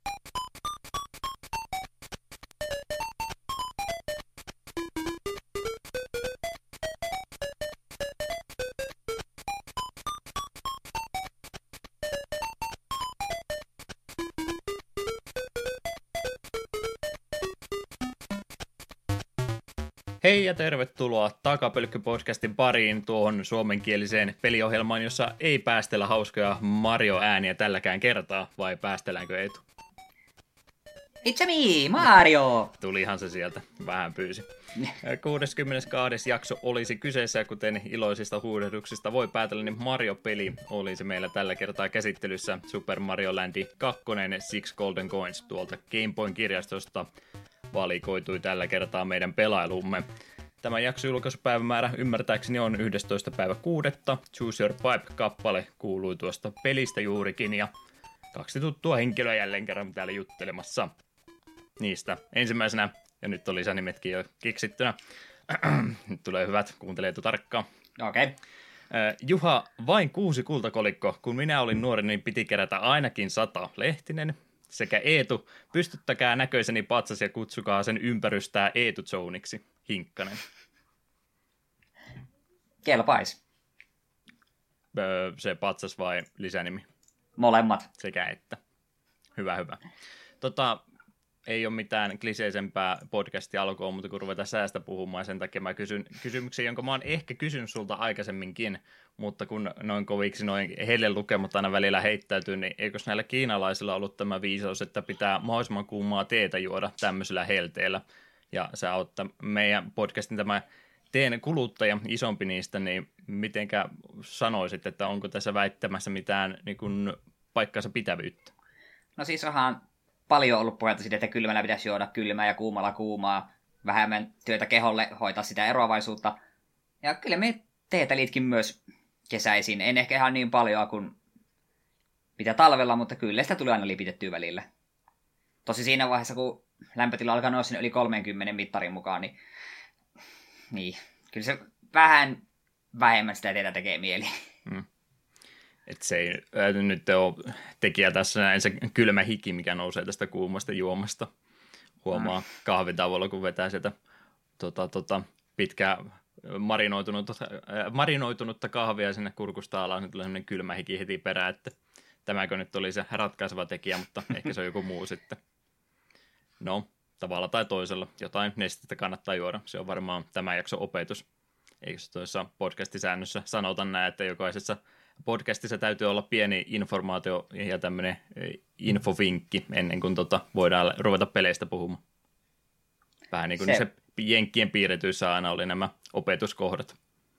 Hei ja tervetuloa Takapölkky-podcastin pariin tuohon suomenkieliseen peliohjelmaan, jossa ei päästellä hauskoja Mario-ääniä tälläkään kertaa, vai päästelläänkö Eetu? It's me, Mario! Tulihan se sieltä, vähän pyysi. 62. jakso olisi kyseessä, kuten iloisista huudehduksista voi päätellä, niin Mario-peli oli se meillä tällä kertaa käsittelyssä. Super Mario Land 2 Six Golden Coins tuolta Game Boyn kirjastosta valikoitui tällä kertaa meidän pelailumme. Tämä jakson julkaisupäivämäärä ymmärtääkseni on 11.6. Choose Your Pipe-kappale kuului tuosta pelistä juurikin ja 2 tuttua henkilöä jälleen kerran täällä juttelemassa niistä. Ensimmäisenä, ja nyt oli lisänimetkin jo keksittynä, nyt tulee hyvät, kuuntelee tarkkaan. Okei. Okay. Juha, vain 6 kultakolikko. Kun minä olin nuori, niin piti kerätä ainakin 100. Lehtinen. Sekä Eetu, pystyttäkää näköiseni patsas ja kutsukaa sen ympärystää Eetu-zooniksi. Hinkkanen. Kelpais. Se patsas vai lisänimi? Molemmat. Sekä että. Hyvä. Ei ole mitään kliseisempää podcastia alkoon, mutta kun ruvetaan säästä puhumaan, sen takia mä kysyn kysymyksen, jonka mä oon ehkä kysynyt sulta aikaisemminkin, mutta kun noin koviksi noin heille lukemat aina välillä heittäytyy, niin eikös näillä kiinalaisilla ollut tämä viisaus, että pitää mahdollisimman kuumaa teetä juoda tämmöisellä helteellä, ja sä oot meidän podcastin tämä teen kuluttaja isompi niistä, niin mitenkä sanoisit, että onko tässä väittämässä mitään niin kuin paikkansa pitävyyttä? No siis onhan paljon ollut puhetta siitä, että kylmällä pitäisi juoda kylmää ja kuumalla kuumaa. Vähemmän työtä keholle hoitaa sitä eroavaisuutta. Ja kyllä me teetä liitkin myös kesäisin. En ehkä ihan niin paljon kuin mitä talvella, mutta kyllä sitä tulee aina lipitettyä välillä. Tosi siinä vaiheessa, kun lämpötila alkaa nousta yli 30 mittarin mukaan, niin kyllä se vähän vähemmän sitä teetä tekee mieli. Että se ei nyt ole tekijä tässä näin se kylmä hiki, mikä nousee tästä kuumasta juomasta. Huomaa kahvitauolla, kun vetää sieltä pitkää marinoitunutta kahvia sinne kurkusta alas, niin tulee sellainen kylmä hiki heti perään, että tämäkö nyt oli se ratkaiseva tekijä, mutta ehkä se on joku muu sitten. No, tavalla tai toisella jotain nestettä kannattaa juoda. Se on varmaan tämä jakso opetus. Eikö se tuossa podcastisäännössä sanota näin, että jokaisessa podcastissa täytyy olla pieni informaatio ja tämmöinen infovinkki ennen kuin voidaan ruveta peleistä puhumaan. Vähän niin kuin se jenkkien piirretyissä aina oli nämä opetuskohdat.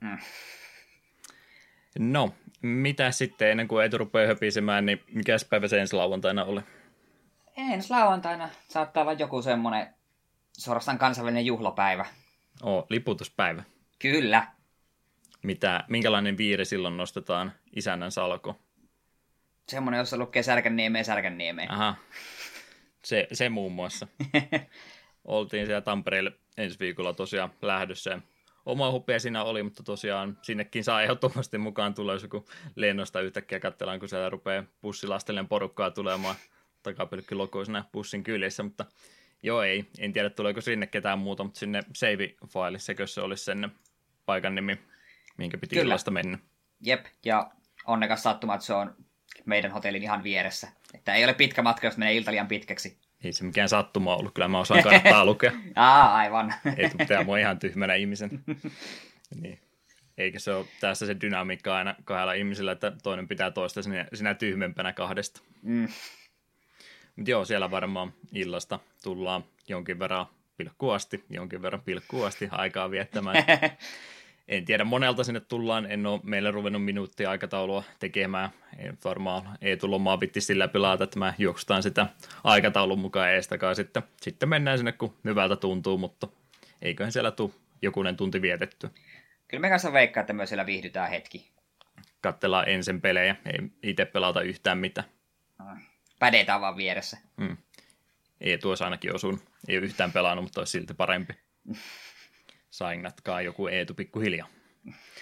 No, mitä sitten ennen kuin ei rupea höpisemään, niin mikäs päivä se ensi lauantaina oli? Ensi lauantaina saattaa olla joku semmoinen suorastaan kansainvälinen juhlapäivä. Liputuspäivä. Kyllä. Minkälainen viiri silloin nostetaan isännän salko? Semmoinen, jossa lukee Särkänniemeen. Aha, se muun muassa. Oltiin siellä Tampereelle ensi viikolla tosiaan lähdössä. Oma hupea siinä oli, mutta tosiaan sinnekin saa ehdottomasti mukaan tulla, jos joku lennosta yhtäkkiä katsellaan, kun siellä rupeaa bussilastellen porukkaa tulemaan takapölkkylokoisena bussin kyljessä, mutta joo en tiedä tuleeko sinne ketään muuta, mutta sinne save-faili, sekö se olisi sen paikan nimi, minkä piti illasta mennä. Jep, ja onnekas sattuma, että se on meidän hotellin ihan vieressä. Että ei ole pitkä matka, jos menee ilta liian pitkäksi. Ei se mikään sattuma ollut, kyllä mä osaan kannattaa lukea. Aivan. Ei pitää mua ihan tyhmänä ihmisen. Niin. Eikä se ole tässä se dynamiikka aina kahdella ihmisellä, että toinen pitää toista sinä tyhmempänä kahdesta. Mutta joo, siellä varmaan illasta tullaan jonkin verran pilkkuasti aikaa viettämään. En tiedä, monelta sinne tullaan, en ole meille ruvennut minuuttia aikataulua tekemään. Varmaan ei tullut lomaa pitti sillä pilata, että mä juoksutaan sitä aikataulun mukaan eestakaan. Sitten mennään sinne, kun hyvältä tuntuu, mutta eiköhän siellä tule jokunen tunti vietetty. Kyllä me kanssa veikkaa, että myös siellä viihdytään hetki. Katsellaan ensin pelejä, ei itse pelata yhtään mitään. Pädetään vaan vieressä. Ei tuossa ainakin osunut. Ei ole yhtään pelannut, mutta olisi silti parempi. Saingatkaa joku Eetu pikkuhiljaa.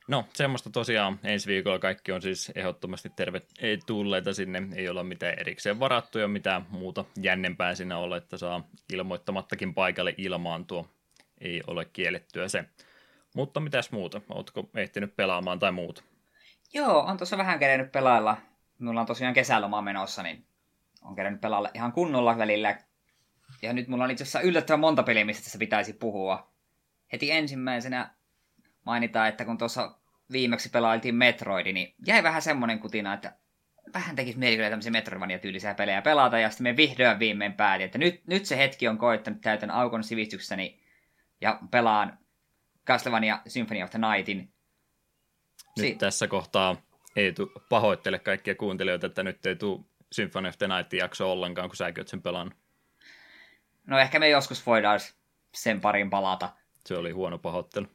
No, semmoista tosiaan ensi viikolla kaikki on siis ehdottomasti tulleita sinne. Ei olla mitään erikseen varattuja, mitään muuta jännempää siinä ole, että saa ilmoittamattakin paikalle ilmaantua. Ei ole kiellettyä se. Mutta mitäs muuta? Ootko ehtinyt pelaamaan tai muuta? Joo, on tuossa vähän kerennyt pelailla. Mulla on tosiaan kesäloma menossa, niin on kerennyt pelailla ihan kunnolla välillä. Ja nyt mulla on itse asiassa yllättävän monta peliä, mistä tässä pitäisi puhua. Heti ensimmäisenä mainitaan, että kun tuossa viimeksi pelailtiin Metroidi, niin jäi vähän semmoinen kutina, että vähän tekisi mieli kyllä tämmöisiä Metroidvania-tyylisiä pelejä pelata, ja sitten me vihdoin viimein päätin, että nyt se hetki on koittanut, täytän aukon sivistyksessäni, ja pelaan Castlevania Symphony of the Nightin. Nyt tässä kohtaa ei pahoittele kaikkia kuuntelijoita, että nyt ei tule Symphony of the Nightin jakso ollenkaan, kun säkin oot sen pelannut. No ehkä me joskus voidaan sen parin palata. Se oli huono pahoittelu.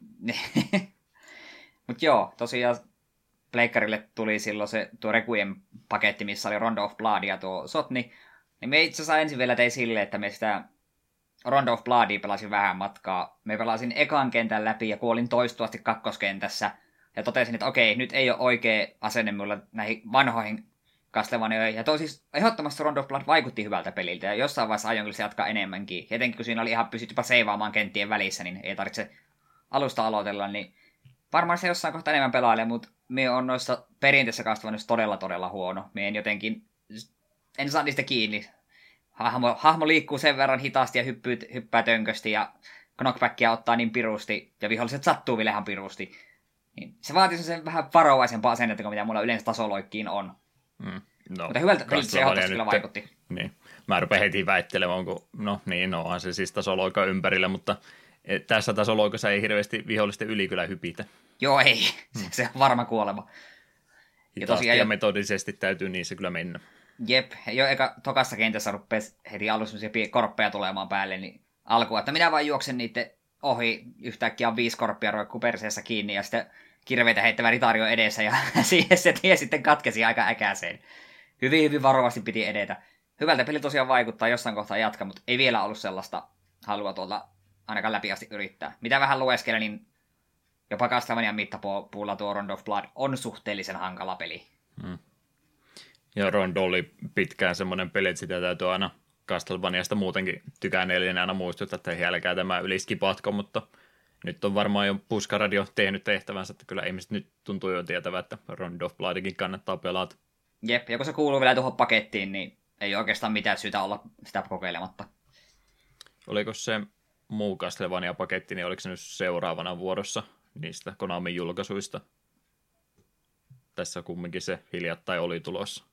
Mutta joo, tosiaan Pleikkarille tuli silloin tuo Requiem-paketti, missä oli Rondo of Blood ja tuo Sotni. Niin me itse asiassa ensin vielä tein silleen, että me sitä Rondo of Bloodia pelasin vähän matkaa. Me pelasin ekan kentän läpi ja kuolin toistuvasti kakkoskentässä. Ja totesin, että okei, nyt ei ole oikea asenne mulle näihin vanhoihin Castlevaniaoihin. Ja siis ehdottomasti Rondo of Blood vaikutti hyvältä peliltä. Ja jossain vaiheessa aion kyllä se jatkaa enemmänkin. Etenkin kun siinä oli ihan pystyt jopa seivaamaan kenttien välissä, niin ei tarvitse alusta aloitella. Niin varmaan se jossain kohtaa enemmän pelailee, mutta me on noissa perinteisissä Castlevaniaissa todella huono. Me en saa niistä kiinni. Hahmo liikkuu sen verran hitaasti ja hyppää tönkösti ja knockbackia ottaa niin pirusti ja viholliset sattuu vielä ihan pirusti. Niin se vaatii sen vähän varovaisempaa asennetta kuin mitä mulla yleensä tasoloikkiin on. No, mutta hyvältä se ehdottomasti kyllä vaikutti. Niin. Mä rupean heti väittelemään, onhan se siis tasoloika ympärillä, mutta tässä tasoloikassa ei hirveästi vihollisten yli kyllä hypitä. Joo, ei. Se on varma kuolema. Hitaasti ja metodisesti täytyy niissä kyllä mennä. Jep, jo tokassa kentässä rupesi heti alussa semmoisia korppeja tulemaan päälle, niin alkuun, että minä vain juoksen niiden ohi, yhtäkkiä on 5 korppia roikkuu perseessä kiinni, ja sitten kirveitä heittävä ritario edessä, ja siihen se tie sitten katkesi aika äkäiseen. Hyvin varovasti piti edetä. Hyvältä peli tosiaan vaikuttaa, jossain kohtaa jatka, mutta ei vielä ollut sellaista halua tuolta ainakaan läpi asti yrittää. Mitä vähän lueskelen, niin jopa Castlevanian mittapuulla tuo Rondo of Blood on suhteellisen hankala peli. Ja Rondo oli pitkään semmoinen peli, että sitä täytyy aina Castlevaniasta muutenkin tykänneellinen aina muistuttaa, että jälkää tämä yliskipatko, mutta nyt on varmaan jo Puskaradio tehnyt tehtävänsä, että kyllä ihmiset nyt tuntuu jo tietävän, että Rondo of Bloodikin kannattaa pelata. Jep, ja kun se kuuluu vielä tuohon pakettiin, niin ei oikeastaan mitään syytä olla sitä kokeilematta. Oliko se muu Castlevania-paketti, niin oliko se nyt seuraavana vuorossa niistä Konamin julkaisuista? Tässä kumminkin se hiljattain oli tulossa.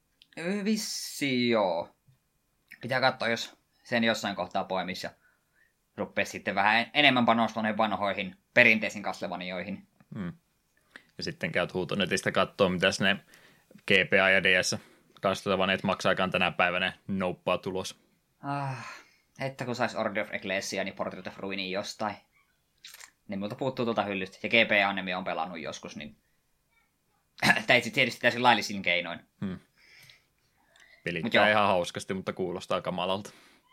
Vissi joo. Pitää katsoa, jos sen jossain kohtaa poimisi ja rupeaa sitten vähän enemmän panostumaan vanhoihin perinteisiin Castlevaniaoihin. Ja sitten käyt huutonetistä katsoa, mitäs ne GPA ja DS Castlevaniat maksaakaan tänä päivänä nouppaa tulos. Että kun sais Order of Ecclesia, niin Portrait of Ruinin jostain. Niin multa puuttuu tuolta hyllystä. Ja GPA-anemi on pelannut joskus, niin tietysti täysin laillisin keinoin. Pelittää ihan hauskasti, mutta kuulostaa kamalalta.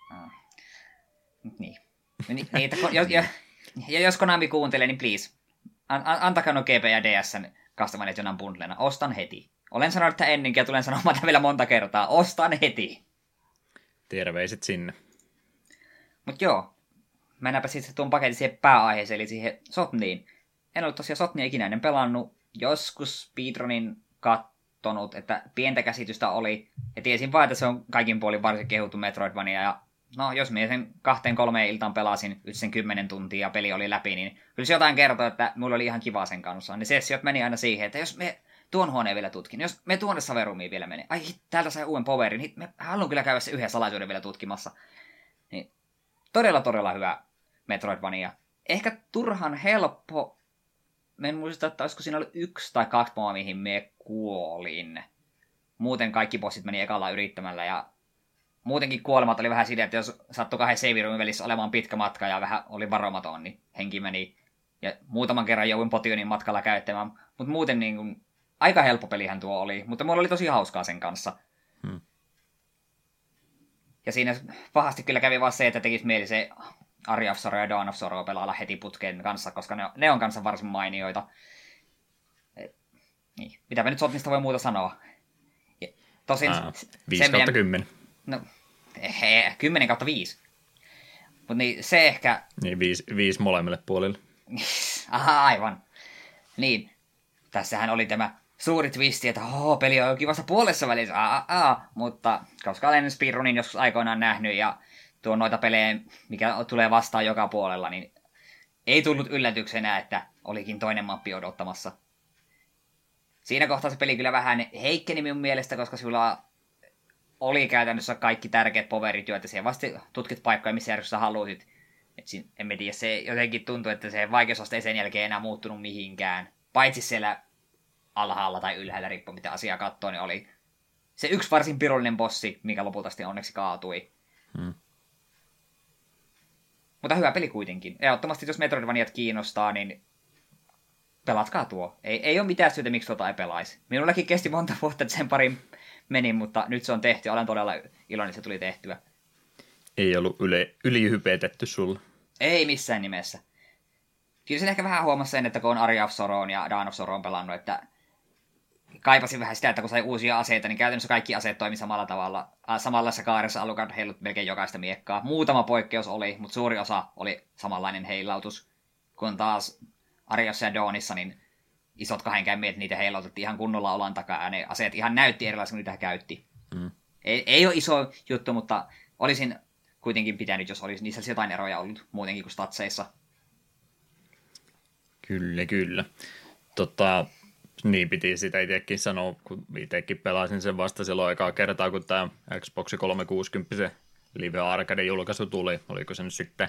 Niin. Ja jos Konami kuuntelee, niin please, antakaa no GP ja DS:n Castlevaniat jonain bundlena. Ostan heti. Olen sanonut, että ennenkin ja tulen sanomaan vielä monta kertaa. Ostan heti. Terveiset sinne. Mut joo, mennäänpä sitten tuon paketin siihen pääaiheeseen, eli siihen Sotniin. En ollut tosiaan Sotnia ikinä ennen pelannut. Joskus speedrunin kattonut, että pientä käsitystä oli. Ja tiesin vaan, että se on kaikin puolin varsin kehuttu Metroidvania. Ja no, jos minä sen 2-3 iltaan pelasin sen 10 tuntia ja peli oli läpi, niin kyllä se jotain kertoo, että mulla oli ihan kiva sen kanssa. Niin sessiot meni aina siihen, että jos me tuon huoneen vielä tutkin, jos me tuonne Saverumiin vielä menee, ai täältä sai uuden powerin, niin me haluan kyllä käydä se yhden salaisuuden vielä tutkimassa. Niin todella hyvä Metroidvania. Ehkä turhan helppo. Mä en muista, että olisiko siinä ollut 1 tai 2 moa, mihin me kuolin. Muuten kaikki bossit meni ekalla yrittämällä ja muutenkin kuolemat oli vähän silleen, että jos sattui 2 save-roomin välissä olemaan pitkä matka ja vähän oli varomaton, niin henki meni. Ja muutaman kerran jouduin potionin matkalla käyttämään. Mutta muuten niin kuin, aika helppo pelihän tuo oli, mutta mulla oli tosi hauskaa sen kanssa. Ja siinä pahasti kyllä kävi vaan se, että tekisi mieli se Aria of Sorrow ja Dawn of Sorrow pelailla heti putkeen kanssa, koska ne on kanssa varsin mainioita. Niin. Mitäpä nyt Sotnista voi muuta sanoa. Ja tosin 5/10. No, 10/5. Mutta niin, se ehkä... Niin, 5 molemmille puolille. Aha, aivan. Niin, tässähän oli tämä suuri twisti, että peli on vasta puolessa välissä, mutta koska olen Speedrunin joskus aikoinaan nähnyt ja tuon noita pelejä, mikä tulee vastaan joka puolella, niin ei tullut yllätyksenä, että olikin toinen mappi odottamassa. Siinä kohtaa se peli kyllä vähän heikkeni minun mielestä, koska sulla oli käytännössä kaikki tärkeät powerit, joita siihen vasta tutkit paikkoja, missä järjestössä halusit. En tiedä, se jotenkin tuntuu, että se vaikeusaste ei sen jälkeen enää muuttunut mihinkään. Paitsi siellä alhaalla tai ylhäällä, riippuen mitä asiaa katsoo, niin oli se yksi varsin pirullinen bossi, mikä lopulta sitten onneksi kaatui. Mutta hyvä peli kuitenkin. Ehdottomasti, jos Metroidvaniat kiinnostaa, niin pelatkaa tuo. Ei ole mitään syytä, miksi tuota ei pelaisi. Minullakin kesti monta vuotta, että sen parin menin, mutta nyt se on tehty. Olen todella iloinen, että se tuli tehtyä. Ei ollut ylihypetetty sulla. Ei missään nimessä. Kyllä sen ehkä vähän huomasi sen, että kun on Aria of Sorrown ja Dawn of Sorrown pelannut, että kaipasin vähän sitä, että kun sai uusia aseita, niin käytännössä kaikki aseet toimi samalla tavalla. Samanlaisessa kaaressa Alucard heilut melkein jokaista miekkaa. Muutama poikkeus oli, mutta suuri osa oli samanlainen heilautus. Kun taas Ariassa ja Dawnissa, niin isot kahdenkäymmiet niitä heilautettiin ihan kunnolla olan takaa, ja ne aseet ihan näytti erilaisia kuin niitä käytti. Ei ole iso juttu, mutta olisin kuitenkin pitänyt, jos olisi niissä jotain eroja ollut muutenkin kuin statseissa. Kyllä. Niin piti sitä itsekin sanoa, kun itsekin pelasin sen vasta silloin ekaa kertaa, kun tämä Xbox 360 Live Arcade-julkaisu tuli. Oliko se nyt sitten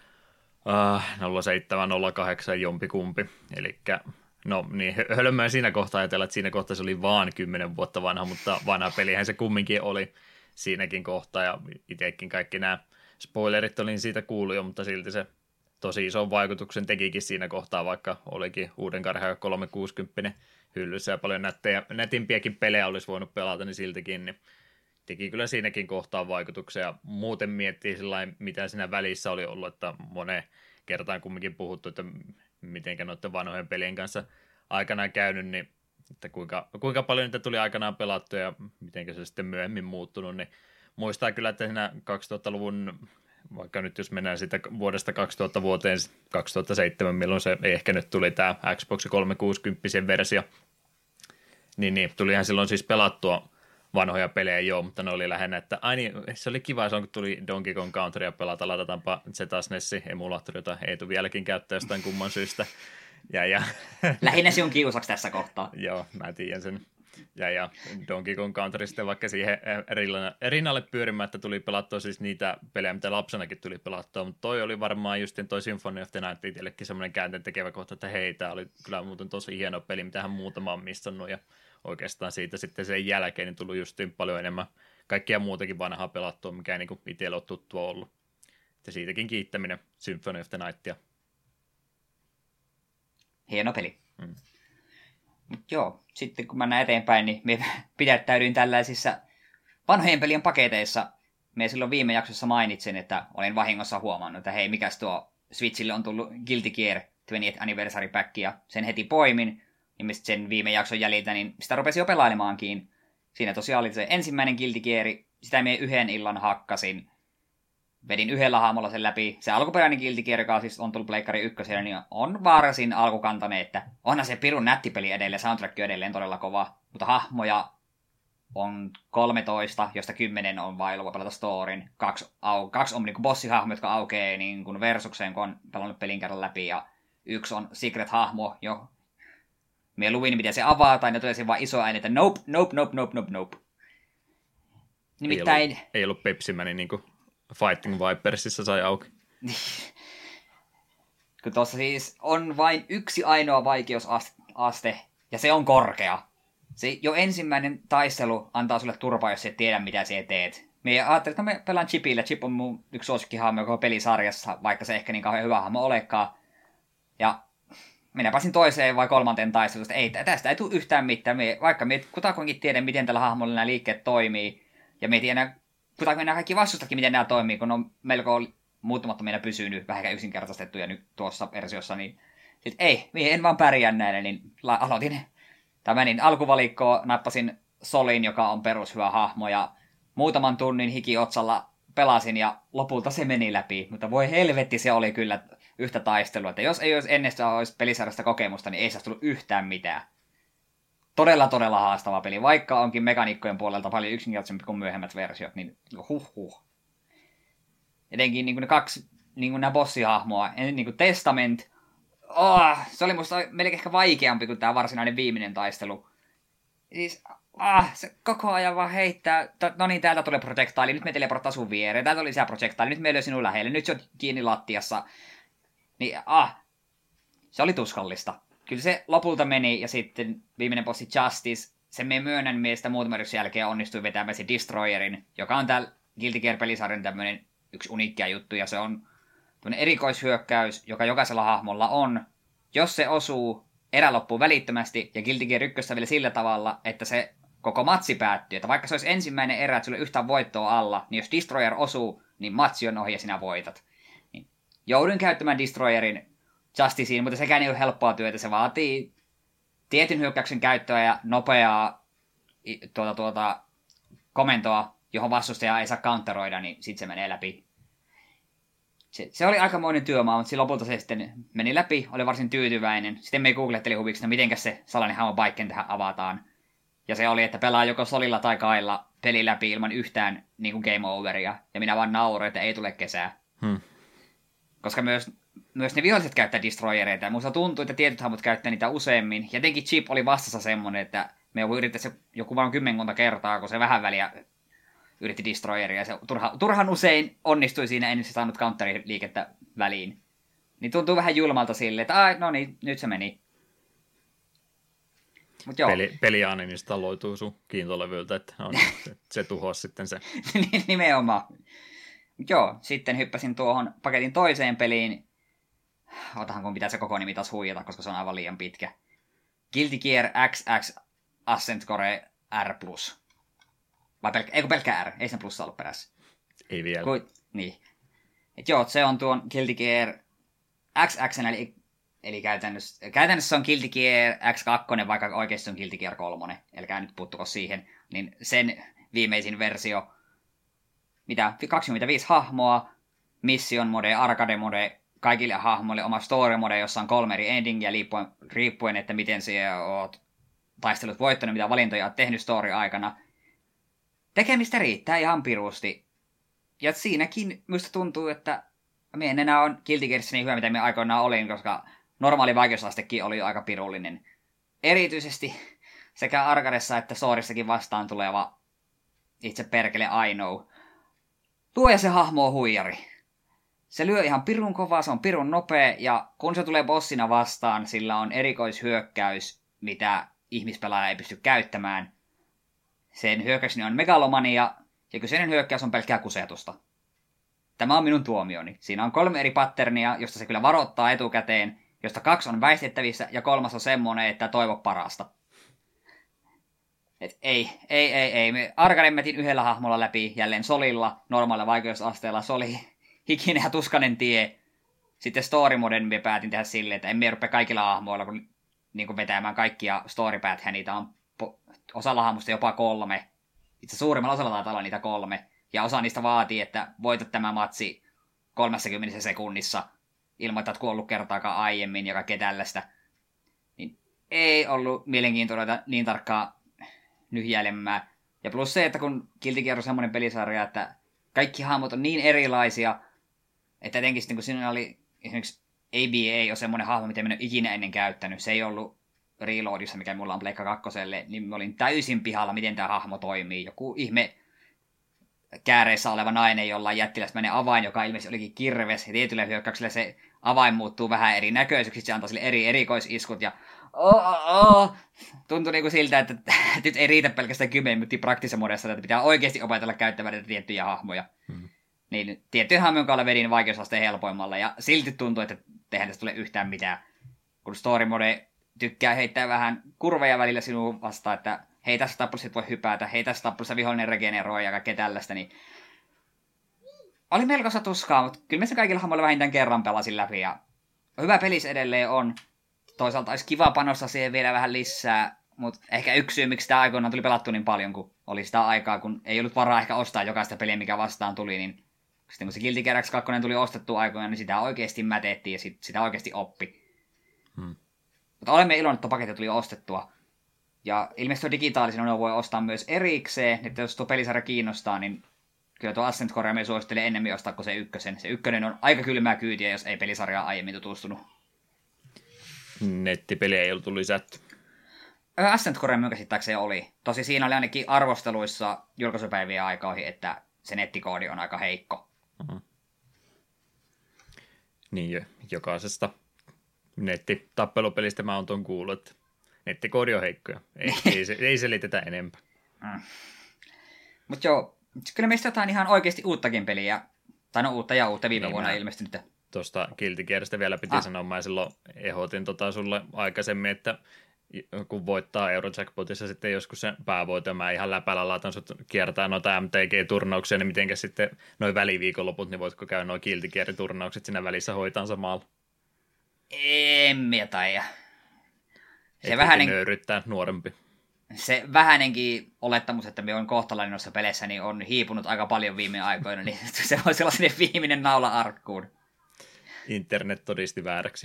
0708 jompikumpi. Elikkä, no niin, hölmöä siinä kohtaa ajatella, että siinä kohtaa se oli vaan 10 vuotta vanha, mutta vanha pelihän se kumminkin oli siinäkin kohtaa, ja itsekin kaikki nämä spoilerit olin siitä kuullut jo, mutta silti se tosi ison vaikutuksen tekikin siinä kohtaa, vaikka olikin uuden karhan 360 hyllyssä ja paljon nätimpiäkin pelejä olisi voinut pelata, niin siltikin niin teki kyllä siinäkin kohtaa vaikutuksia. Ja muuten miettii sillain, mitä siinä välissä oli ollut, että moneen kertaan kumminkin puhuttu, että mitenkä noiden vanhojen pelien kanssa aikanaan käynyt, niin että kuinka paljon niitä tuli aikanaan pelattu ja mitenkä se sitten myöhemmin muuttunut, niin muistaa kyllä, että siinä 2000-luvun, vaikka nyt jos mennään siitä vuodesta 2000 vuoteen 2007, milloin se ehkä nyt tuli tämä Xbox 360 versio, niin tulihan silloin siis pelattua vanhoja pelejä joo, mutta ne oli lähinnä, että se oli kiva silloin, kun tuli Donkey Kong Countrya pelata, ladataanpa ZSNES-emulaattori, jota ei tule vieläkin käyttää jostain kumman syystä. Ja. Lähinnä sinun kiusaksi tässä kohtaa. Joo, mä tiedän sen. Ja Donkey Kong Country sitten vaikka siihen rinnalle pyörimään, että tuli pelattua siis niitä pelejä, mitä lapsenakin tuli pelattua, mutta toi oli varmaan just toi Symphony of the Night itsellekin semmoinen käänteen tekevä kohta, että hei, tää oli kyllä muuten tosi hieno peli, mitä hän muutama on missannut, ja oikeastaan siitä sitten sen jälkeen niin tullut justiin paljon enemmän kaikkia muutakin vanhaa pelattua, mikä ei niin itsellä ole tuttua ollut. Ja siitäkin kiittäminen Symphony of the Nightia. Hieno peli. Mut joo, sitten kun mä näen eteenpäin, niin me pidättäydyin tällaisissa vanhojen pelien paketeissa. Me silloin viime jaksossa mainitsin, että olin vahingossa huomannut, että hei, mikäs tuo Switchille on tullut Guilty Gear 20th Anniversary Pack, ja sen heti poimin. Ja mistä sen viime jakson jäljiltä, niin sitä rupesi jo pelailemaankin. Siinä tosiaan oli se ensimmäinen Guilty Gear, sitä me yhden illan hakkasin. Vedin yhdellä haamolla sen läpi. Se alkuperäinen Guilty Gear, joka siis on tullut Pleikkari 1, niin on varsin alkukantainen, että onhan se pirun nättipeli edelleen, soundtrack on edelleen todella kova. Mutta hahmoja on 13, josta 10 on vain voi pelata storyn. Kaksi on niin bossihahmo, jotka aukeaa niin kuin versukseen, kun on pelannut pelin kerran läpi. Ja yksi on secret-hahmo, jo. Mie luin, miten se avataan, ja tulee se vaan iso ääni, että nope. Nimittäin... Ei ollut Pepsimäni niin kuin Fighting Vipersissa sai auki. Kun tuossa siis on vain yksi ainoa vaikeusaste, ja se on korkea. Se jo ensimmäinen taistelu antaa sulle turpaa, jos et tiedä, mitä sä teet. Mie ajattelin, että mä pelaan Chipillä. Chip on mun yksi suosikkihahmo koko pelisarjassa, vaikka se ehkä niin kauhean hyvä hahmo olekaan. Ja minä pääsin toiseen vai kolmanteen taistelusta. Ei, tästä ei tule yhtään mitään. Vaikka me kutakuinkin tiedän, miten tällä hahmolla nämä liikkeet toimii. Ja me tiedän kutakuinkin nämä kaikki vastustatkin, miten nämä toimii, kun ne on melko muuttumattomina pysynyt, vähän yksinkertaistettuja nyt tuossa versiossa. Niin sit, en vaan pärjää näille, niin aloitin menin alkuvalikkoon, nappasin Solin, joka on perushyvä hahmo, ja muutaman tunnin hikiotsalla pelasin, ja lopulta se meni läpi. Mutta voi helvetti, se oli kyllä yhtä taistelua, että jos ei olisi ennen olisi pelisarjasta kokemusta, niin ei se olisi tullut yhtään mitään. Todella, todella haastava peli, vaikka onkin mekaniikkojen puolelta paljon yksinkertaisempi kuin myöhemmät versiot, niin huh. Etenkin niin kuin ne kaksi niin kuin nämä bossihahmoa, niin kuin Testament, se oli musta melkein ehkä vaikeampi kuin tämä varsinainen viimeinen taistelu. Siis, se koko ajan vaan heittää, no niin, täältä tulee projektaali, nyt me teleporttaa sun viereen, täältä oli lisää projektaali, nyt me löy sinun lähelle, nyt se on kiinni lattiassa. Niin, se oli tuskallista. Kyllä se lopulta meni, ja sitten viimeinen bossi Justice, sen me myönnän miestä muutaman yksi jälkeen onnistui vetämään se Destroyerin, joka on täällä Guilty Gear-pelisarjan tämmöinen yksi uniikkia juttu, ja se on tämmöinen erikoishyökkäys, joka jokaisella hahmolla on. Jos se osuu, erä loppuu välittömästi, ja Guilty Gear 1 vielä sillä tavalla, että se koko matsi päättyy. Että vaikka se olisi ensimmäinen erä, että sulla ei yhtään voittoa alla, niin jos Destroyer osuu, niin matsi on ohi ja sinä voitat. Niin joudun käyttämään Destroyerin Justiceen, mutta sekään ei ole helppoa työtä. Se vaatii tietyn hyökkäyksen käyttöä ja nopeaa komentoa, johon vastustaja ei saa counteroida, niin sitten se menee läpi. Se oli aikamoinen työmaa, mutta lopulta se sitten meni läpi, oli varsin tyytyväinen. Sitten me googletteli huviksi, että mitenkäs se salainen hahmo Baiken tähän avataan. Ja se oli, että pelaa joko Solilla tai Kailla peli läpi ilman yhtään niin kuin game overia. Ja minä vaan nauroin, että ei tule kesää. Koska myös ne viholliset käyttää Destroyereita. Ja minusta tuntuu, että tietyt hahmot käyttää niitä useammin. Ja jotenkin Chip oli vastassa semmoinen, että me yrittää se joku vaan 10 kertaa, kun se vähän väliä yritti Destroyeria, ja se turhan usein onnistui siinä, ennen se saanut counteriliikettä väliin. Niin tuntuu vähän julmalta silleen, että no niin, nyt se meni. Mut joo. Pelianimista loituu sun kiintolevyltä, että se tuhosi sitten se. Nimenomaan. Mut joo, sitten hyppäsin tuohon paketin toiseen peliin. Otahan kun pitää se koko nimi taas huijata, koska se on aivan liian pitkä. Guilty Gear XX Ascent Core R+. Vai pelkkä R, ei sen plussa ollut perässä. Ei vielä. Niin. Et joo, se on tuon Guilty Gear XX, eli käytännössä se on Guilty Gear X2, vaikka oikeasti se on Guilty Gear 3. Elkää nyt puuttuko siihen. Niin sen viimeisin versio, 25 hahmoa, mission mode, arcade mode, kaikille hahmoille oma story mode, jossa on 3 eri endingiä riippuen, että miten siellä oot taistelut voittanut, mitä valintoja oot tehnyt story aikana. Tekemistä riittää ihan pirusti. Ja siinäkin minusta tuntuu, että me en enää on Guilty Gearissa niin hyvä, mitä me aikoinaan olin, koska normaali vaikeusastekin oli jo aika pirullinen. Erityisesti sekä arcadessa että storissakin vastaan tuleva itse perkele I know. Tuo ja se hahmo on huijari. Se lyö ihan pirun kovaa, se on pirun nopea, ja kun se tulee bossina vastaan, sillä on erikoishyökkäys, mitä ihmispelaaja ei pysty käyttämään. Sen hyökkäys on megalomania, ja kyseinen hyökkäys on pelkkää kusetusta. Tämä on minun tuomioni. Siinä on 3 eri patternia, josta se kyllä varoittaa etukäteen, josta 2 on väistettävissä, ja 3 on semmoinen, että toivo parasta. Et ei. Me arcaden metin yhdellä hahmolla läpi, jälleen Solilla, normaalilla vaikeusasteella Soli, hikinen ja tuskanen tie. Sitten story moden me päätin tehdä silleen, että emme rupea kaikilla hahmoilla kun vetämään kaikkia story pathia, niitä on osalla hahmosta jopa 3. Itse suurimmalla osalla taitaa olla niitä 3. Ja osa niistä vaatii, että voitat tämä matsi 30 sekunnissa ilman, että olet kuollut kertaakaan aiemmin ja kaikkea tällaista. Niin ei ollut mielenkiintoista niin tarkkaa nyhjäilemään. Ja plus se, että kun Guilty Gear on semmoinen pelisarja, että kaikki hahmot on niin erilaisia, että etenkin sitten kun siinä oli esimerkiksi ABA on semmoinen hahmo, mitä minä en ole ikinä ennen käyttänyt. Se ei ollut Reloadissa, mikä mulla on Pleikka 2, niin mä olin täysin pihalla, miten tämä hahmo toimii. Joku ihme kääreissä oleva nainen, jolla on jättiläismäinen avain, joka ilmeisesti olikin kirves. Ja tietyllä hyökkäyksellä se avain muuttuu vähän eri näköiseksi, se antaa sille eri erikoisiskut. Ja tuntui niinku siltä, että nyt ei riitä pelkästään 10 minuuttia praktisessa modessa, että pitää oikeasti opetella käyttämään näitä tiettyjä hahmoja. Niin tiettyjen hahmojen kanssa vedin vaikeusasteen helpoimmalla, ja silti tuntui, että eihän tästä tule yhtään mitään. Kun story mode tykkää heittää vähän kurveja välillä sinuun vastaan, että hei tässä tappelussa voi hypätä, hei tässä tappelussa vihollinen regeneroi ja kaikkea tällaista, niin oli melkoista tuskaa, mutta kyllä me se kaikilla hahmoilla vähintään kerran pelasin läpi, ja hyvä pelis edelleen on. Toisaalta olisi kiva panostaa siihen vielä vähän lisää, Mutta ehkä yksi syy, miksi sitä aikoinaan tuli pelattu niin paljon, kun oli sitä aikaa, kun ei ollut varaa ehkä ostaa jokaista peliä, mikä vastaan tuli, niin sitten kun se Guilty Gear X2 tuli ostettua aikoinaan, niin sitä oikeasti mätettiin ja sitä oikeasti oppi. Mutta olemme iloinen, että paketti tuli ostettua. Ja ilmeisesti tuo digitaalisena voi ostaa myös erikseen, että jos tuo pelisarja kiinnostaa, niin kyllä tuo Ascent Corea me suosittelee enemmän ostaa kuin se ykkösen. Se ykkönen on aika kylmää kyytiä, jos ei pelisarjaa aiemmin tutustunut. Nettipeli ei ollut lisätty. Ascent Corea minun käsittääkseni oli. Tosi siinä oli ainakin arvosteluissa julkaisupäivien aikoihin, että se nettikoodi on aika heikko. Niin, jokaisesta nettitappelupelistä mä oon tuon kuullut, että nettikoodi on heikkoja. Ei selitetä enempää. Mutta joo, kyllä meistä jotain ihan oikeasti uuttakin peliä. Tai no uutta viime niin vuonna ilmestynyt. Tuosta Guilty Gearista vielä piti sanoa, mä silloin ehdotin sulle aikaisemmin, että kun voittaa Eurojackpotissa sitten joskus sen päävoiton, mä ihan läpällä laitan sut kiertää noita MTG-turnauksia, niin mitenkä sitten noin väliviikonloput, niin voitko käydä noin Guilty Gear-turnaukset siinä välissä hoitaan samalla? En mä taida. Se vähänen nöyryttää nuorempi. Se vähänenkin olettamus, että me on kohtalainen noissa peleissä, niin on hiipunut aika paljon viime aikoina, niin se voisi olla sinne viimeinen naula arkkuun. Internet todisti vääräksi.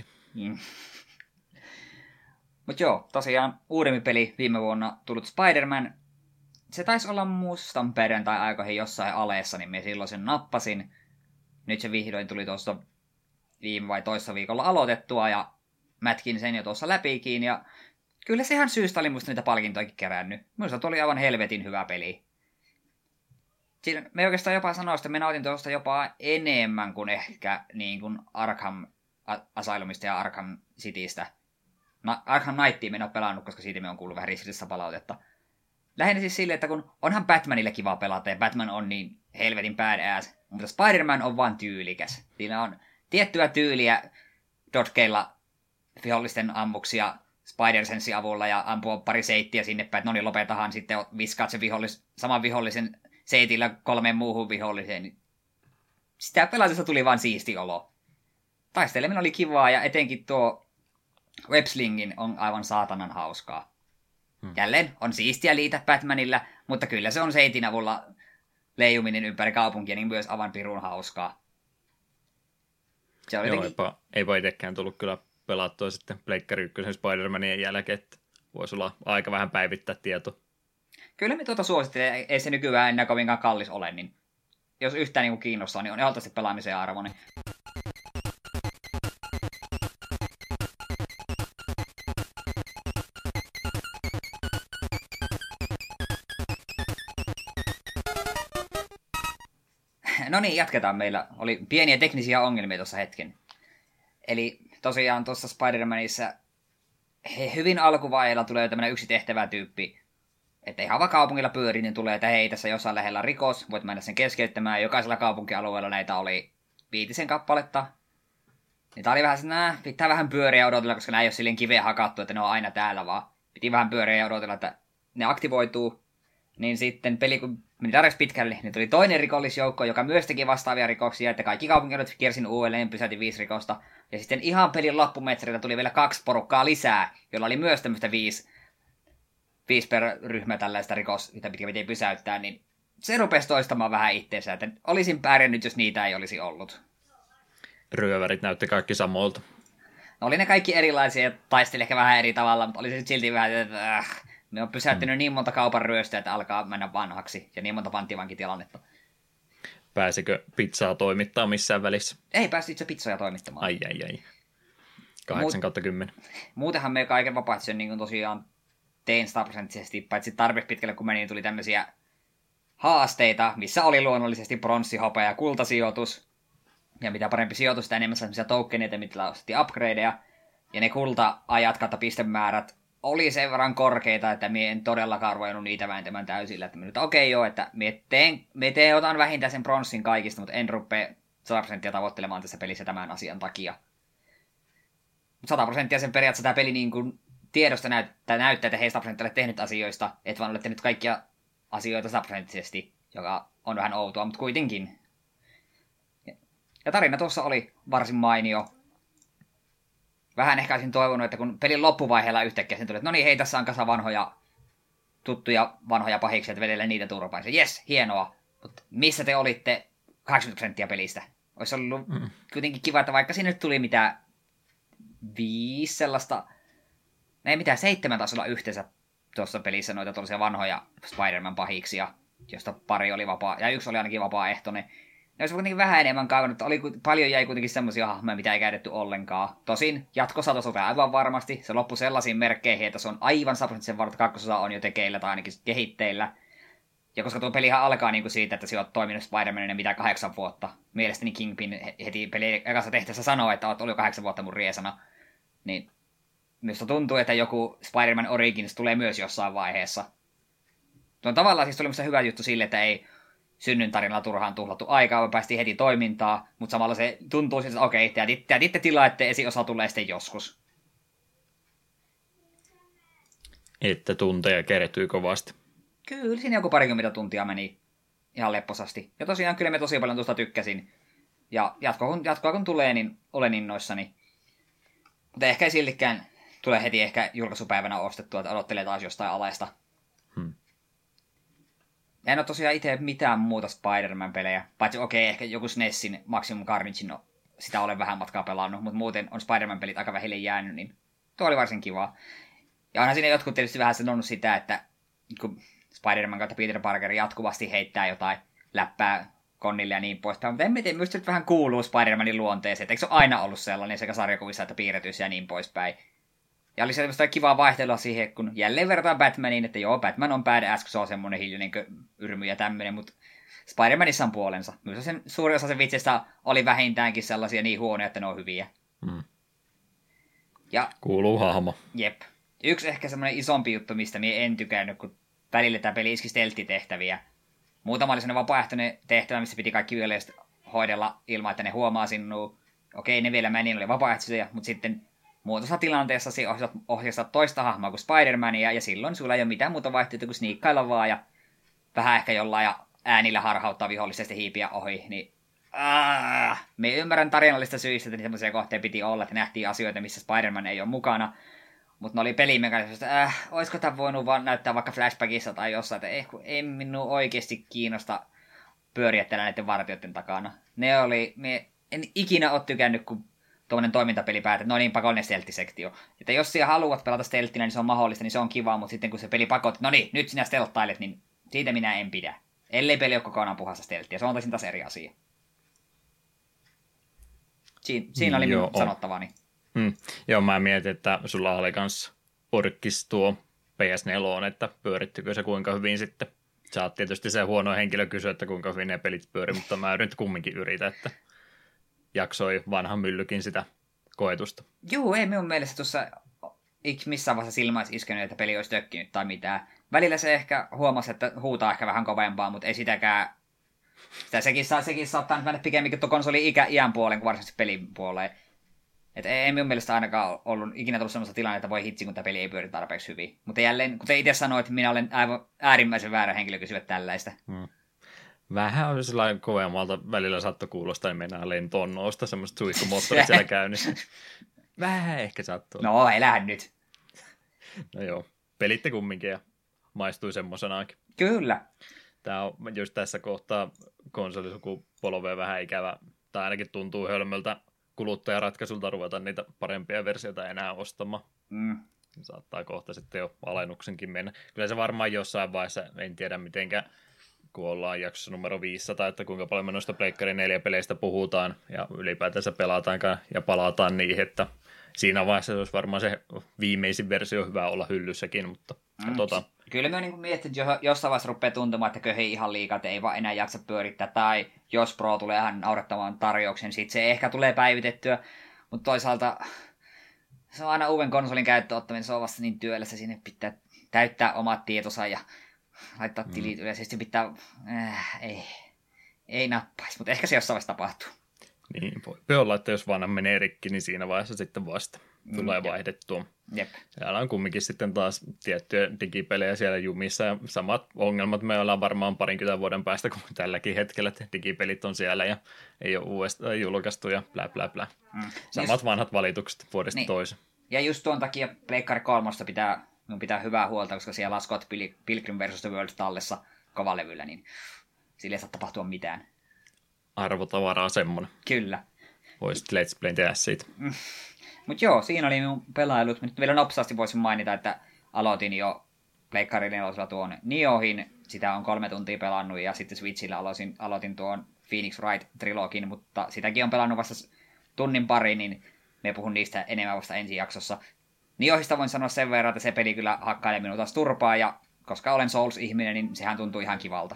Mutta joo, tosiaan uudempi peli viime vuonna tullut Spider-Man. Se taisi olla mustan perjantai-aikoihin jossain aleessa, niin me silloin sen nappasin. Nyt se vihdoin tuli tuossa viime vai toissa viikolla aloitettua ja mätkin sen jo tuossa läpikin. Ja kyllä se ihan syystä oli musta niitä palkintoikin kerännyt. Minusta tuli aivan helvetin hyvä peli. Siinä me oikeastaan jopa sanoin, että me nautin tuosta jopa enemmän kuin ehkä niin kuin Arkham Asylumista ja Arkham Citystä. Arkham Knightia me en ole pelannut, koska siitä me on kuullut vähän ristiriitaista palautetta. Lähinnä siis silleen, että kun onhan Batmanille kiva pelata ja Batman on niin helvetin badass, mutta Spider-Man on vaan tyylikäs. Siinä on tiettyä tyyliä dotkeilla vihollisten ammuksia Spider-Sensin avulla ja ampua pari seittiä sinne päin, että no niin lopetahan sitten viskaat se saman vihollisen seitillä 3 muuhun viholliseen. Sitä pelatessa tuli vaan siisti olo. Taisteleminen oli kivaa ja etenkin tuo webslingin on aivan saatanan hauskaa. Jälleen on siistiä liitä Batmanilla, mutta kyllä se on seitin avulla leijuminen ympäri kaupunkia, niin myös aivan pirun hauskaa. Se oli ei voi itsekään tullut kyllä pelattua sitten Pleikkari 1 Spider-Manien jälkeen, että voisi olla aika vähän päivittää tietoa. Kyllä me suosittelen, ei se nykyään enää kovinkaan kallis ole, niin jos yhtään niin kiinnostaa, niin on ehdottomasti pelaamisen arvoinen. No niin, jatketaan. Meillä oli pieniä teknisiä ongelmia tuossa hetken. Eli tosiaan tuossa Spider-Manissa hyvin alkuvaiheella tulee tämmöinen yksi tehtävätyyppi, että ihan vaan kaupungilla pyörii, niin tulee, että hei, tässä jossain lähellä rikos, voit mennä sen keskeyttämään. Jokaisella kaupunkialueella näitä oli 5 kappaletta. Niin tää oli vähän se, pitää vähän pyöriä ja odotella, koska nämä ei ole silleen kiveen hakattu, että ne on aina täällä vaan. Piti vähän pyöriä ja odotella, että ne aktivoituu. Niin sitten peli, kun meni tarpeeksi pitkälle, niin tuli toinen rikollisjoukko, joka myös teki vastaavia rikoksia, että kaikki kaupunkialueet kiersin uudelleen, pysäytin 5 rikosta. Ja sitten ihan pelin loppumetreiltä tuli vielä 2 porukkaa lisää, jolla oli myös tämmöistä 5 per ryhmä tällaista mitä piti pysäyttää, niin se rupesi toistamaan vähän itseensä, että olisin pärjännyt, jos niitä ei olisi ollut. Ryövärit näytti kaikki samoilta. No oli ne kaikki erilaisia ja taisteli ehkä vähän eri tavalla, mutta oli se silti vähän, että me on pysäyttänyt niin monta kaupan ryöstöä, että alkaa mennä vanhaksi ja niin monta panttivankitilannetta. Pääsikö pizzaa toimittaa missään välissä? Ei päässyt itse pizzoja toimittamaan. Ai. 8/10. Muutenhan me kaiken vapaaehtoisen niin tosiaan tein 100%, paitsi tarpeeksi pitkälle kun meni, niin tuli tämmöisiä haasteita, missä oli luonnollisesti bronssi, hopea ja kultasijoitus. Ja mitä parempi sijoitus, sitä enemmän sellaisia tokeneita, millä ostettiin upgradeja. Ja ne kulta-ajat kautta pistemäärät oli sen verran korkeita, että mie en todellakaan ruvennut niitä vääntämään täysillä. Että nyt joo, että otan vähintään sen bronssin kaikista, mutta en rupea 100% tavoittelemaan tässä pelissä tämän asian takia. 100% sen periaatteessa tämä peli niin kuin tiedosta näyttää, että hei 100% olet tehnyt asioista, et vaan olet tehnyt kaikkia asioita 100%, joka on vähän outoa, mutta kuitenkin. Ja tarina tuossa oli varsin mainio. vähän ehkä olisin toivonut, että kun pelin loppuvaiheella yhtäkkiä sen tuli, että no niin, hei, tässä on kasa tuttuja vanhoja pahiksia, että vedellä niitä turpaan. Jes, hienoa. Mutta missä te olitte 80% pelistä? Olisi ollut kuitenkin kiva, että vaikka sinne tuli mitä 5 sellaista, ei mitään, 7 taisi olla yhteensä tuossa pelissä noita tuollaisia vanhoja Spider-Man pahiksia, josta pari oli vapaa, ja yksi oli ainakin vapaaehtoinen. Ne olisi kuitenkin vähän enemmän kaivannut, paljon jäi kuitenkin semmoisia hahmoja, mitä ei käytetty ollenkaan. Tosin jatkossa aivan varmasti. Se loppui sellaisiin merkkeihin, että se on aivan 100% varma, että kakkososa on jo tekeillä tai ainakin kehitteillä. Ja koska tuo pelihän alkaa niin kuin siitä, että sä oot toiminut Spider-Manina mitä 8 vuotta. Mielestäni Kingpin heti pelin ekassa tehtäessä sanoo, että oot ollut 8 vuotta mun riesana. Niin minusta tuntuu, että joku Spider-Man Origins tulee myös jossain vaiheessa. Tuo on tavallaan siis tuli musta hyvä juttu sille, että ei synnyn tarinalla turhaan tuhlattu aikaa, vaan päästiin heti toimintaa, mutta samalla se tuntuu siltä, että okei, te tilaa, että esiosa tulee sitten joskus. Että tunteja kerettyy kovasti. Kyllä, siinä joku 20 tuntia meni ihan lepposasti. Ja tosiaan kyllä me tosi paljon tuosta tykkäsin. Ja jatkoa kun tulee, niin olen innoissani. Mutta ehkä ei siltikään tule heti ehkä julkaisupäivänä ostettua, että odottelee taas jostain alaista. En ole tosiaan itse mitään muuta Spider-Man-pelejä. Paitsi ehkä joku SNESin Maximum Carnage, no sitä olen vähän matkaa pelannut, mutta muuten on Spider-Man-pelit aika vähille jäänyt, niin tuo oli varsin kivaa. Ja onhan siinä jotkut tietysti vähän sanonut sitä, että kun Spider-Man kautta Peter Parker jatkuvasti heittää jotain läppää Connille ja niin poispäin, mutta en tiedä, minusta nyt vähän kuuluu Spider-Manin luonteeseen, että eikö se ole aina ollut sellainen sekä sarjakuvissa että piirretyissä ja niin poispäin. Ja oli semmoista kivaa vaihtelua siihen, kun jälleen verrataan Batmaniin, että joo, Batman on badass, kun se on semmoinen hiljainen yrmy ja tämmöinen, mutta Spider-Manissa on puolensa. Myös sen suurin osa sen vitsistä oli vähintäänkin sellaisia niin huonoja, että ne on hyviä. Ja, kuuluu hahmo. Jep. Yksi ehkä semmoinen isompi juttu, mistä minä en tykännyt, kun välillä tämä peli iski stelttitehtäviä. Muutama oli semmoinen vapaaehtoinen tehtävä, missä piti kaikki yölleen hoidella ilman, että ne huomaa sinua. Okei, ne vielä meni, ne oli vapaaehtoisia, mutta sitten muutossa tilanteessa ohjastat toista hahmoa kuin Spider-Mania, ja silloin sulla ei ole mitään muuta vaihtoehtoa kuin sniikkailla vaan, ja vähän ehkä jollain äänillä harhauttaa vihollisesti hiipiä ohi, niin me ymmärrän tarinallista syistä, että semmoisia kohteita piti olla, että nähtiin asioita, missä Spider-Man ei ole mukana, mutta ne oli pelimekanismista, että olisiko tämä voinut vaan näyttää vaikka flashbackissa tai jossain, että ei minua oikeasti kiinnosta pyöriä täällä näiden vartijoiden takana. En ikinä ole tykännyt, kun tuommoinen toimintapeli päätät, että no niin, pakollinen stelttisektio. Että jos sinä haluat pelata stelttinä, niin se on mahdollista, niin se on kiva, mutta sitten kun se peli pakottaa, no niin, nyt sinä stelttailet, niin siitä minä en pidä. Ellei peli ole kokonaan puhasta stelttiä, se on taisin taas eri asia. Siinä oli minun sanottavani. Joo, mä mietin, että sulla oli kans orkkis tuo PS4, että pyörittykö se kuinka hyvin sitten. Sä oot tietysti se huono henkilö kysyä, että kuinka hyvin ne pelit pyörii, mutta mä nyt kumminkin yritän, että jaksoi vanha myllykin sitä koetusta. Joo, ei minun mielestä tuossa missään vaiheessa silmä olisi iskenyt, että peli olisi tökkinyt tai mitään. Välillä se ehkä huomasi, että huutaa ehkä vähän kovempaa, mutta ei sitäkään. Sekin saattaa mennä pikemminkin tuon konsoli iän puoleen kuin varsinaisesti pelin puoleen. Että ei minun mielestä ainakaan ollut ikinä tullut sellaista tilannetta, että voi hitsi, kun tämä peli ei pyöri tarpeeksi hyvin. Mutta jälleen, kuten itse sanoit, minä olen aivan äärimmäisen väärä henkilö kysyä tällaista. Vähän on sellainen kovemmalta välillä saattoi kuulostaa, niin mennään lentoon nousta, semmoiset suihkumoottorit siellä käynnissä. Vähän ehkä sattuu. No, elähän nyt. No joo, pelitte kumminkin ja maistui semmoisenaankin. Kyllä. Tämä on just tässä kohtaa konsolisukupolvea vähän ikävä, tai ainakin tuntuu hölmöltä kuluttajaratkaisulta ruveta niitä parempia versioita enää ostamaan. Saattaa kohta sitten jo alennuksenkin mennä. Kyllä se varmaan jossain vaiheessa, en tiedä mitenkä, kun ollaan jaksossa numero 500, että kuinka paljon me noista Pleikkari 4-peleistä puhutaan ja ylipäätänsä pelataankaan ja palataan niihin, että siinä vaiheessa olisi varmaan se viimeisin versio hyvä olla hyllyssäkin, mutta katsotaan. Kyllä mä niin mietin, että jossain vaiheessa rupeaa tuntumaan, että köhi ihan liikaa, että ei vaan enää jaksa pyörittää, tai jos Pro tulee ihan naurettamaan tarjouksen, sitten se ehkä tulee päivitettyä, mutta toisaalta se on aina uuden konsolin käyttöottaminen, se on vasta niin työlässä, sinne pitää täyttää omat tietonsa ja laittaa tilit yleisesti, pitää, ei nappaisi, mutta ehkä se jossain vaiheessa tapahtuu. Niin, voi olla, että jos vanha menee rikki, niin siinä vaiheessa sitten vasta. tulee vaihdettua. Jep. Täällä on kumminkin sitten taas tiettyjä digipelejä siellä jumissa ja samat ongelmat me ollaan varmaan 20 vuoden päästä kuin tälläkin hetkellä, että digipelit on siellä ja ei ole uudestaan julkaistu ja blä blä blä. Samat vanhat valitukset vuodesta toiseen. Ja just tuon takia Pleikkari 3 pitää hyvää huolta, koska siellä on Scott Pilgrim vs. The World tallessa kovalevyllä, niin sille ei saa tapahtua mitään. Arvotavaraa semmoinen. Kyllä. Voisit Let's Play tehdä siitä. Mutta joo, siinä oli minun pelailut. Nyt vielä nopsasti voisin mainita, että aloitin jo Pleikkari 4 tuon Niohin. Sitä on 3 tuntia pelannut ja sitten Switchillä aloitin tuon Phoenix Wright-trilogin, mutta sitäkin on pelannut vasta tunnin pari, niin me puhun niistä enemmän vasta ensi jaksossa. Niohista voin sanoa sen verran, että se peli kyllä hakkailee minua taas turpaa, ja koska olen Souls-ihminen, niin sehän tuntuu ihan kivalta.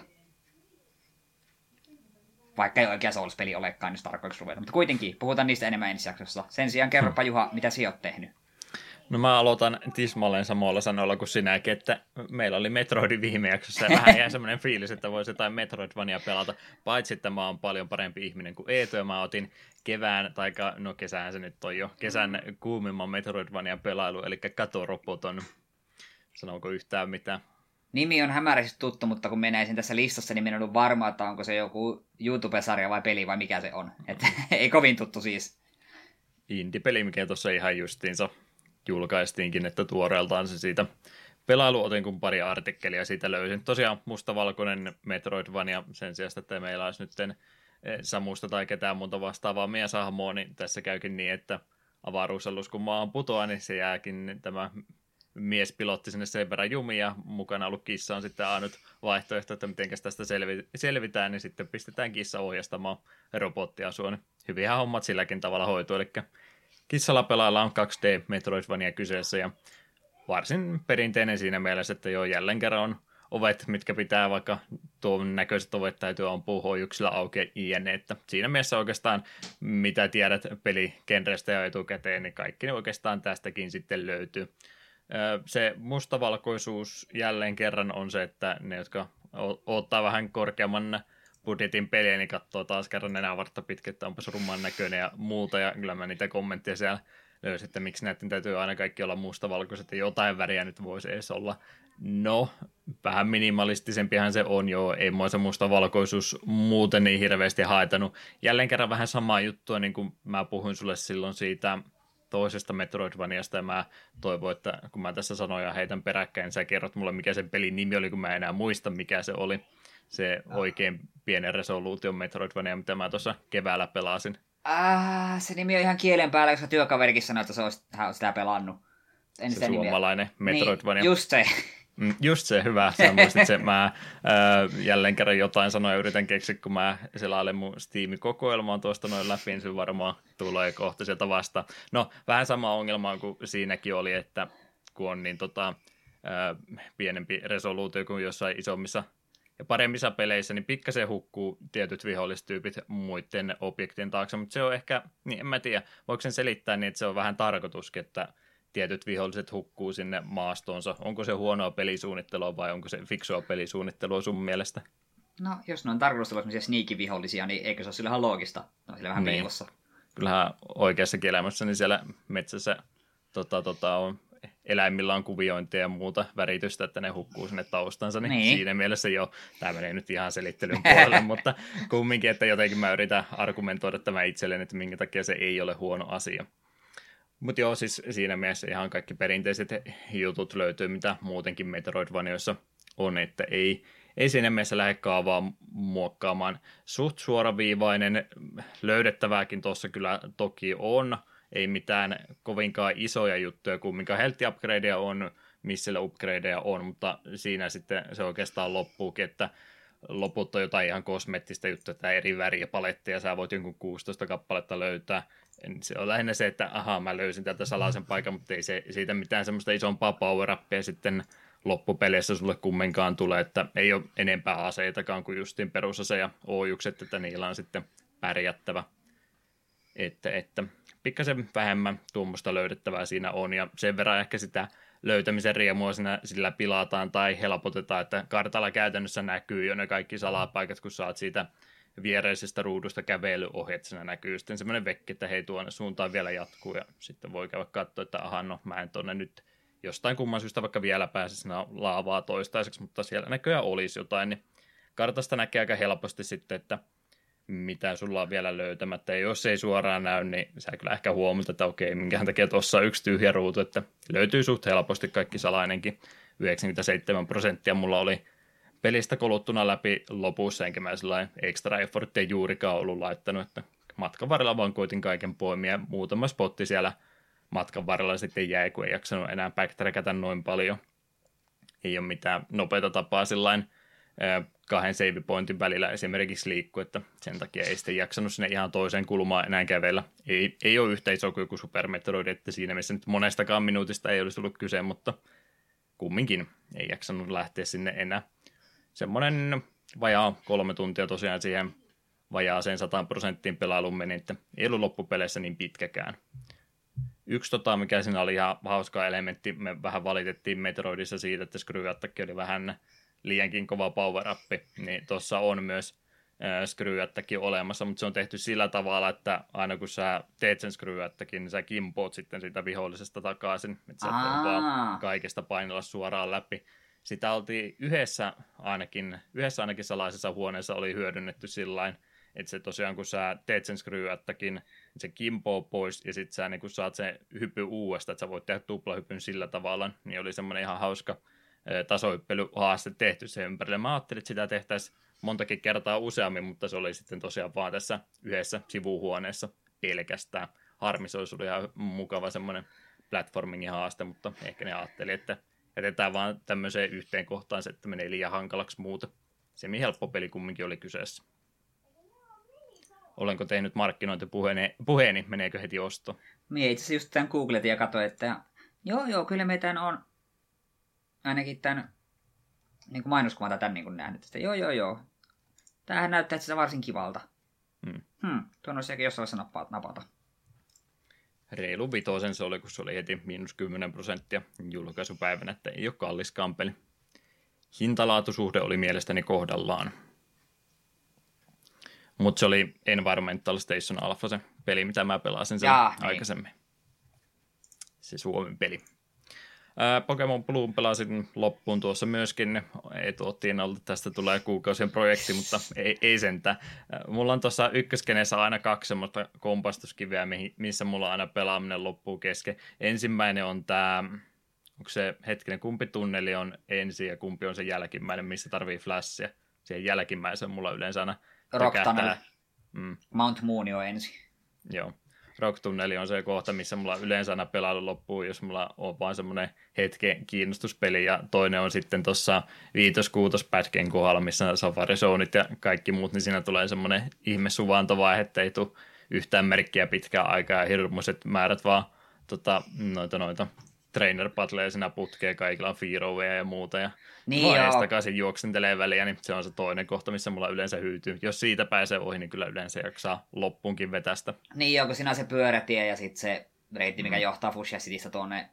Vaikka ei oikea Souls-peli olekaan, jos tarkoiksi ruveta. Mutta kuitenkin, puhutaan niistä enemmän ensi jaksossa. Sen sijaan kerropa Juha, mitä sinä olet tehnyt? No mä aloitan tismalleen samalla sanoilla kuin sinäkin, että meillä oli Metroidin viime jaksossa ja vähän ihan semmoinen fiilis, että voisi jotain Metroidvania pelata, paitsi että mä oon paljon parempi ihminen kuin Eetu ja mä otin kesään se nyt on jo, kesän kuumimman Metroidvania pelailu, eli Katoropoton. Sanooko yhtään mitään? Nimi on hämärästi tuttu, mutta kun menäisin tässä listassa, niin minä en ollut varma, että onko se joku YouTube-sarja vai peli vai mikä se on. Että ei kovin tuttu siis. Indie-peli, mikä tuossa ihan justiinsa julkaistiinkin, että tuoreeltaan se siitä pelailu otin, kun pari artikkelia siitä löysin. Tosiaan mustavalkoinen Metroidvania sen sijaan, että meillä olisi nyt Samusta tai ketään muuta vastaavaa mieshahmoa, niin tässä käykin niin, että avaruusalus kun maahan putoaa, niin se jääkin tämä miespilotti sinne sen verran jumiin ja mukana ollut kissa on sitten ainut vaihtoehto, että miten tästä selvitään, niin sitten pistetään kissa ohjastamaan robottiasua. Niin hyvinhän hommat silläkin tavalla hoituu, eli kissalla pelailla on 2D Metroidvania kyseessä ja varsin perinteinen siinä mielessä, että joo, jälleen kerran on ovet, mitkä pitää vaikka tuon näköiset ovet täytyy ampua hoijuksilla auki jne. Että siinä mielessä oikeastaan mitä tiedät peligenrestä ja etukäteen, niin kaikki ne oikeastaan tästäkin sitten löytyy. Se mustavalkoisuus jälleen kerran on se, että ne, jotka ottaa vähän korkeamman budjetin peliä, niin katsoo taas kerran enää vartta pitkä, että onpas rumman näköinen ja muuta, ja kyllä mä niitä kommentteja siellä löysin, että miksi näiden täytyy aina kaikki olla mustavalkoiset, ja jotain väriä nyt voisi edes olla. No, vähän minimalistisempihan se on, joo, ei mua se mustavalkoisuus muuten niin hirveästi haitanut. Jälleen kerran vähän samaa juttua, niin kuin mä puhuin sulle silloin siitä toisesta Metroidvaniasta, ja mä toivon, että kun mä tässä sanoin ja heitän peräkkäin, niin sä kerrot mulle, mikä sen pelin nimi oli, kun mä en enää muista, mikä se oli. Se oikein pienen resoluution Metroidvania, mitä mä tuossa keväällä pelasin. Se nimi on ihan kielen päällä, koska työkaverikin sanoi, että hän on sitä pelannut. En se suomalainen nimiä. Metroidvania. Niin, just se. Just se, hyvä. Sä muistit se. Mä jälleen kerran jotain sanoa ja yritän keksiä, kun mä selailen mun Steam-kokoelmaa tuosta noin läpi, niin se varmaan tulee kohta sieltä vastaan. No, vähän sama ongelma kuin siinäkin oli, että kun on niin pienempi resoluutio kuin jossain isommissa ja paremmissa peleissä, niin pikkasen hukkuu tietyt vihollistyypit muiden objektien taakse, mutta se on ehkä, niin en mä tiedä, voiko sen selittää niin, että se on vähän tarkoituskin, että tietyt viholliset hukkuu sinne maastoonsa. Onko se huonoa pelisuunnittelua vai onko se fiksua pelisuunnittelua sun mielestä? No, jos ne on tarkoitus olla sellaisia sneaky-vihollisia, niin eikö se ole sillä ihan loogista? No, sillä vähän piilossa. Kyllähän oikeassakin elämässä, niin siellä metsässä on eläimillä on kuviointia ja muuta väritystä, että ne hukkuu sinne taustansa, niin siinä mielessä jo, tämä menee nyt ihan selittelyn puolelle, mutta kumminkin, että jotenkin mä yritän argumentoida tämä itselleen, että minkä takia se ei ole huono asia. Mutta joo, siis siinä mielessä ihan kaikki perinteiset jutut löytyy, mitä muutenkin Metroidvanioissa on, että ei siinä mielessä lähde kaavaa muokkaamaan. Suht suoraviivainen, löydettävääkin tuossa kyllä toki on, ei mitään kovinkaan isoja juttuja, kumminkaan health upgradeja on, missä upgradeja on, mutta siinä sitten se oikeastaan loppuukin, että loput on jotain ihan kosmeettista juttua, että eri väriä paletteja, sä voit jonkun 16 kappaletta löytää. Se on lähinnä se, että mä löysin täältä salaisen paikan, mutta ei se siitä mitään semmoista isompaa power-uppia sitten loppupeleissä sulle kumminkaan tulee, että ei ole enempää aseitakaan kuin justiin perusase ja oojukset, että niillä on sitten pärjättävä. Että pikkasen vähemmän tuommoista löydettävää siinä on, ja sen verran ehkä sitä löytämisen riemua sillä pilataan tai helpotetaan, että kartalla käytännössä näkyy jo ne kaikki salapaikat, kun saat siitä viereisestä ruudusta kävely ohi, että siinä näkyy sitten semmoinen vekki, että hei tuonne suuntaan vielä jatkuu, ja sitten voi käydä katsoa, että aha, no mä en tonne nyt jostain kumman syystä vaikka vielä pääse sinä laavaa toistaiseksi, mutta siellä näköjään olisi jotain, niin kartasta näkee aika helposti sitten, että mitä sulla on vielä löytämättä, ja jos ei suoraan näy, niin sä kyllä ehkä huomioit, että okei, minkähän takia tuossa on yksi tyhjä ruutu, että löytyy suht helposti kaikki salainenkin, 97% mulla oli pelistä koluttuna läpi lopussa, enkä mä sellainen extra efforttia juurikaan ollut laittanut, että matkan varrella vaan koitin kaiken poimia, muutama spotti siellä matkan varrella sitten jäi, kun ei jaksanut enää backtrackätä noin paljon. Ei ole mitään nopeata tapaa sillain 2 save pointin välillä esimerkiksi liikkuu, että sen takia ei sitten jaksanut sinne ihan toiseen kulmaan enää kävellä. Ei ole yhtä iso kuin joku Super Metroid, että siinä missä nyt monestakaan minuutista ei olisi tullut kyse, mutta kumminkin ei jaksanut lähteä sinne enää. Semmoinen vajaa 3 tuntia tosiaan siihen vajaaseen 100% pelailuun meni, että ei ollut loppupeleissä niin pitkäkään. Yksi mikä siinä oli ihan hauska elementti, me vähän valitettiin Metroidissa siitä, että Screw Attack oli vähän liiankin kova power-up, niin tuossa on myös Screw Attack olemassa, mutta se on tehty sillä tavalla, että aina kun sä teet sen Screw Attackin, niin sä kimpoot sitten siitä vihollisesta takaisin, että sä et vaan kaikesta painella suoraan läpi. Sitä oltiin yhdessä ainakin salaisessa huoneessa oli hyödynnetty sillain, että se tosiaan kun sä teet sen Screw Attackin, se kimpoo pois ja sitten sä niin kun saat sen hyppy uudestaan, että sä voit tehdä tuplahypyn sillä tavalla, niin oli semmoinen ihan hauska tasohyppelyhaaste tehty sen ympärille. Mä ajattelin, että sitä tehtäisiin montakin kertaa useammin, mutta se oli sitten tosiaan vaan tässä yhdessä sivuhuoneessa pelkästään. Harmi, se olisi ollut ihan mukava semmoinen platformingin haaste, mutta ehkä ne ajatteli, että jätetään vaan tämmöiseen yhteen kohtaan se, että menee liian hankalaksi muuta. Semi helppo peli kumminkin oli kyseessä. Olenko tehnyt markkinointipuheeni, meneekö heti osto? Mie itse asiassa just tämän googletin ja katsoin, että joo, kyllä me tämän on ainakin tämän niin mainoskuvan tämän niin nähnyt, että joo. Tämähän näyttää itse varsin kivalta. Tuon olisi ehkä jossain vaiheessa napata. Reilu 5 se oli, kun se oli heti -10% julkaisupäivänä, että ei ole kalliskaan peli. Hintalaatusuhde oli mielestäni kohdallaan. Mutta se oli Environmental Station Alpha se peli, mitä mä pelasin sen aikaisemmin. Niin. Se Suomen peli. Pokemon Blue pelasin loppuun tuossa myöskin. Ei tuottiin ollut, että tästä tulee kuukausien projekti, mutta ei sentään. Mulla on tuossa ykköskenessä aina 2 semmoista kompastuskiveä, missä mulla aina pelaaminen loppuu kesken. Ensimmäinen on tämä, onko se hetkinen, kumpi tunneli on ensin ja kumpi on se jälkimmäinen, missä tarvii flashia. Siihen jälkimmäisen mulla yleensä aina Rock Tunnel. Mount Moon on ensin. Joo. Rock-tunneli on se kohta, missä mulla yleensä aina pelailu loppuu, jos mulla on vaan semmoinen hetken kiinnostuspeli, ja toinen on sitten tuossa 5-6 pätkien kohdalla, missä Safari Zoneit ja kaikki muut, niin siinä tulee semmoinen ihme suvantovaihe, että ei tule yhtään merkkiä pitkään aikaa, ja hirmuiset määrät vaan noita trainer battleja siinä putkee, kaikilla on fearoweja ja muuta, ja niin takaisin juoksentelee väliä, niin se on se toinen kohta, missä mulla yleensä hyytyy. Jos siitä pääsee ohi, niin kyllä yleensä jaksaa loppuunkin vetästä. Niin, onko siinä se pyörätie ja sitten se reitti, mikä johtaa Fuchsia Citystä tuonne,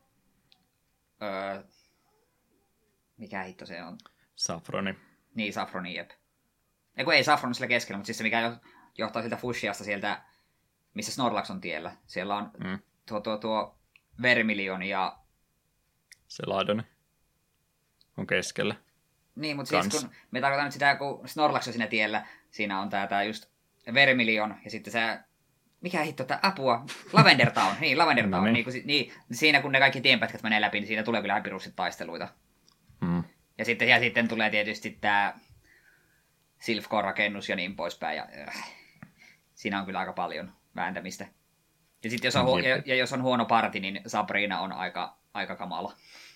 mikä hitto se on? Saffroni. Niin, Saffroni, jep. Ei Saffron sillä keskellä, mutta siis se, mikä johtaa siltä Fuchiasta sieltä, missä Snorlax on tiellä. Siellä on tuo Vermilion ja se Ladoni on keskellä. Niin, mutta siis kun me tarkoitan nyt sitä, kun Snorlax on siinä tiellä, siinä on tää just Vermilion ja sitten se, mikä hitto, apua, Lavender Town. Niin, Lavender Town. Niin, siinä kun ne kaikki tienpätkät menee läpi, niin siinä tulee kyllä pirussit taisteluita. Ja sitten tulee tietysti tää Silphcore-rakennus ja niin poispäin. Ja, siinä on kyllä aika paljon vääntämistä. Ja sitten jos on huono parti, niin Sabrina on aika kamala.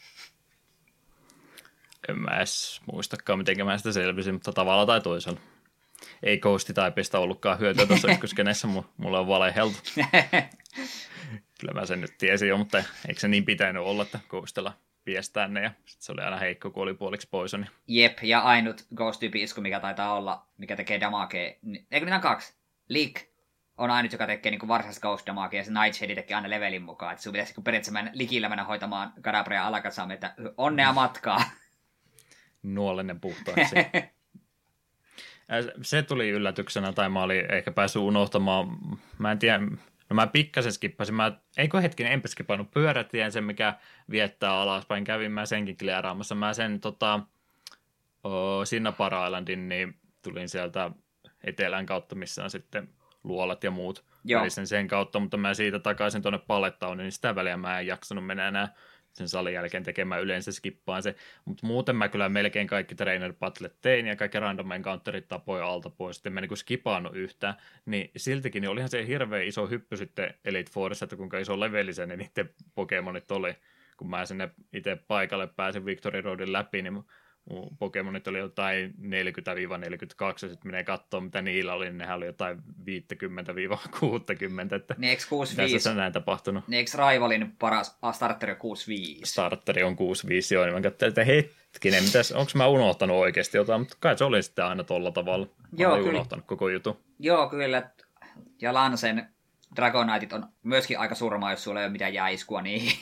En mä edes muistakaan, miten mä sitä selvisin, mutta tavalla tai toisella. Ei Ghosti Typeista ollutkaan hyötyä tuossa ykköskenessä, mulla on valeheltu. Kyllä mä sen nyt tiesin jo, mutta eikö se niin pitänyt olla, että Ghostilla piestään ne, ja sit se oli aina heikko, kun oli puoliksi poisoni. Jep, ja ainut Ghost-tyyppi isku, mikä taitaa olla, mikä tekee damagea, eikö niitä on 2? Leak on ainut, joka tekee niin varsinaista Ghost-damagea, ja se Nightshade tekee aina levelin mukaan. Että sun pitäisi periaatteessa Likillä mennä hoitamaan Kadabrea Alakazam, että onnea matkaa. Nuolenne puhtaaksi. Se tuli yllätyksenä, tai mä olin ehkä päässyt unohtamaan. Mä en tiedä, no mä pikkasen skippasin. Enpä skippannut pyörätien, sen mikä viettää alaspäin. Kävin mä senkin klieraamassa. Mä sen Sinnapar Islandin, niin tulin sieltä etelän kautta, missä on sitten luolat ja muut. Sen kautta, mutta mä siitä takaisin tuonne Pallettaunin, niin sitä väliä mä en jaksanut mennä enää sen salin jälkeen tekemään, yleensä skippaan se. Mutta muuten mä kyllä melkein kaikki trainer battlet tein ja kaikki random encounterit tapoja alta pois. Sitten mä en niin skipaannut yhtään. Niin siltikin niin olihan se hirveän iso hyppy sitten Elite Fourissa, että kuinka iso levelisen ne niiden Pokemonit oli. Kun mä sinne itse paikalle pääsin Victory Roadin läpi, niin mun Pokemonit oli jotain 40-42, ja sitten menee katsomaan, mitä niillä oli, niin nehän oli jotain 50-60, että niin eikö 65? Tässä on näin tapahtunut. Niin eikö Rivalin paras starteri on 65? Starteri on 65, joo, niin mä katsoin, että hetkinen, onko mä unohtanut oikeasti jotain, mutta kai se oli sitten aina tolla tavalla. Mä olin unohtanut koko jutun. Joo, kyllä. Ja Lansen Dragonitet on myöskin aika surmaa, jos sulla ei ole mitään jäiskua niihin.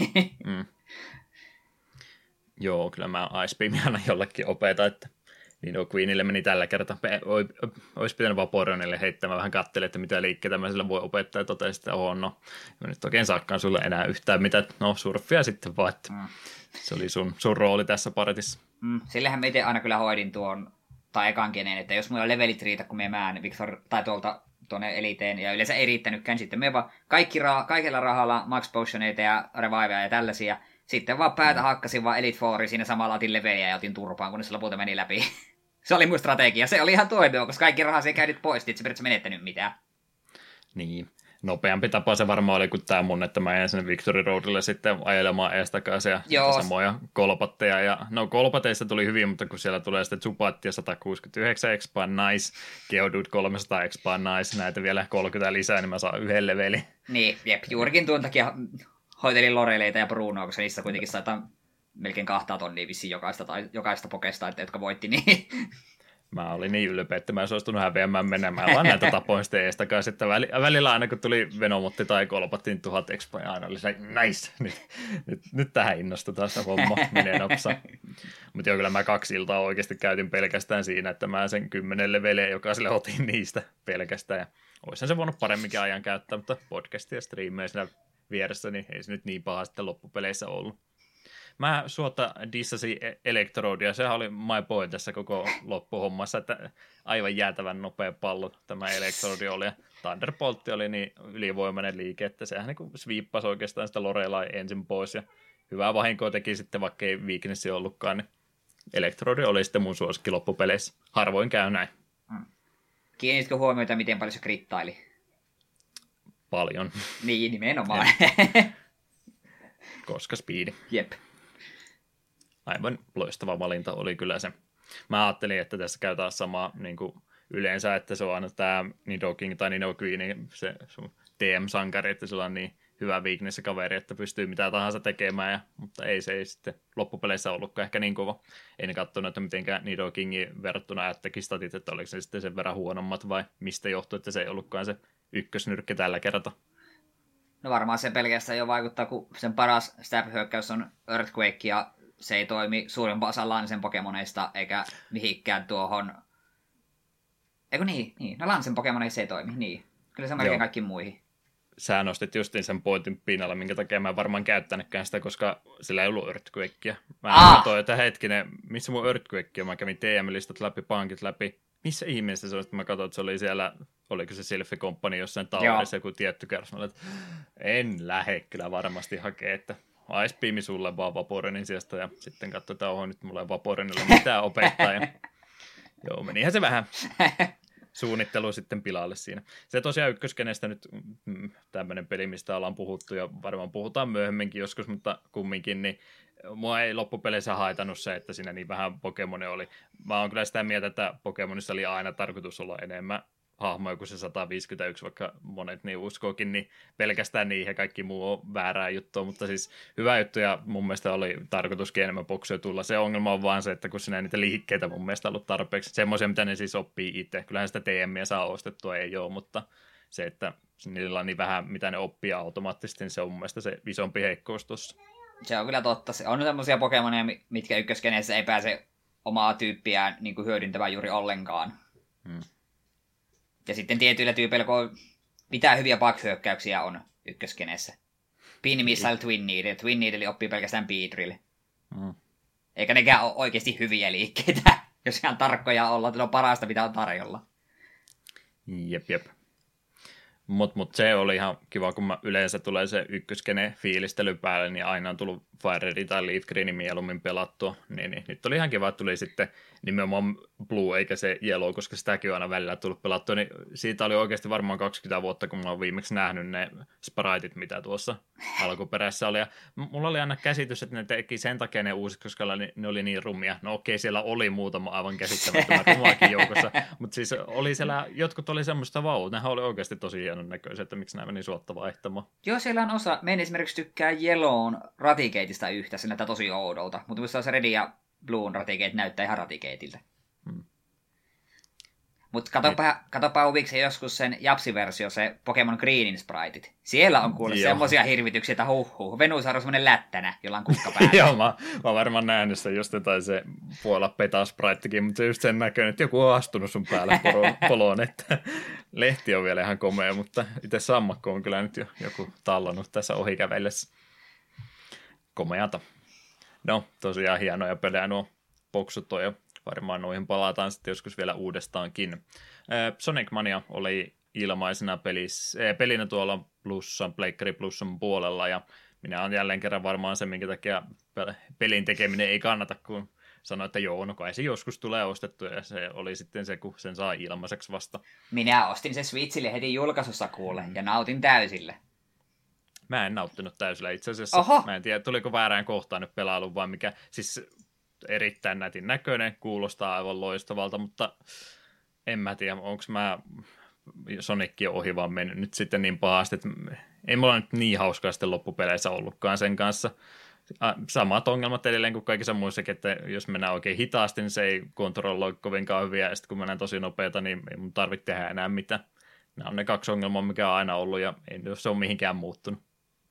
Joo, kyllä mä Ice Beamin aina jollekin opeta, että Nido Queenille meni tällä kertaa. Olisi pitänyt Vaporeonille heittää. Mä vähän katselin, että mitä liikkeitä mä sillä voi opettaa, ja totesin, että no, mä nyt oikein saakkaan sulle enää yhtään mitä, no surffia sitten vaan, että se oli sun rooli tässä paretissa. Sillähän mä itse aina kyllä hoidin tuon, tai ekan geneen, että jos mulla on levelit riitä, kun me mään Victor, tai tuonne eliteen, ja yleensä ei riittänytkään, sitten me vaan kaikella rahalla Max Potioneita ja Reviveja ja tällaisia. Sitten vaan päätä hakkasin vaan Elite Fouriin, siinä samalla otin leveliä ja otin turpaan, kun se lopulta meni läpi. Se oli mun strategia. Se oli ihan toimiva, koska kaikki rahaa se käynyt pois, et se periaatteessa menettänyt mitään. Niin. Nopeampi tapa se varmaan oli kuin tämä mun, että mä jäin sinne Victory Roadille sitten ajelemaan eestakaisin ja samoja kolpatteja. Ja no kolpateista tuli hyvin, mutta kun siellä tulee sitten Zubattia 169 expaa nice, Geodude 300 expaa nice, näitä vielä 30 lisää, niin mä saan yhden levelin. Niin, jep, juurikin tuon takia hoitelin Loreleita ja Brunoa, koska niissä kuitenkin saattaa melkein 2 tonnia vissiin jokaista pokesta, jotka voitti, niin mä olin niin ylpeä, että mä en suostunut häpeämään menemään, vaan näitä tapoin sitten eestakaan. Sitten välillä aina, kun tuli Venomotti tai kolpattiin 1000 expaa, aina oli se, nice, nyt tähän innostutaan se homma, menee nopsa. Mutta joo, kyllä mä 2 iltaa oikeasti käytin pelkästään siinä, että mä sen 10 leveliä jokaiselle otin niistä pelkästään. Ja olisin se voinut paremminkin ajan käyttää, mutta podcastia ja striimejä siinä vieressä, niin ei se nyt niin paha sitten loppupeleissä ollut. Mä dissasin Electrodia, sehän oli my boy tässä koko loppuhommassa, että aivan jäätävän nopea pallo tämä Electrodi oli, ja Thunderbolt oli niin ylivoimainen liike, että sehän niin sweeppasi oikeastaan sitä Lorelai ensin pois, ja hyvää vahinkoa teki sitten, vaikka ei weaknessi ollutkaan, niin Electrodi oli sitten mun suosikki loppupeleissä. Harvoin käy näin. Kiinnitkö huomiota, miten paljon se krittaili? Paljon. Niin, nimenomaan. Koska speedi. Jep. Aivan loistava valinta oli kyllä se. Mä ajattelin, että tässä käy taas sama niin kuin yleensä, että se on aina tämä Nidoking tai Nidoqueen, se sun TM-sankari, että sillä on niin hyvä weakness kaveri, että pystyy mitä tahansa tekemään, mutta ei se ei sitten loppupeleissä ollutkaan ehkä niin kova. En katsonut, että mitenkään Nidokingin verrattuna ajattekin statit, että oliko se sitten sen verran huonommat vai mistä johtui, että se ei ollutkaan se ykkösnyrkki tällä kertaa. No varmaan se pelkästään jo vaikuttaa, kun sen paras stab-hyökkäys on Earthquake, ja se ei toimi suurimpaan osaan Lansen Pokemoneista, eikä mihinkään tuohon. Eikö niin? No Lansen Pokemoneissa ei toimi, niin. Kyllä se on melkein kaikkiin muihin. Sä nostit justiin sen pointin pinnalla, minkä takia mä en varmaan käyttänytkään sitä, koska sillä ei ollut Earthquakea. Mä katsoin, että hetkinen, missä mun Earthquake on? Mä kävin TM-listat läpi, pankit läpi. Missä ihmeessä se on? Sitten mä katsoin, että se oli siellä, oliko se Selfie Company jossain taudessa joku tietty kärsmä. En lähde kyllä varmasti hakea, että Ice Beam sulle vaan Vaporenin sijasta, ja sitten katsotaan, oho, nyt mulla ei Vaporenilla mitään opettaa. Ja joo, menihän se vähän suunnittelu sitten pilalle siinä. Se tosiaan ykköskenestä nyt tämmöinen peli, mistä ollaan puhuttu, ja varmaan puhutaan myöhemminkin joskus, mutta kumminkin, niin mua ei loppupeleissä haitannut se, että siinä niin vähän Pokemonia oli. Mä oon kyllä sitä mieltä, että Pokemonissa oli aina tarkoitus olla enemmän hahmoja kuin se 151, vaikka monet niin uskookin, niin pelkästään niihin kaikki muu on väärää juttua, mutta siis hyvä juttu, ja mun mielestä oli tarkoituskin enemmän boksuja tulla. Se ongelma on vaan se, että kun siinä ei niitä liikkeitä mun mielestä ollut tarpeeksi, semmoisia, mitä ne siis oppii itse. Kyllähän sitä TM:iä saa ostettua, ei ole, mutta se, että niillä on niin vähän, mitä ne oppii automaattisesti, niin se on mun mielestä se isompi heikkous tuossa. Se on kyllä totta. Se on semmoisia Pokemonia, mitkä ykköskeneessä ei pääse omaa tyyppiään niin kuin hyödyntämään juuri ollenkaan. Ja sitten tietyillä tyypeillä, kun mitä hyviä bug-hyökkäyksiä on ykköskenessä. Pin Missile Twin Needle. Twin Needle oppii pelkästään Beedrill. Eikä nekään ole oikeasti hyviä liikkeitä, jos ihan tarkkoja ollaan. Tämä on parasta, mitä on tarjolla. Jep. Mut se oli ihan kiva, kun yleensä tulee se ykköskene fiilistely päälle, niin aina on tullut Fire Red tai Leaf Green mieluummin pelattua. Niin, nyt oli ihan kiva, että tuli sitten nimenomaan Blue eikä se Yellow, koska sitäkin on aina välillä tullut pelattua. Niin siitä oli oikeasti varmaan 20 vuotta, kun mä oon viimeksi nähnyt ne spriteit, mitä tuossa alkuperässä oli. Ja mulla oli aina käsitys, että ne teki sen takia ne uusit, koska ne oli niin rumia. No okei, siellä oli muutama aivan käsittämättömät rumaakin joukossa, mutta siis oli siellä, jotkut oli semmoista nehän oli oikeasti tosi hienon näköisiä, että miksi nämä meni suotta vaihtamaan. Joo, siellä on osa. Me en esimerkiksi tykkää Yellown Raticateista yhtä, se näyttää tosi oudolta. Mutta minusta se Redin ja Bluun Raticate näyttää ihan Raticateilta. Mutta katsopa uvikseen joskus sen Japsi-versio, se Pokemon Greenin spriteit. Siellä on kuullut semmosia hirvityksiä, että Venusaur on semmoinen lättänä, jolla on kukka päällä. Joo, mä oon varmaan nähnyt sen just jotain se Puola Peta-spritekin, mutta se just sen näköinen, että joku on astunut sun päälle poloon, että lehti on vielä ihan komea, mutta itse sammakko on kyllä nyt joku tallannut tässä ohikävellessä. Komeata. No, tosiaan hienoja pelejä nuo boksut on, ja varmaan noihin palataan sitten joskus vielä uudestaankin. Sonic Mania oli ilmaisena pelinä tuolla Pleikkari Plussan puolella, ja minä olen jälleen kerran varmaan se, minkä takia pelin tekeminen ei kannata, kun sanoin, että joo, no kai se joskus tulee ostettua, ja se oli sitten se, kun sen saa ilmaiseksi vasta. Minä ostin sen Switchille heti julkaisussa kuule, ja nautin täysille. Mä en nauttinut täysillä itse asiassa. Oho. Mä en tiedä, tuliko väärään kohtaan nyt pelailu, vai mikä, siis erittäin nätin näköinen, kuulostaa aivan loistavalta, mutta en mä tiedä, onko mä Sonicin ohi vaan mennyt nyt sitten niin pahasti, että ei mulla nyt niin hauskaa sitten loppupeleissä ollutkaan sen kanssa. Samat ongelmat edelleen kuin kaikissa muissakin, että jos mennään oikein hitaasti, niin se ei kontrolloi kovinkaan hyviä, ja sitten kun mennään tosi nopeata, niin ei mun tarvitse tehdä enää mitään. Nämä on ne 2 ongelmaa, mikä on aina ollut, ja ei se ole mihinkään muuttunut.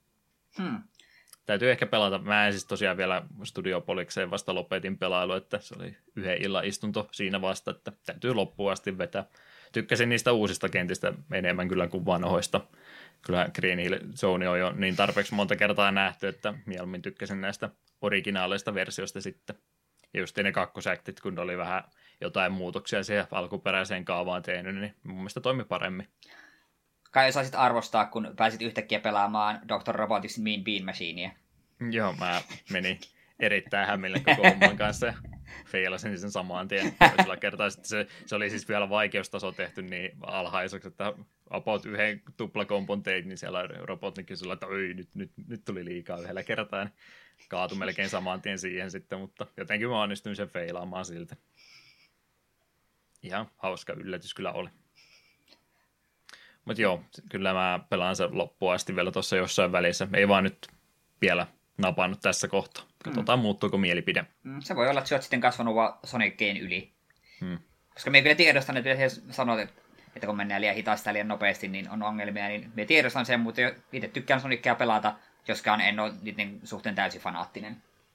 Täytyy ehkä pelata. Mä en siis tosiaan vielä Studiopolikseen vasta lopetin pelailu, että se oli yhden illan istunto siinä vasta, että täytyy loppuun asti vetää. Tykkäsin niistä uusista kentistä enemmän kyllä kuin vanhoista. Kyllä Green Hill Zone on jo niin tarpeeksi monta kertaa nähty, että mieluummin tykkäsin näistä originaaleista versioista sitten. Ja just ne kakkosäktit, kun oli vähän jotain muutoksia siihen alkuperäiseen kaavaan tehnyt, niin mun mielestä toimi paremmin. Kai osaisit arvostaa, kun pääsit yhtäkkiä pelaamaan Dr. Robotics Mean Bean Machinea. Joo, mä menin erittäin hämille koko homman kanssa ja feilasin sen samaan tien toisella kertaa. Sitten se oli siis vielä vaikeustaso tehty niin alhaiseksi, että about yhden tuplakompon teit, niin siellä robotnikin sillä, että nyt tuli liikaa yhdellä kertaa. Niin kaatui melkein samaan tien siihen sitten, mutta jotenkin mä onnistuin sen feilaamaan siltä. Ihan hauska yllätys kyllä oli. Mutta joo, kyllä mä pelaan sen loppuun asti vielä tuossa jossain välissä. Ei vaan nyt vielä napannut tässä kohtaa. Katsotaan, muuttuuko mielipide. Se voi olla, että sä oot sitten kasvanut vaan Sonicin yli. Koska me kyllä tiedostan, että sanot, että kun mennään liian hitaasti tai liian nopeasti, niin on ongelmia. Niin me tiedostan sen, mutta itse tykkään Sonicia pelata, joskaan en ole niiden suhteen täysin fanaattinen.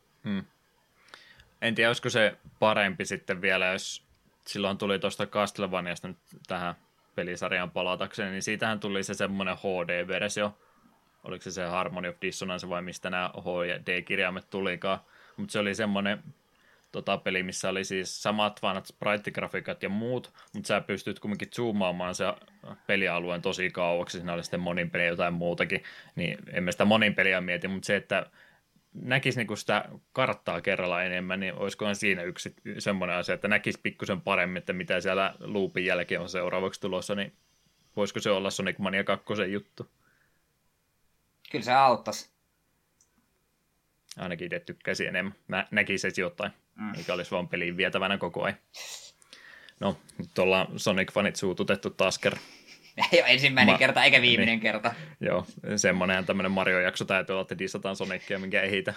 En tiedä, olisiko se parempi sitten vielä, jos silloin tuli tuosta Castlevaniasta nyt tähän pelisarjaan palatakseen, niin siitähän tuli se semmoinen HD-versio. Oliko se Harmony of Dissonance vai mistä nämä H- ja D-kirjaimet tulikaan. Mutta se oli semmoinen peli, missä oli siis samat vanhat sprite-grafiikat ja muut, mutta sä pystyt kumminkin zoomaamaan se pelialueen tosi kauaksi. Siinä oli sitten monin peli jotain muutakin. Niin emme sitä monin peliä mieti, mutta se, että näkisi niinku sitä karttaa kerralla enemmän, niin olisikohan siinä yksi semmoinen asia, että näkisi pikkusen paremmin, että mitä siellä loopin jälkeen on seuraavaksi tulossa, niin voisiko se olla Sonic Mania 2 juttu? Kyllä se auttaisi. Ainakin itse tykkäisi enemmän. Mä näkisin jotain, eikä olisi vaan peliin vietävänä koko ajan. No, nyt ollaan Sonic-fanit suututettu taas kerran. Ei ole ensimmäinen kerta, eikä viimeinen kerta. Joo, semmoinenhan tämmöinen Mario-jakso täytyy olla, että dissataan Sonicia, minkä ehitä.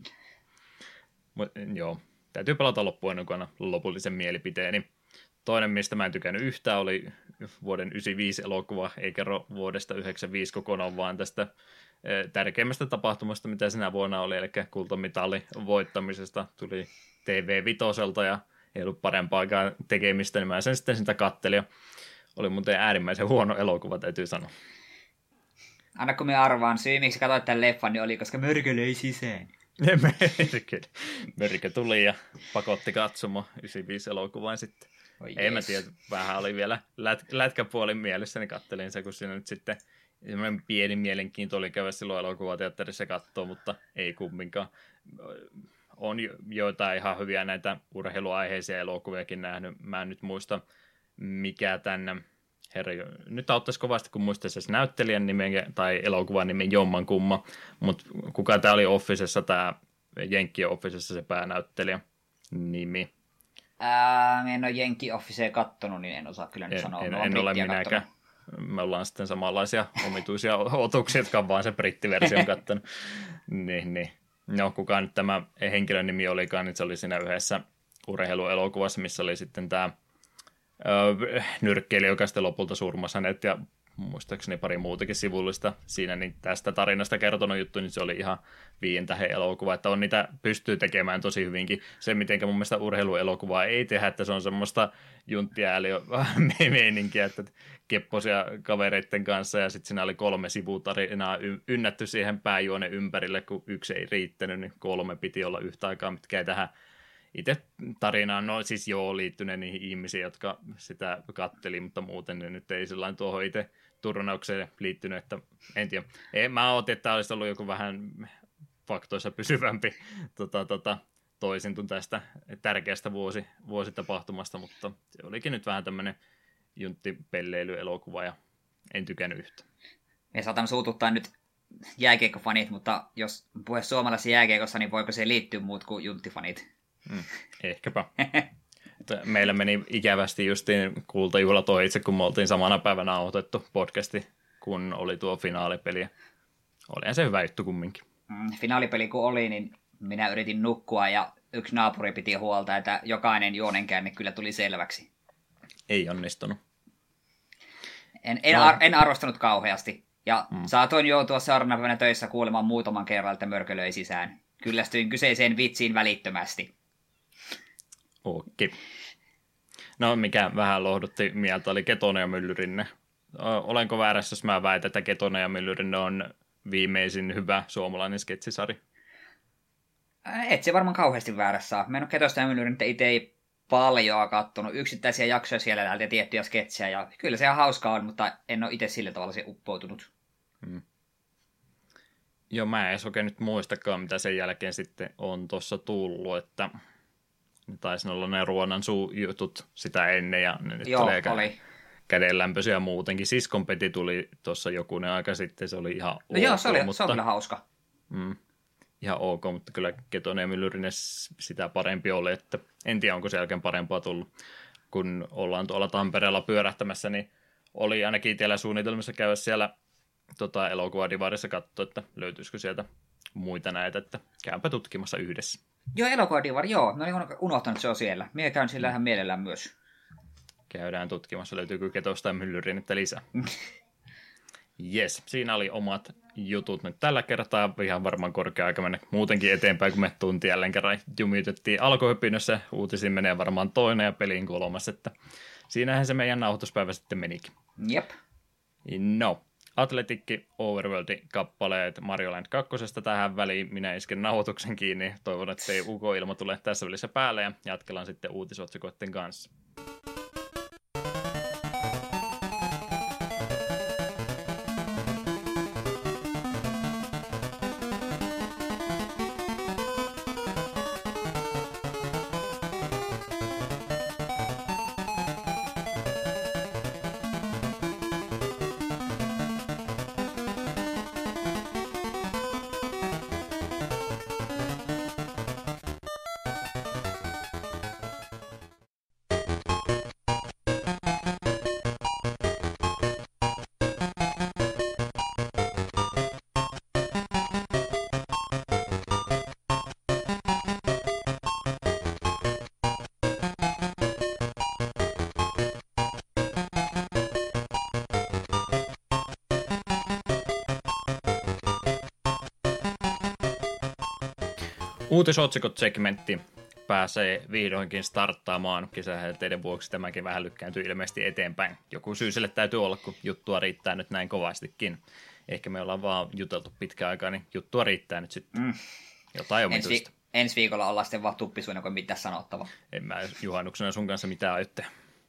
Joo, täytyy pelata loppuun ennen kuin aina lopullisen mielipiteeni. Toinen, mistä mä en tykännyt yhtään, oli vuoden 1995 elokuva, ei kerro vuodesta 1995 kokonaan, vaan tästä tärkeimmästä tapahtumasta, mitä sinä vuonna oli, eli kultamitalin voittamisesta tuli TV5 ja ei ollut parempaakaan tekemistä, niin mä sen sitten sitä kattelin. Oli muuten äärimmäisen huono elokuva, täytyy sanoa. Anna kun me arvaan, syy miksi katsoit tämän leffan, niin oli, koska mörkö löi sisään. Mörkö tuli ja pakotti katsomaan 95 elokuvan sitten. Ei mä tiedä, vähän oli vielä lätkäpuolin mielessä, niin kattelin se, kun siinä nyt sitten semmoinen pieni mielenkiinto oli käydä silloin elokuvateatterissa katsoa, mutta ei kumminkaan. On joitain ihan hyviä näitä urheiluaiheisia elokuviakin nähnyt. Mä en nyt muista, mikä tänne nyt auttaisi kovasti, kun muistaisi näyttelijän nimen tai elokuvan nimen jomman kumma, mutta kuka tämä oli Officessa, tämä Jenkkien Officessa se päänäyttelijä nimi? En ole Jenkki Officea kattonut, niin en osaa kyllä nyt sanoa. En ole minäkään. Me ollaan sitten samanlaisia omituisia otuksia, jotka on vaan se brittiversion kattonut. niin. No, kuka nyt tämä henkilön nimi olikaan, niin se oli siinä yhdessä urheiluelokuvassa, missä oli sitten tämä nyrkkeilijä, joka sitten lopulta surmasi hänet ja muistaakseni pari muutakin sivullista siinä, niin tästä tarinasta kertonut juttu, niin se oli ihan 5 tähden elokuva, että on niitä pystyy tekemään tosi hyvinkin. Se, miten mun mielestä urheiluelokuvaa ei tehdä, että se on semmoista junttia meininkiä, että kepposia kavereiden kanssa ja sitten siinä oli 3 sivutarinaa ynnätty siihen pääjuonen ympärille, kun 1 ei riittänyt, niin 3 piti olla yhtä aikaa, mitkä ei tähän itse tarinaan, no siis liittyneen niihin ihmisiin, jotka sitä katteli, mutta muuten ne nyt ei sellainen tuohon itse turnaukseen liittynyt, että en tiedä. Mä ootin, että olisi ollut joku vähän faktoissa pysyvämpi toisintun tästä tärkeästä vuositapahtumasta, mutta se olikin nyt vähän tämmöinen junttipelleilyelokuva ja en tykännyt yhtä. Me saatan suututtaa nyt jääkiekkofanit, mutta jos puhe suomalaisessa jääkiekossa, niin voiko se liittyä muut kuin junttifanit? Ehkäpä. Meillä meni ikävästi justiin kultajuhlat ohi itse, kun me oltiin samana päivänä nauhoitettu podcasti, kun oli tuo finaalipeli. Olihan se hyvä juttu kumminkin. Finaalipeli kun oli, niin minä yritin nukkua ja yksi naapuri piti huolta, että jokainen juonenkäänne kyllä tuli selväksi. Ei onnistunut. En arvostanut kauheasti. Ja saatoin joutua seuraavana päivänä töissä kuulemaan muutaman kerran, että mörkö löi sisään. Kyllästyin kyseiseen vitsiin välittömästi. Okei. No, mikä vähän lohdutti mieltä oli Ketonen ja Myllyrinne. Olenko väärässä, jos mä väitän, että Ketonen ja Myllyrinne on viimeisin hyvä suomalainen sketsisari? Et se varmaan kauheasti väärässä. Mä en ole Ketosta ja Myllyrinne itse ei paljon kattonut. Yksittäisiä jaksoja siellä täältä ja tiettyjä sketsejä. Ja kyllä se ihan hauskaa on, mutta en ole itse sillä tavalla se uppoutunut. Joo, mä en edes oikein nyt muistakaan, mitä sen jälkeen sitten on tuossa tullut, että taisi olla ne ruonan jutut sitä ennen, ja ne nyt tulee kädenlämpöisiä muutenkin. Siskon Peti tuli tuossa jokunen aika sitten, se oli ihan ok. Joo, se on kyllä hauska. Ihan ok, mutta kyllä Ketonen ja Myllyrinen sitä parempi oli, että en tiedä, onko sen jälkeen parempaa tullut. Kun ollaan tuolla Tampereella pyörähtämässä, niin oli ainakin itsellä suunnitelmissa käydä siellä elokuvadivarissa katsoa, että löytyisikö sieltä muita näitä, että käympä tutkimassa yhdessä. Joo, elokuvadivari, joo. Mä olin unohtanut, että se on siellä. Mie käyn sillä ihan mielellään myös. Käydään tutkimassa, löytyykö Ketosta ja Myllyrinettä lisää. Jes, siinä oli omat jutut nyt tällä kertaa. Ihan varmaan korkea aika mennä muutenkin eteenpäin, kun me tunti jälleen kerran jumitettiin alkuhypinnössä. Uutisiin menee varmaan toinen ja peliin 3. Että siinähän se meidän nauhoituspäivä sitten menikin. Jep. No. Atletikki Overworld-kappaleet Mario Land 2 tähän väliin. Minä isken nauhoituksen kiinni. Toivon, että ei UK-ilma tule tässä välissä päälle ja jatkellaan sitten uutisotsikoiden kanssa. Uutisotsikot-segmentti. pääsee vihdoinkin starttaamaan. Kesähelteiden vuoksi tämäkin vähän lykkääntyy ilmeisesti eteenpäin. Joku syy sille täytyy olla, kun juttua riittää nyt näin kovastikin. Ehkä me ollaan vaan juteltu pitkään aikaa, niin juttua riittää nyt sitten. Jotain omituista. Ensi viikolla ollaan sitten vaan tuppisuina, kun mitään sanottavaa. En mä juhannuksena sun kanssa mitään aiotte.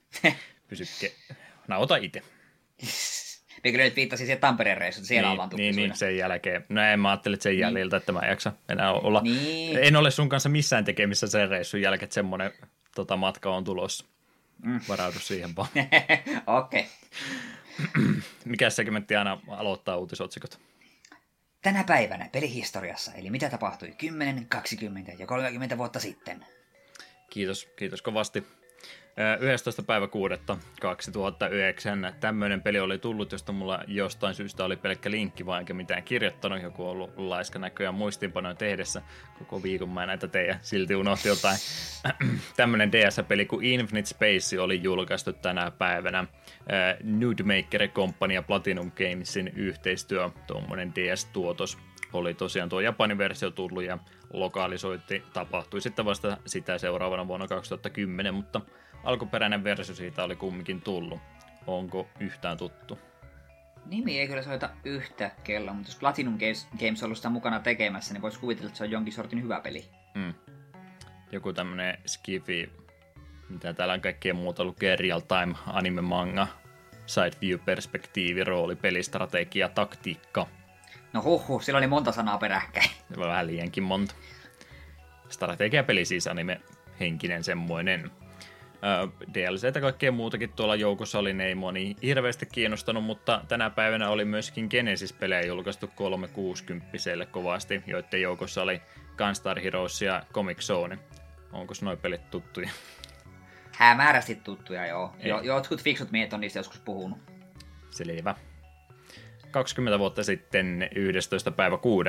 Nauta itse. Mikä nyt viittasi siihen Tampereen reissuun, siellä ollaan tuppisuina. Niin, sen jälkeen. No en mä ajattelin, että sen jäljiltä, että mä en jaksa enää olla. Niin. En ole sun kanssa missään tekemissä sen reissun jälkeen, että semmoinen matka on tulossa. Varaudu siihen vaan. Okei. Mikä segmentti aina aloittaa uutisotsikot? Tänä päivänä pelihistoriassa, eli mitä tapahtui 10, 20 ja 30 vuotta sitten. Kiitos kovasti. 11. päivä 6.2009 tämmöinen peli oli tullut, josta mulla jostain syystä oli pelkkä linkki, vaan enkä mitään kirjoittanut. Joku on ollut laiska näköjään muistiinpanoja tehdessä. Koko viikon mä näitä tein ja silti unohti jotain. Tämmöinen DS-peli kuin Infinite Space oli julkaistu tänä päivänä. Nudemaker Company ja Platinum Gamesin yhteistyö, tuommoinen DS-tuotos. Oli tosiaan tuo Japanin versio tullut ja lokalisointi tapahtui sitten vasta sitä seuraavana vuonna 2010, mutta alkuperäinen versio siitä oli kumminkin tullut. Onko yhtään tuttu? Nimi ei kyllä soita yhtä kello, mutta jos Platinum Games on ollut sitä mukana tekemässä, niin voisi kuvitella, että se on jonkin sortin hyvä peli. Joku tämmönen skifi, mitä täällä on kaikkea muuta lukee, real time anime manga, side view perspektiivi, rooli, pelistrategia, taktiikka. No sillä oli monta sanaa peräkkäin. Vähän liiankin monta. Strategiapeli siis anime henkinen semmoinen. DLCtä kaikkea muutakin tuolla joukossa oli, ne ei moni hirveästi kiinnostanut, mutta tänä päivänä oli myöskin Genesis-pelejä julkaistu 360-selle kovasti, joiden joukossa oli Gunstar Heroes ja Comic Zone. Onko noi pelit tuttuja? Hämärästi tuttuja, joo. Jotkut fiksut miehet on niistä joskus puhunut. Selvä. 20 vuotta sitten 11. päivä 6.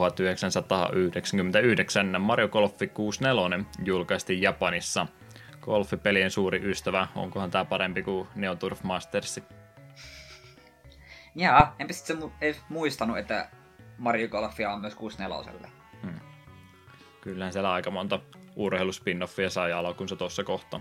1999 Mario Golf 64 julkaistiin Japanissa. Golfipelien suuri ystävä, onkohan tää parempi kuin Neo Turf Masters? Jaa, enpä sitten muistanut, että Mario Golfia on myös 64. Kyllähän siellä aika monta urheiluspin-offia sai alkunsa tuossa kohtaa.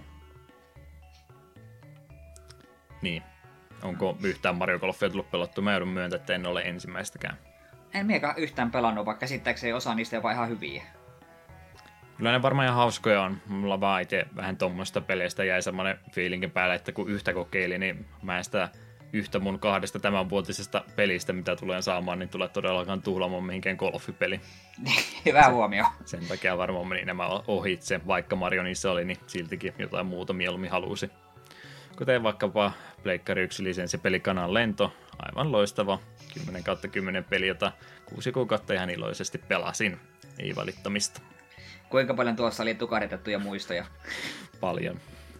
Niin. Onko yhtään Mario Golfia tullut pelattua? Mä joudun myöntä, että en ole ensimmäistäkään. En miekään yhtään pelannut, vaikka käsittääkseni osa niistä jopa ihan hyviä. Kyllä ne varmaan ihan hauskoja on. Mulla vaan itse vähän tuommoista peleistä jäi semmoinen fiilinkin päälle, että kun yhtä kokeili, niin mä en sitä yhtä mun 2 tämänvuotisesta pelistä, mitä tulen saamaan, niin tulee todellakaan tuhlaamaan mihinkään golfipeli. Hyvä huomio. Sen takia varmaan meni nämä ohitse, vaikka Mario niissä oli, niin siltikin jotain muuta mieluummin halusi. Kuten vaikkapa Pleikkari 1 lisenssipeli Kanan lento, aivan loistava 10/10 peli, jota 6 kuukautta ihan iloisesti pelasin. Ei valittamista. Kuinka paljon tuossa oli tukahdetettuja muistoja? Paljon.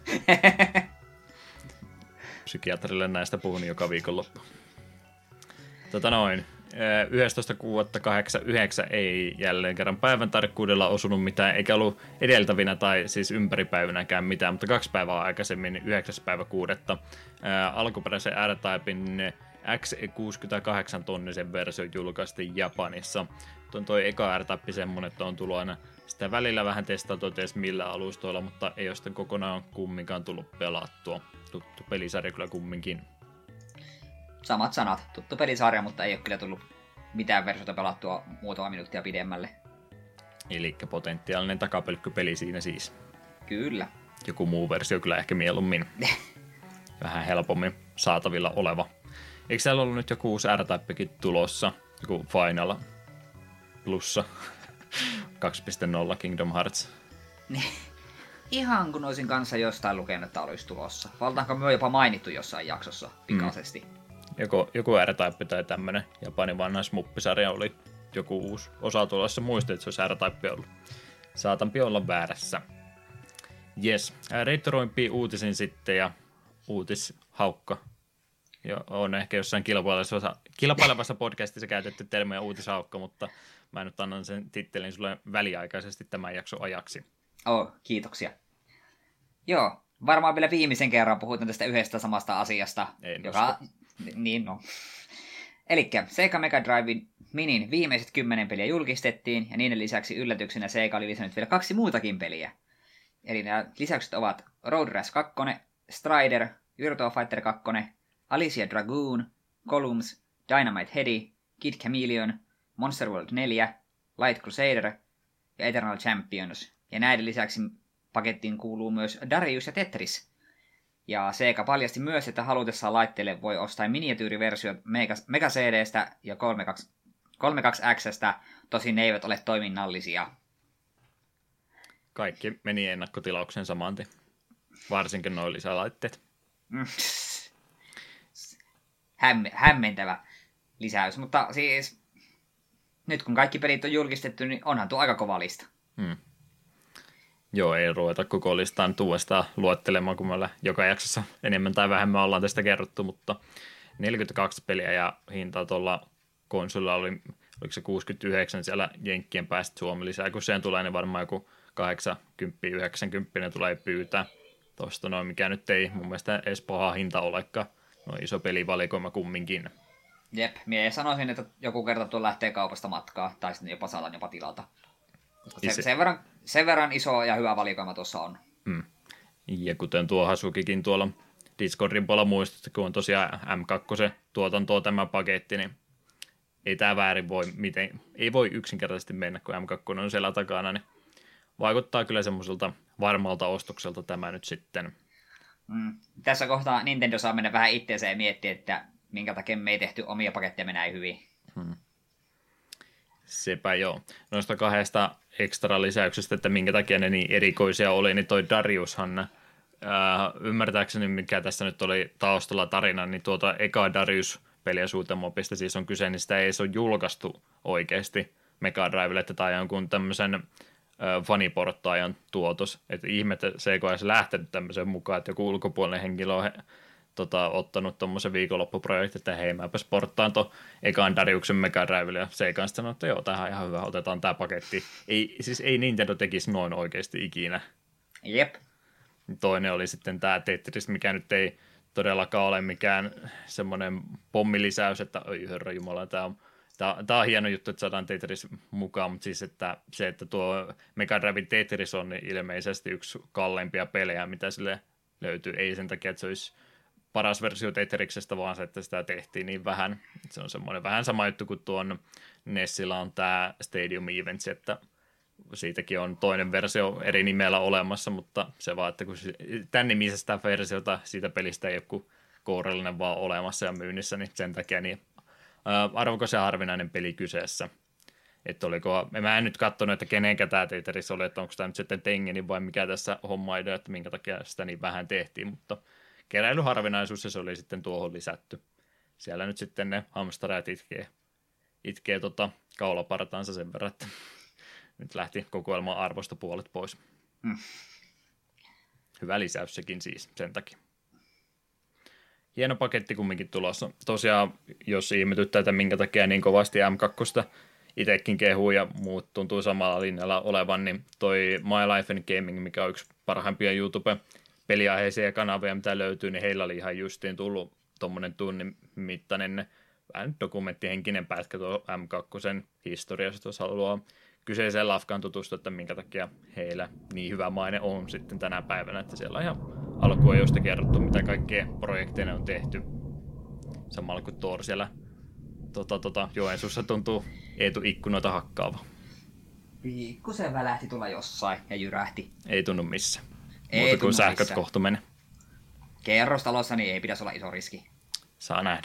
Psykiatrille näistä puhun joka viikonloppu. 11.6.89 ei jälleen kerran päivän tarkkuudella osunut mitään, eikä ollut edeltävinä tai siis ympäripäivänäkään mitään, mutta 2 päivää aikaisemmin, 9. päivä 6. Alkuperäisen R-Typen X68-tonnisen versio julkaistiin Japanissa. Toi eka R-Type semmonen, että on tullut aina sitä välillä vähän testailtua ties millä alustoilla, mutta ei ole sitten kokonaan kumminkaan tullut pelattua. Tuttu pelisarja kyllä kumminkin. Samat sanat. Tuttu pelisarja, mutta ei ole kyllä tullut mitään versiota pelattua muutama minuuttia pidemmälle. Elikkä potentiaalinen takapölkkypeli siinä siis. Kyllä. Joku muu versio kyllä ehkä mieluummin. Vähän helpommin saatavilla oleva. Eikö siellä ollut nyt joku uusi R-Typekin tulossa? Joku Final Plussa 2.0 Kingdom Hearts. Ihan kun olisin kanssa jostain lukenut, että olisi tulossa. Valtaanko me on jopa mainittu jossain jaksossa pikaisesti. Joku R-Type tai tämmönen Japanin vanha smuppisarja oli joku uusi osa tulossa. Muistin, että se olisi R-Type ollut. Saatanpi olla väärässä. Jes, reittoroimpiin uutisin sitten ja uutishaukka. Ja on ehkä jossain kilpailevassa podcastissa käytetty termiä uutishaukka, mutta mä nyt annan sen tittelin sulle väliaikaisesti tämän jakson ajaksi. Kiitoksia. Joo, varmaan vielä viimeisen kerran puhutaan tästä yhdestä samasta asiasta. Niin, no. Elikkä Sega Mega Driven Minin viimeiset 10 peliä julkistettiin, ja niiden lisäksi yllätyksenä Sega oli lisännyt vielä 2 muutakin peliä. Eli nämä lisäykset ovat Road Rash 2, Strider, Virtua Fighter 2, Alicia Dragoon, Columns, Dynamite Heady, Kid Chameleon, Monster World 4, Light Crusader ja Eternal Champions. Ja näiden lisäksi pakettiin kuuluu myös Darius ja Tetris. Ja Sega paljasti myös, että halutessaan laitteelle voi ostaa miniatyyriversio Mega CDstä ja 32Xstä, tosin ne eivät ole toiminnallisia. Kaikki meni ennakkotilauksen samanti, varsinkin nuo lisälaitteet. Hämmentävä lisäys, mutta siis nyt kun kaikki pelit on julkistettu, niin onhan tuo aika kova lista. Joo, ei ruveta koko listaan uudestaan luettelemaan, kun meillä joka jaksossa enemmän tai vähemmän ollaan tästä kerrottu, mutta 42 peliä ja hinta tuolla konsolilla oli, oliko se 69 siellä Jenkkien päästä Suomi lisää, kun siihen tulee, niin varmaan joku 80-90 tulee pyytää. Tuosta noin, mikä nyt ei mun mielestä edes paha hinta olekaan, noin iso pelivalikoima kumminkin. Jep, minä sanoisin, että joku kerta tuo lähtee kaupasta matkaa, tai sitten jopa saadaan jopa tilalta. Sen verran iso ja hyvä valikoima tuossa on. Ja kuten tuo Hasukikin tuolla Discordin puolella muistutti, kun on tosiaan M2 tuotantoa tämä paketti, niin ei tämä väärin ei voi yksinkertaisesti mennä, kun M2 on siellä takana, niin vaikuttaa kyllä semmoiselta varmalta ostokselta tämä nyt sitten. Tässä kohtaa Nintendo saa mennä vähän itseensä ja miettiä, että minkä takia me ei tehty omia paketteja näin hyvin. Sepä joo. Noista kahdesta ekstra lisäyksestä, että minkä takia ne niin erikoisia oli, niin toi Dariushan, ymmärtääkseni mikä tässä nyt oli taustalla tarina, niin tuota eka Darius-peliä Suutemopista siis on kyse, niin sitä ei se ole julkaistu oikeasti Mega Drivelle, että tämä on jonkun tämmöisen faniporttaajan tuotos. Että ihme, että se ei edes lähtenyt tämmöisen mukaan, että joku ulkopuolinen henkilö on ottanut tuommoisen viikonloppuprojektin, että hei, mäpä sporttaan tuon ekan Dariuksen Mega Drivelle, ja se ei kanssa sanonut, että joo, tämähän on ihan hyvä, otetaan tämä paketti. Ei Nintendo tekisi noin oikeasti ikinä. Jep. Toinen oli sitten tämä Tetris, mikä nyt ei todellakaan ole mikään semmoinen pommilisäys, että oi herra jumala, tämä on hieno juttu, että saadaan Tetris mukaan, mutta siis että tuo Mega Driven Tetris on ilmeisesti yksi kalleimpia pelejä, mitä sille löytyy. Ei sen takia, että se olisi paras versio Tetriksestä, vaan se, että sitä tehtiin niin vähän. Se on semmoinen vähän sama juttu kuin tuon Nessillä on tämä Stadium Events, että siitäkin on toinen versio eri nimellä olemassa, mutta se vaan, että kun tämän nimisestä versiota siitä pelistä ei ole kuin kourallinen vaan olemassa ja myynnissä, niin sen takia niin arvokas ja harvinainen peli kyseessä. Että mä en nyt katsonut, että kenenkä tämä Tetris oli, että onko tämä nyt sitten Tengenin vai mikä tässä homma idea, että minkä takia sitä niin vähän tehtiin, mutta keräilyharvinaisuus ja se oli sitten tuohon lisätty. Siellä nyt sitten ne hamstereet itkee kaulapartaansa sen verran, että nyt lähti kokoelman arvosta puolet pois. Hyvä lisäys sekin siis sen takia. Hieno paketti kumminkin tulossa. Tosiaan, jos ihmetyttää, että minkä takia niin kovasti M2 itsekin kehuu ja muut tuntuu samalla linjalla olevan, niin toi My Life in Gaming, mikä on yksi parhaimpia YouTube-peliaiheisia kanavia, mitä löytyy, niin heillä oli ihan justiin tullut tuommoinen tunnin mittainen vähän dokumenttihenkinen pätkä tuo M2 historiasta, jos haluaa kyseiseen lafkaan tutustua, että minkä takia heillä niin hyvä maine on sitten tänä päivänä, että siellä on ihan alkuun josta kerrottu, mitä kaikkea projekteja on tehty. Samalla kuin Thor siellä Joensuussa tuntuu Eetu ikkunoita hakkaava. Pikkusen välähti tulla jossain ja jyrähti. Ei tunnu missään. Muuta kuin sähköt kohta mene. Kerrostalossa niin ei pitäisi olla iso riski. Saa nähdä.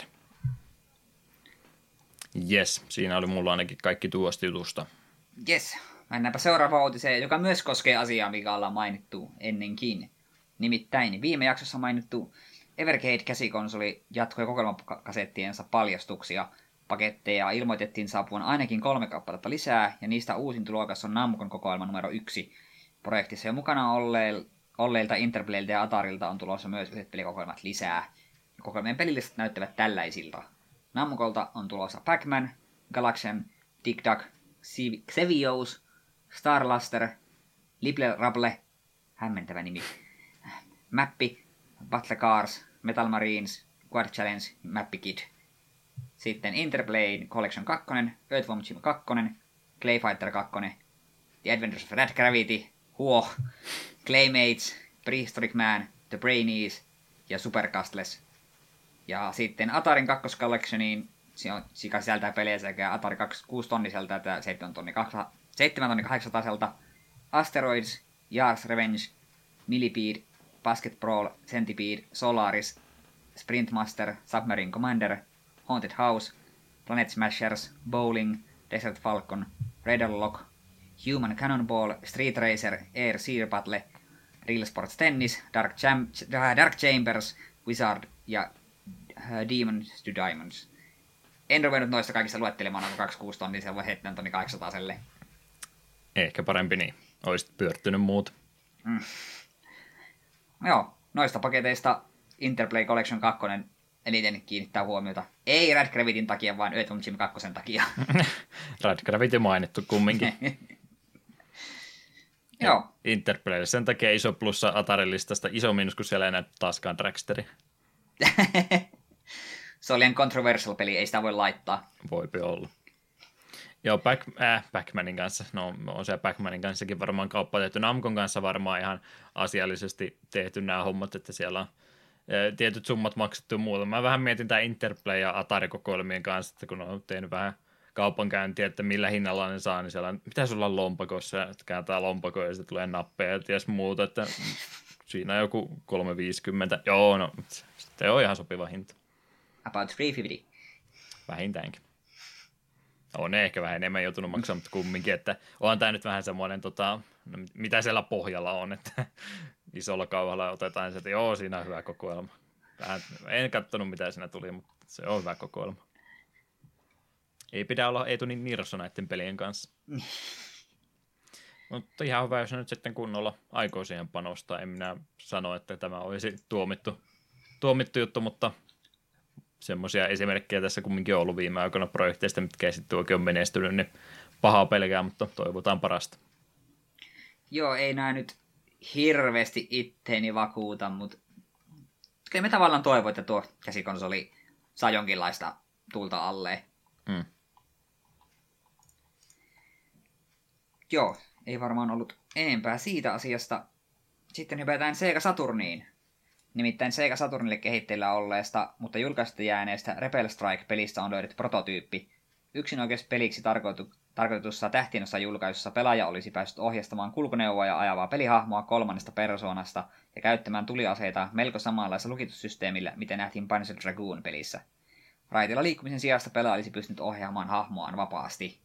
Jes, siinä oli mulla ainakin kaikki tuosta jutusta. Jes, mennäänpä seuraavaan uutiseen, joka myös koskee asiaa, mikä ollaan mainittu ennenkin. Nimittäin viime jaksossa mainittu Evercade-käsikonsoli jatkoi kokoelmakasettiensa paljastuksia. Paketteja ilmoitettiin saapuvan ainakin 3 kappaletta lisää, ja niistä uusin tulokas on Namcon kokoelma numero 1. Projektissa jo mukana olleilta Interplaylta ja Atarilta on tulossa myös yhdet pelikokoelmat lisää. Kokoelmien pelilistat näyttävät tällaisilta. Namcolta on tulossa Pac-Man, Galaxian, Tic Tac, Xevious, Star Luster, Lible Rable, hämmentävä nimi, Mappi, Battle Cars, Metal Marines, Quad Challenge, Mappi Kid. Sitten Interplay Collection 2, Earthworm Jim 2, Clay Fighter 2, The Adventures of Red Gravity, Claymates, Prehistoric Man, The Brainies ja Super Castles. Ja sitten Atarin 2 Collectioniin, joka sisältää pelejä sekä Atari 6 tonniselta että 7 tonni 800 Asteroids, Yars Revenge, Millipede, Basket Brawl, Centipede, Solaris, Sprint Master, Submarine Commander, Haunted House, Planet Smashers, Bowling, Desert Falcon, Red Lock, Human Cannonball, Street Racer, Air Sea Battle, Real Sports Tennis, Dark Chambers, Wizard ja Demons to Diamonds. En ruvennut noista kaikista luettelemaan, onko 26 tonnia, se voi 7 tonni 800 selle. Ehkä parempi niin. Oisit pyörtynyt muut. Joo, noista paketeista Interplay Collection 2 eniten kiinnittää huomiota. Ei Red Gravitin takia, vaan Earthworm Jim 2 takia. Red Gravity mainittu kumminkin. Joo. Interplay sen takia iso plussa Atarin listasta, iso miinus, kun siellä ei näy taaskaan Dragsteri. Se oli controversial peli, ei sitä voi laittaa. Voipi olla. Joo, Pac-Manin kanssa, no on se Pac-Manin kanssakin varmaan kauppa tehty, Namcon kanssa varmaan ihan asiallisesti tehty nämä hommat, että siellä on tietyt summat maksettu ja muuta. Mä vähän mietin tämä Interplay ja Atari-kokoelmien kanssa, että kun on tehnyt vähän kaupankäyntiä, että millä hinnalla ne saa, niin siellä on, pitäisi olla lompakossa, ja kääntää lompako ja sitten tulee nappeja ja ties muuta, että siinä on joku 350. Joo, no se on ihan sopiva hinta. About 350. Vähintäänkin. On ne ehkä vähän enemmän joutunut maksamaan, mutta kumminkin, että onhan tämä nyt vähän semmoinen, no, mitä siellä pohjalla on, että isolla kauhalla otetaan se, että joo, siinä on hyvä kokoelma. Vähän, en katsonut, mitä siinä tuli, mutta se on hyvä kokoelma. Ei pidä olla Eetu niin nirso näiden pelien kanssa. Mutta ihan hyvä, jos nyt sitten kunnolla aikoo siihen panostaa. En minä sano, että tämä olisi tuomittu juttu, mutta semmoisia esimerkkejä tässä kumminkin on ollut viime aikoina projekteista, mitkä ei sitten oikein ole menestynyt, niin pahaa pelkää, mutta toivotaan parasta. Joo, ei näe nyt hirveästi itteeni vakuuta, mutta kyllä me tavallaan toivon, että tuo käsikonsoli saa jonkinlaista tulta alle. Joo, ei varmaan ollut enempää siitä asiasta. Sitten hypätään Sega Saturniin. Nimittäin Sega Saturnille kehitteillä olleesta, mutta julkaista jääneestä Rebel Strike-pelistä on löydetty prototyyppi. Yksinoikeus peliksi tarkoitetussa tähtinossa julkaisussa pelaaja olisi päässyt ohjastamaan kulkuneuvoa ja ajavaa pelihahmoa 3. persoonasta ja käyttämään tuliaseita melko samanlaisella lukitussysteemillä, miten nähtiin Panzer Dragoon-pelissä. Raiteilla liikkumisen sijasta pelaaja olisi pystynyt ohjaamaan hahmoaan vapaasti.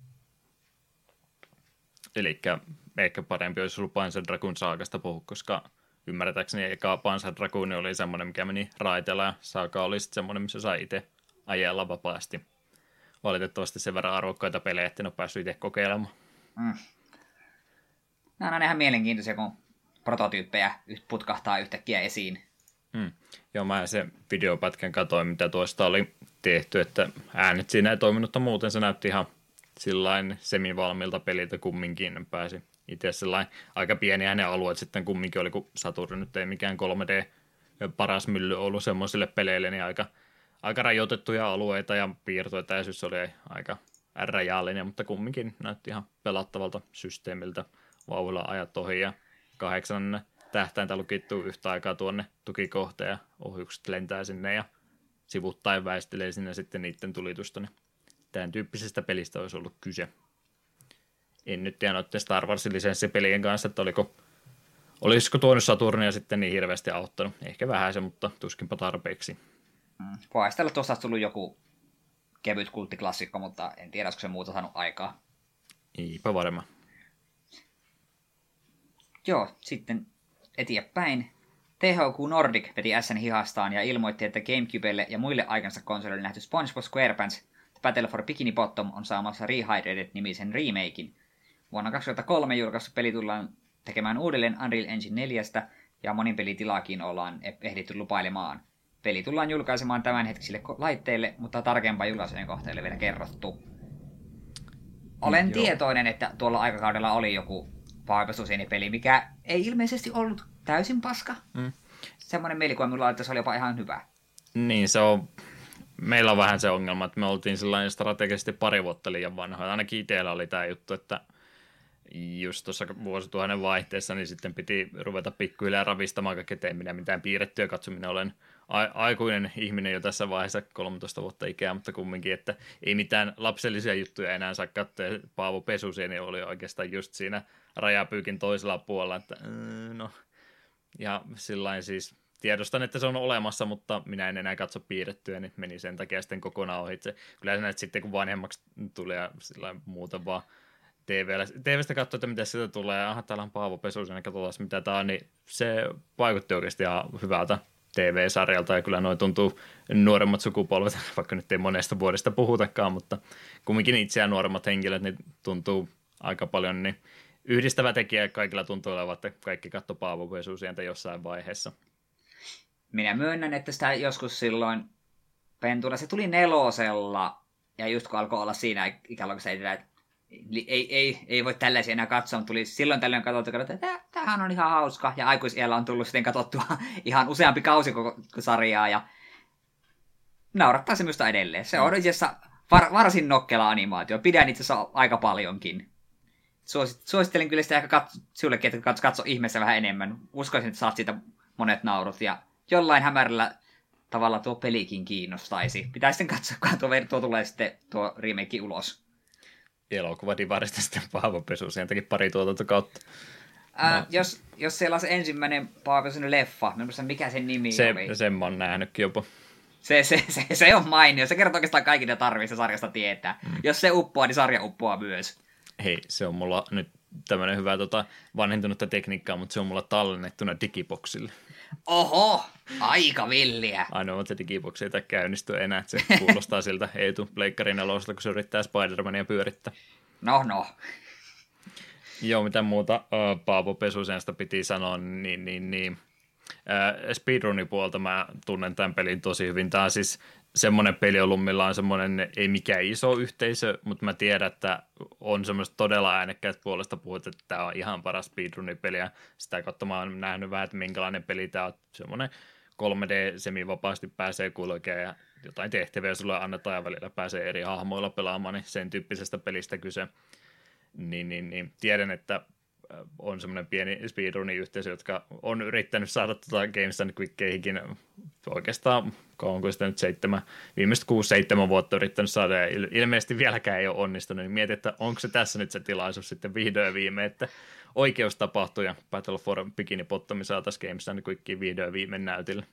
Elikkä ehkä parempi olisi ollut Panzer Dragoon saakasta puhua, koska ymmärretäkseni eka Panzer Dragoon oli semmoinen, mikä meni raiteella, ja saaka oli sitten semmoinen, missä sai itse ajella vapaasti. Valitettavasti sen verran arvokkaita pelejä, että en ole päässyt itse kokeilemaan. Nämä on ihan mielenkiintoisia, kun prototyyppejä putkahtaa yhtäkkiä esiin. Joo, mä sen videopätkän katsoin, mitä tuosta oli tehty, että äänet siinä ei toiminut, mutta muuten se näytti ihan sillain semivalmiilta peliltä kumminkin pääsi. Itse sellainen aika pieniä ne alueet sitten kumminkin oli, kun Saturn nyt ei mikään 3D paras mylly ollut semmoisille peleille, niin aika rajoitettuja alueita ja piirtoetäisyys oli aika rajallinen, mutta kumminkin näytti ihan pelattavalta systeemiltä. Vauhdilla ajat ohi ja 8 tähtäintä lukittuu yhtä aikaa tuonne tukikohteen ja ohjukset lentää sinne ja sivuttain väistelee sinne sitten niiden tulitusta. Niin tämän tyyppisestä pelistä olisi ollut kyse. En nyt tiedä noiden Star Warsin lisenssipelien kanssa, että olisiko tuonut Saturnia sitten niin hirveästi auttanut. Ehkä vähän se, mutta tuskinpa tarpeeksi. Voisi tällä tuosta tullut joku kevyt kulttiklassikko, mutta en tiedä, olisiko se muuta saanut aikaa. Eipä varmaan. Joo, sitten eteenpäin. THQ Nordic veti S:n hihastaan ja ilmoitti, että GameCubelle ja muille aikansa konsolille nähty SpongeBob SquarePants The Battle for Bikini Bottom on saamassa Rehydrated-nimisen remakein. Vuonna 2003 julkaistu peli tullaan tekemään uudelleen Unreal Engine 4 ja monin pelitilaakin ollaan ehditty lupailemaan. Peli tullaan julkaisemaan tämänhetkisille laitteille, mutta tarkempaa julkaisujen kohteille vielä kerrottu. Olen tietoinen, että tuolla aikakaudella oli joku pahaipesusienipeli, mikä ei ilmeisesti ollut täysin paska. Semmoinen mielikuva minulla oli, että se oli jopa ihan hyvä. Niin, se on. Meillä on vähän se ongelma, että me oltiin sellainen strategisesti pari vuotta liian vanhoja. Ainakin itsellä oli tämä juttu, että just tuossa vuosituhannen vaihteessa, niin sitten piti ruveta pikkuhiljaa ravistamaan kaikkea teemminä, mitään piirrettyä katsominen. Olen aikuinen ihminen jo tässä vaiheessa, 13 vuotta ikää, mutta kumminkin, että ei mitään lapsellisia juttuja enää saa katsoa. Paavo Pesusieni oli oikeastaan just siinä rajapyykin toisella puolella, että no, ja sillain siis tiedostan, että se on olemassa, mutta minä en enää katso piirrettyä, niin meni sen takia sitten kokonaan ohitse. Kyllä näet sitten, kun vanhemmaksi tulee ja sillain muuten vaan TVstä katsoo, että mitä sieltä tulee, aha, täällä on Paavo Pesusen, katsotaan mitä tää on, niin se vaikutti oikeasti ihan hyvältä TV-sarjalta, ja kyllä noin tuntuu nuoremmat sukupolvet, vaikka nyt ei monesta vuodesta puhutakaan, mutta kumminkin itseään nuoremmat henkilöt, niin tuntuu aika paljon niin yhdistävä tekijä, kaikilla tuntuu olevan, että kaikki katsoo Paavo Pesusientä jossain vaiheessa. Minä myönnän, että sitä joskus silloin pentuna, se tuli 4, ja just kun alkoi olla siinä ikäluokassa, että ei voi tällaisia enää katsoa, mutta tuli silloin tällöin katsottu, että tämähän on ihan hauska, ja aikuisiällä on tullut sitten katsottua ihan useampi kausi koko sarjaa, ja naurattaa se minusta edelleen. Se on itse asiassa varsin nokkela animaatio, pidän itse asiassa aika paljonkin. Suosittelen kyllä sitä ehkä sullekin, että katso ihmeessä vähän enemmän. Uskoisin, että saat siitä monet naurut, ja jollain hämärällä tavalla tuo pelikin kiinnostaisi. Pitää sitten katsoa, kun tuo tulee sitten tuo remake ulos. Elokuvadivarista sitten Paavo Pesusientäkin pari tuotantokautta. Jos siellä on se ensimmäinen Paavo Pesusen leffa, mä en muista mikä sen nimi oli. Sen mä oon nähnytkin jopa. Se on mainio. Se kertoo oikeastaan kaikki, mitä tarvitsee sarjasta tietää. Jos se uppoaa, niin sarja uppoaa myös. Hei, se on mulla nyt tämmönen hyvä vanhentunutta tekniikkaa, mutta se on mulla tallennettuna digiboksille. Oho, aika villiä. Ainoa, että se digiboksi ei käynnisty enää, että se kuulostaa siltä Eetu Pleikkarin elosta, kun se yrittää Spider-Mania pyörittää. No. Joo, mitä muuta Paavo Pesusensta piti sanoa, niin. Speedrunin puolta mä tunnen tämän pelin tosi hyvin. Tämä on siis semmoinen peli ollut, millä on semmoinen, ei mikään iso yhteisö, mutta mä tiedän, että on semmoista todella äänekkäät puolesta puhut, että tämä on ihan paras speedrunin peli, ja sitä kautta mä oon nähnyt vähän, että minkälainen peli tämä on. Semmoinen 3D semivapaasti pääsee kulkemaan, ja jotain tehtäviä sulle annetaan, ja välillä pääsee eri hahmoilla pelaamaan, niin sen tyyppisestä pelistä kyse. Niin tiedän, että on semmoinen pieni speedrunin yhteisö, jotka on yrittänyt saada Games and Quickeihinkin oikeastaan, onko sitä nyt viimeiset 6-7 vuotta yrittänyt saada, ja ilmeisesti vieläkään ei ole onnistunut, niin mietin, että onko se tässä nyt se tilaisuus sitten vihdoin ja viimein, että oikeus tapahtui, ja Battle for Bikini Bottom saataisiin Games and Quickiin vihdoin ja viimein näytille.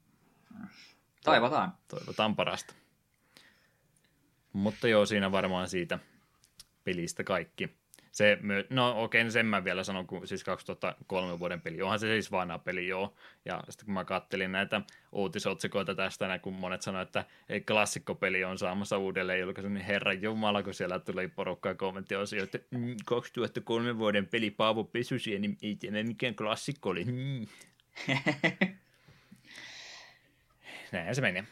Toivotaan parasta. Mutta joo, siinä varmaan siitä pelistä kaikki. Sen mä vielä sanon, kun siis 2003 vuoden peli, onhan se siis vanha peli, joo. Ja sitten kun mä kattelin näitä uutisotsikoita tästä, kun monet sanoivat, että klassikkopeli on saamassa uudelleen julkaisun, niin herran jumala, kun siellä tuli porukkaa kommenttiosia, että 2003 vuoden peli Paavo Pesusieni, niin ei tiedä mikään klassikko oli. Näinhän se meni.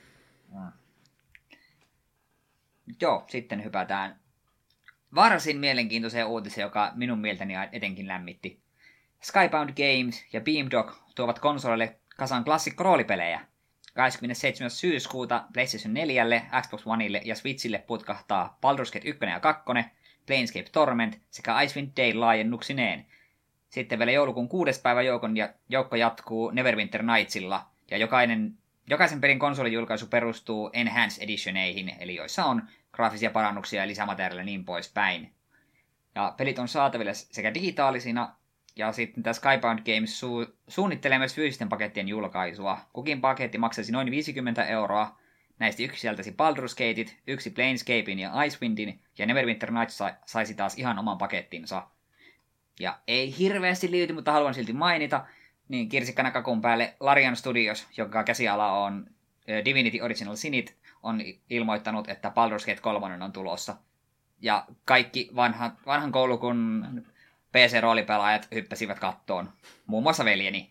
Joo, sitten hypätään varsin mielenkiintoiseen uutiseen, joka minun mieltäni etenkin lämmitti. Skybound Games ja Beamdog tuovat konsoleille kasan klassikko-roolipelejä. 27. syyskuuta PlayStation 4, Xbox Oneille ja Switchille putkahtaa Baldur's Gate 1 ja 2, Planescape Torment sekä Icewind Dale laajennuksineen. Sitten vielä joulukuun 6. päivä joukko jatkuu Neverwinter Nightsilla, ja jokaisen pelin konsolijulkaisu perustuu Enhanced Editioneihin, eli joissa on graafisia parannuksia ja lisämateriaalia niin poispäin. Ja pelit on saatavilla sekä digitaalisina, ja sitten tämä Skybound Games suunnittelee myös fyysisten pakettien julkaisua. Kukin paketti maksaisi noin 50 €. Näistä yksi sieltäisi Baldur's Gateit, yksi Planescapein ja Icewindin, ja Neverwinter Nights saisi taas ihan oman pakettinsa. Ja ei hirveästi liity, mutta haluan silti mainita, niin kirsikkana kakun päälle Larian Studios, joka käsiala on Divinity Original Sinit, on ilmoittanut, että Baldur's Gate 3 on tulossa. Ja kaikki vanhan koulukun PC-roolipelaajat hyppäsivät kattoon. Muun muassa veljeni.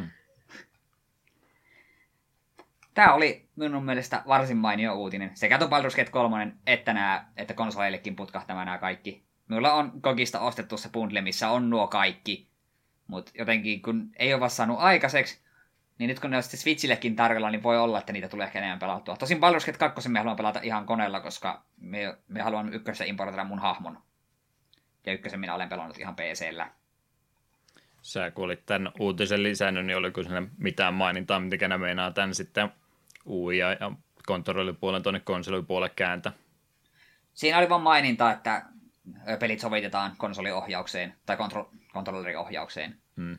Tämä oli minun mielestä varsin mainio uutinen. Sekä tuon Baldur's Gate 3 että konsoleillekin putkahtamaan nämä kaikki. Minulla on Gogista ostettu se bundle, missä on nuo kaikki. Mutta jotenkin kun ei ole vasta saanut aikaiseksi, niin nyt kun ne on sitten Switchillekin tarjolla, niin voi olla, että niitä tulee ehkä enemmän pelattua. Tosin Baldur's Gate 2 me haluan pelata ihan koneella, koska me haluan ykkössä importoida mun hahmon. ja ykkösen minä olen pelannut ihan PC:llä. Sä kun olit tämän uutisen lisännyt, niin oliko siinä mitään mainintaa, miten ne meinaa tämän sitten ja kontrollipuolen tuonne konsolipuolelle kääntä? Siinä oli vain maininta, että pelit sovitetaan konsoliohjaukseen tai kontrolleriohjaukseen.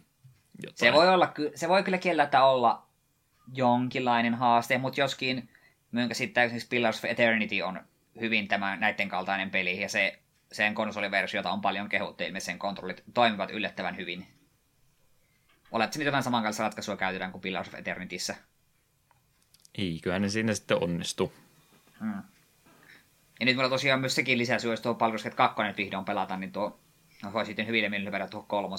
Se voi kyllä kieltämättä olla jonkinlainen haaste, mutta joskin minkä sitten esimerkiksi Pillars of Eternity on hyvin näiden kaltainen peli, ja sen konsoliversiota on paljon kehuttu, ilmeisesti sen kontrollit toimivat yllättävän hyvin. Oletko nyt jotain samankaltaista ratkaisua käytetään kuin Pillars of Eternityssä? Eiköhän ne siinä sitten onnistu. Ja nyt meillä tosiaan myös sekin lisäsyy, jos tuo Baldur's Gate 2 vihdoin pelata, niin tuo voi sitten hyvin mielellä verrata tuohon 3.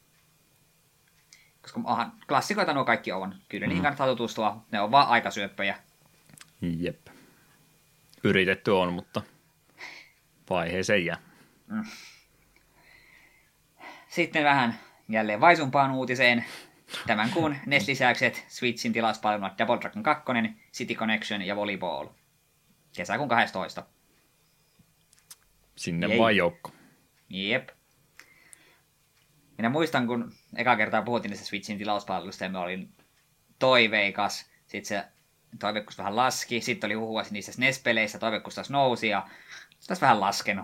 Koska klassikoita nuo kaikki on. Kyllä niihin kannattaa tutustua. Ne on vaan aikasyöppöjä. Jep. Yritetty on, mutta vaiheeseen jää. Sitten vähän jälleen vaisumpaan uutiseen. Tämän kuun NES-lisäykset, Switchin tilauspalvelut Double Dragon 2, City Connection ja Volleyball. Kesäkuun 12. Sinne vaan joukko. Jep. Minä muistan, kun eka kertaa puhuttiin niistä Switchin tilauspalvelusta, ja mä olin toiveikas. Sitten se toiveikkuus vähän laski. Sitten oli huhua niissä NES-peleissä, toiveikkuus taas nousi, ja se taas vähän laskenut.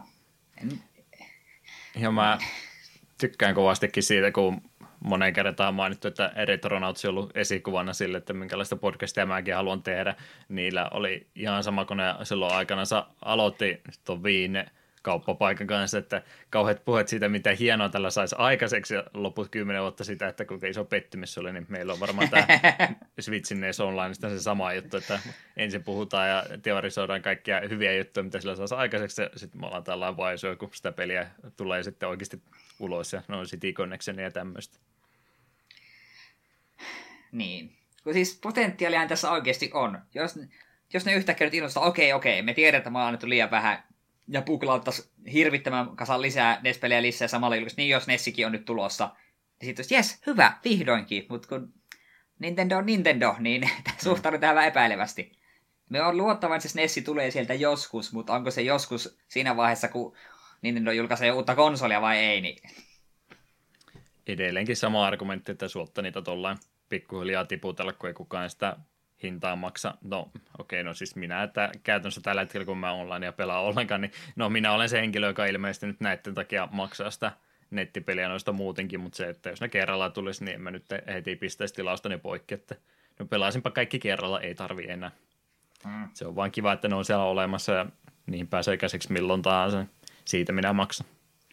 Ja mä tykkään kovastikin siitä, kun moneen kertaan mainittu, että Retronauts on ollut esikuvana sille, että minkälaista podcastia mäkin haluan tehdä. Niillä oli ihan sama, kun ne silloin aikana aloitti tuon kauppapaikan kanssa, että kauheat puheet siitä, mitä hienoa tällä saisi aikaiseksi, ja loput 10 vuotta sitä, että kuinka iso pettymys se oli, niin meillä on varmaan tämä Switchin NES Onlineista se sama juttu, että ensin puhutaan ja teorisoidaan kaikkia hyviä juttuja, mitä sillä saisi aikaiseksi, ja sitten me ollaan tällainen vaisua, kun sitä peliä tulee sitten oikeasti ulos, ja no City Connection ja tämmöistä. Niin. Kun siis potentiaalihan tässä oikeasti on. Jos ne yhtäkkiä nyt innostaa, okei, me tiedetään, että me ollaan annettu liian vähän, ja puklauttaisi hirvittävän kasan lisää NES-pelejä lisää samalla julkaisi, niin jos NESikin on nyt tulossa, niin sitten olisi, jes, hyvä, vihdoinkin, mutta kun Nintendo on Nintendo, niin suhtaudun tähän vähän epäilevästi. Me on luottava, että se NES tulee sieltä joskus, mutta onko se joskus siinä vaiheessa, kun Nintendo julkaisee uutta konsolia vai ei, niin... Edelleenkin sama argumentti, että suotta niitä tuollain pikkuhiljaa tiputella, kun ei kukaan sitä hintaa maksa. No okei, no siis minä, että käytännössä tällä hetkellä, kun mä online ja pelaa ollenkaan, niin no minä olen se henkilö, joka ilmeisesti nyt näiden takia maksaa sitä nettipeliä noista muutenkin, mutta se, että jos ne kerralla tulisi, niin en mä nyt heti pistäisi tilaustani poikki, että no pelaisinpa kaikki kerralla, ei tarvi enää. Se on vaan kiva, että ne on siellä olemassa ja niihin pääsee käsiksi milloin tahansa. Siitä minä maksan.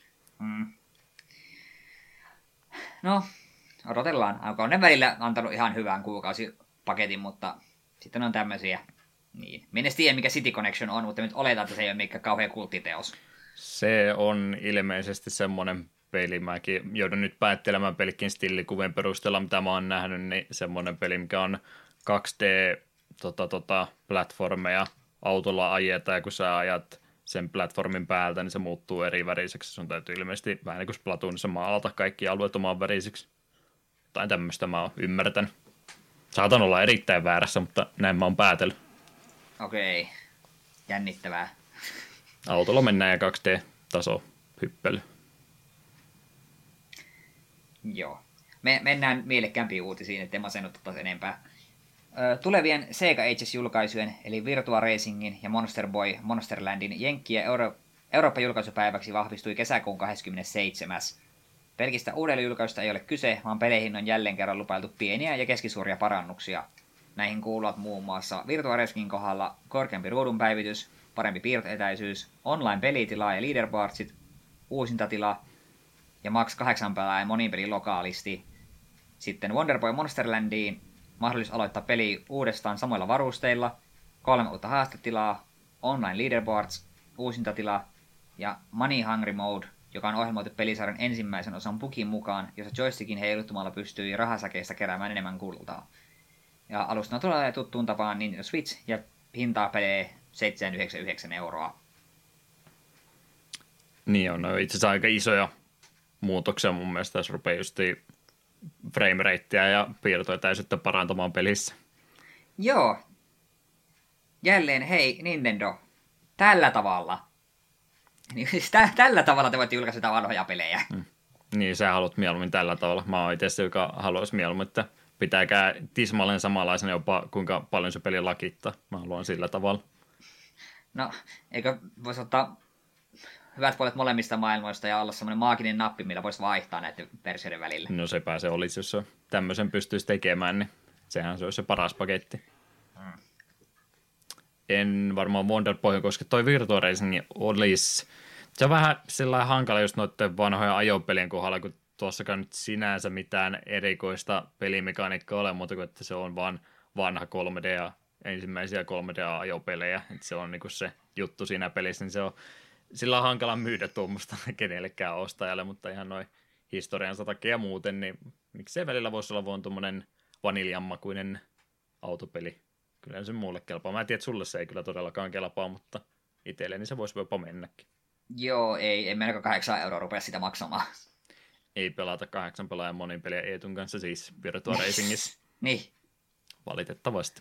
No, odotellaan. On ne välillä antanut ihan hyvän kuukausipaketin, mutta sitten on tämmöisiä. Niin. Minä en tiedä, mikä City Connection on, mutta nyt oletaan, että se ei ole mikään kauhean kulttiteos. Se on ilmeisesti semmoinen peli. Mäkin joudun nyt päättelemään pelkkin stillikuvien perusteella, mitä mä oon nähnyt, niin semmoinen peli, mikä on 2D-platformeja autolla ajetaan, ja kun sä ajat sen platformin päältä, niin se muuttuu eri väriseksi. Sun täytyy ilmeisesti vähän niin kuin Splatoonissa maalata kaikki alueet omaan värisiksi. Tai tämmöistä mä oon ymmärtänyt. Saatan olla erittäin väärässä, mutta näin mä oon päätellyt. Okei. Jännittävää. Autolla mennään ja 2D-taso hyppely. Joo. Me mennään mielekkäämpiin uutisiin, ettei masennut taas enempää. Tulevien Sega Ages-julkaisujen, eli Virtua Racingin ja Monster Boy Monsterlandin Jenkki- ja Eurooppa-julkaisupäiväksi vahvistui kesäkuun 27. Pelkistä uudelleenjulkaisusta ei ole kyse, vaan peleihin on jälleen kerran lupailtu pieniä ja keskisuuria parannuksia. Näihin kuuluvat muun muassa Virtua Racingin kohdalla korkeampi ruudunpäivitys, parempi piirtoetäisyys, online-pelitila ja leaderboardsit, uusintatila ja max 8 pelaajan monipeli lokaalisti. Sitten Wonderboy Monsterlandiin mahdollisuus aloittaa peli uudestaan samoilla varusteilla, 3 uutta haastetilaa, online leaderboards, uusintatila ja Money Hungry Mode, joka on ohjelmoitu pelisarjan ensimmäisen osan bukin mukaan, jossa joystickin heiluttumalla pystyy rahasäkeistä keräämään enemmän kultaa. Ja alustana tulee tuttuun tapaan Nintendo Switch ja hintaa pelejä 799 €. Niin on, no itse asiassa aika isoja muutoksia mun mielestä, jos rupeaa just frame-ratea ja piirtoetäisyyttä parantamaan pelissä. Joo. Jälleen, hei Nintendo, tällä tavalla. Niin, siis tällä tavalla te voitte julkaista vanhoja pelejä. Niin, sä haluat mieluummin tällä tavalla. Mä oon itse se, joka haluaisi mieluummin, että pitääkää tismalleen samanlaisena jopa kuinka paljon se peli lakittaa. Mä haluan sillä tavalla. No, eikö voisi ottaa hyvät puolet molemmista maailmoista ja olla semmoinen maaginen nappi, millä voisi vaihtaa näiden versioiden välillä. No sepä se olisi, jos se tämmöisen pystyisi tekemään, niin sehän se olisi se paras paketti. En varmaan Wonderboy, koska toi Virtua Racing olisi. Se on vähän sellainen hankala just noiden vanhojen ajopelien kohdalla, kun tuossakaan nyt sinänsä mitään erikoista pelimekaniikkaa ole, mutta kuin että se on vaan vanha 3D ja ensimmäisiä 3D-ajopelejä. Että se on niinku se juttu siinä pelissä, niin se on sillä on hankala myydä tuommoista kenellekään ostajalle, mutta ihan noin historiansa takia muuten, niin miksei välillä voisi olla vaan tuommoinen vaniljanmakuinen autopeli. Kyllä se mulle kelpaa. Mä en tiedä, että sulle se ei kyllä todellakaan kelpaa, mutta itselleni se voisi jopa mennäkin. Joo, ei melko 8 € rupea sitä maksamaan. Ei pelata 8 pelaajan monin peliä Eetun kanssa siis Virtua Racingissa. Niin. Valitettavasti.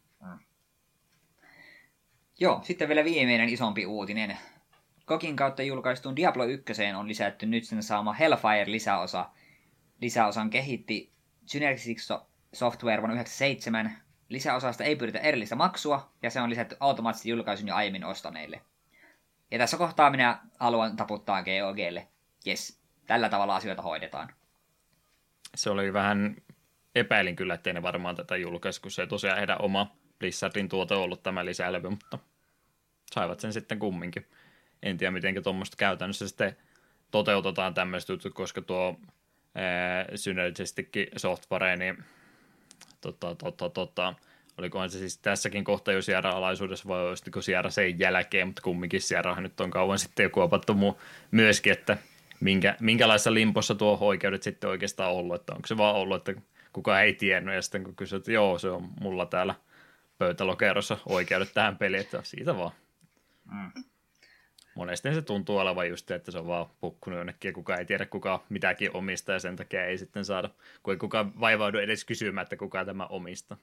Joo, sitten vielä viimeinen isompi uutinen. Kokin kautta julkaistuun Diablo 1 on lisätty nyt sen saama Hellfire-lisäosa. Lisäosan kehitti Synergix Software vuonna 1997. Lisäosasta ei pyydetä erillistä maksua, ja se on lisätty automaattisesti julkaisun jo aiemmin ostaneille. Ja tässä kohtaa minä haluan taputtaa GOGlle. Jes, tällä tavalla asioita hoidetaan. Se oli vähän, epäilin kyllä, ettei ne varmaan tätä julkaisi, kun se ei tosiaan heidän oma Blizzardin tuote ollut tämä lisälevy, mutta saivat sen sitten kumminkin. En tiedä, miten tuommoista käytännössä sitten toteutetaan tämmöistä jutut, koska tuo Synergistic Software, niin olikohan se siis tässäkin kohta jo Sierra-alaisuudessa vai olisiko Sierra sen jälkeen, mutta kumminkin Sierrahan nyt on kauan sitten jo kuopattu myöskin, että minkälaisessa limpossa tuo oikeudet sitten oikeastaan ollut, että onko se vaan ollut, että kukaan ei tiennyt, ja sitten kun kysyt, että joo, se on mulla täällä pöytälokerossa oikeudet tähän peliin, että siitä vaan. Monesti se tuntuu olevan just, että se on vaan pukkunut jonnekin ja kukaan ei tiedä, kuka mitäkin omistaa ja sen takia ei sitten saada, kun ei kukaan vaivaudu edes kysymään, että kuka tämä omistaa.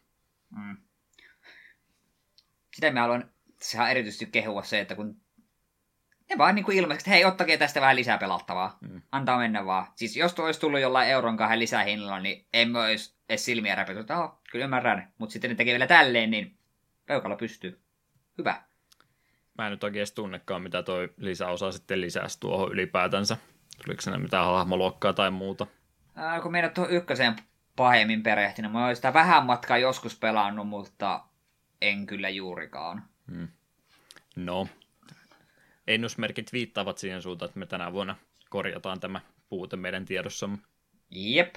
Sitä mä haluan sehän erityisesti kehua se, että kun ne vaan niin kuin ilmaiseksi, että hei, ottakaa tästä vähän lisää pelattavaa. Antaa mennä vaan. Siis jos tuo olisi tullut jollain euron kahden lisähinnalla, niin emme olisi edes silmiä räpytty, että kyllä ymmärrän. Mutta sitten ne tekee vielä tälleen, niin peukalla pystyy. Hyvä. Mä en nyt oikein tunnekaan, mitä toi lisäosa sitten lisäsi tuohon ylipäätänsä. Tuliko siinä mitään hahmoluokkaa tai muuta? Kun meidät tuohon ykköseen pahemmin perehtynyt, mä olen sitä vähän matkaa joskus pelannut, mutta en kyllä juurikaan. No, ennusmerkit viittaavat siihen suuntaan, että me tänä vuonna korjataan tämä puute meidän tiedossamme. Jep.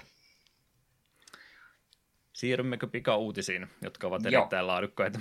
Siirrymmekö pika-uutisiin, jotka ovat erittäin laadukkaita?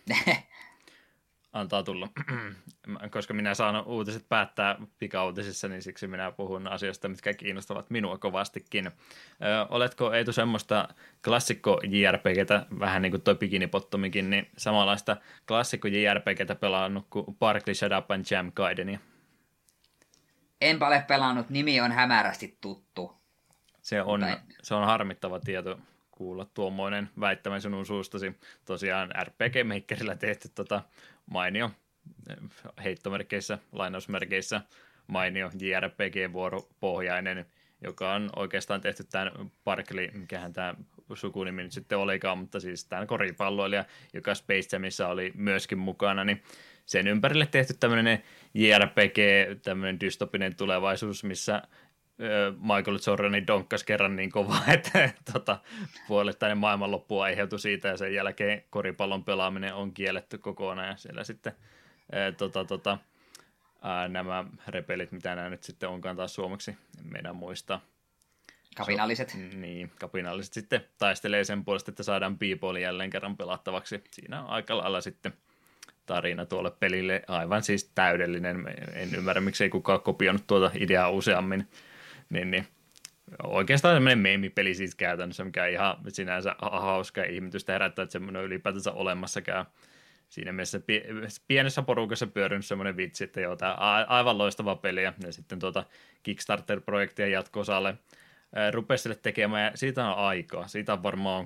Antaa tulla. Koska minä saan uutiset päättää pika-uutisissa, niin siksi minä puhun asioista, mitkä kiinnostavat minua kovastikin. Oletko Eetu semmoista klassikko JRPGtä, vähän niin kuin toi Bikini-Bottomikin, niin samanlaista klassikko JRPGtä pelannut kuin Barkley, Shut Up and Jam Gaidenia? Enpä ole pelannut, nimi on hämärästi tuttu. Se on harmittava tieto kuulla tuommoinen väittämä sinun suustasi. Tosiaan RPG Makerillä tehty mainio, heittomerkeissä, lainausmerkeissä, mainio JRPG-vuoropohjainen, joka on oikeastaan tehty tämän Barkley, mikähän tämä sukunimi nyt sitten olikaan, mutta siis tämän koripalloilija, joka Space Jamissa oli myöskin mukana, niin sen ympärille tehty tämmöinen JRPG, tämmöinen dystopinen tulevaisuus, missä Michael Jordanin donkkas kerran niin kovaa, että puolettainen maailmanloppu aiheutui siitä ja sen jälkeen koripallon pelaaminen on kielletty kokonaan ja siellä sitten nämä repelit, mitä nämä nyt sitten onkaan taas suomeksi, en meidän muistaa. Kapinalliset. Niin, kapinalliset sitten taistelee sen puolesta, että saadaan B-Ball jälleen kerran pelattavaksi. Siinä on aika lailla sitten tarina tuolle pelille aivan siis täydellinen. En ymmärrä, miksi ei kukaan kopioinut tuota ideaa useammin. Niin. Oikeastaan semmoinen meemipeli siis käytännössä, mikä on ihan sinänsä hauska ja ihmetystä herättää, että semmoinen on ylipäätänsä olemassakaan. Siinä mielessä pienessä porukassa pyörinyt semmoinen vitsi, että joo, tämä aivan loistava peli. Ja sitten Kickstarter-projektia jatko-osalle rupesi sille tekemään, ja siitä on aikaa. Siitä on varmaan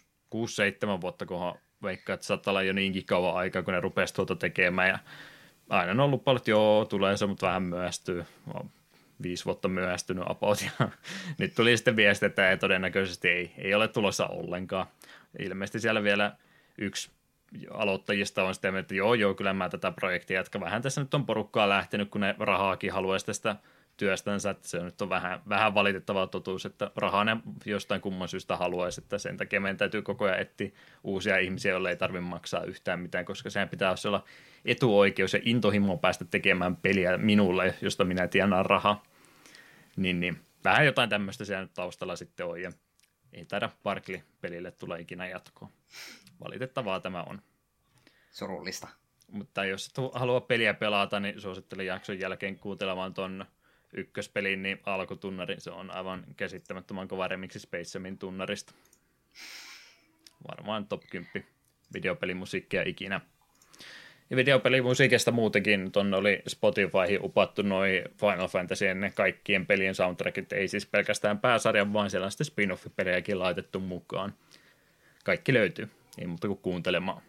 6-7 vuotta, kunhan veikkaa, että saattaa olla jo niinkin kauan aikaa, kun ne rupesi tuota tekemään, ja aina on ollut paljon, että joo, tulee se, mutta vähän myöhästyy. 5 vuotta myöhästynyt about, ja nyt tuli sitten viesti, että ei, todennäköisesti ei ole tulossa ollenkaan. Ilmeisesti siellä vielä yksi aloittajista on sitten, että joo, kyllä mä tätä projektia jatkan. Vähän tässä nyt on porukkaa lähtenyt, kun ne rahaakin haluaisi tästä työstänsä, että se nyt on vähän valitettava totuus, että rahaa ne jostain kumman syystä haluaisi, että sen takia meidän täytyy koko ajan etsiä uusia ihmisiä, joille ei tarvitse maksaa yhtään mitään, koska sehän pitää olla etuoikeus ja intohimo päästä tekemään peliä minulle, josta minä tienaan rahaa. Niin, vähän jotain tämmöistä siellä nyt taustalla sitten on, ja ei taida Barkley-pelille tule ikinä jatkoa. Valitettavaa tämä on. Surullista. Mutta jos et halua peliä pelata, niin suosittelen jakson jälkeen kuuntelemaan ton ykköspelin, niin alkutunnari, se on aivan käsittämättömän kova remixi Spacemin tunnarista. Varmaan top 10 videopelimusiikkia ikinä. Ja videopelimusiikista muutenkin, tuonne oli Spotifyhin upattu noi Final Fantasyn ne kaikkien pelien soundtrackit, ei siis pelkästään pääsarjan, vaan siellä on sitten spin-off-pelejäkin laitettu mukaan. Kaikki löytyy, ei muuta kuin kuuntelemaan.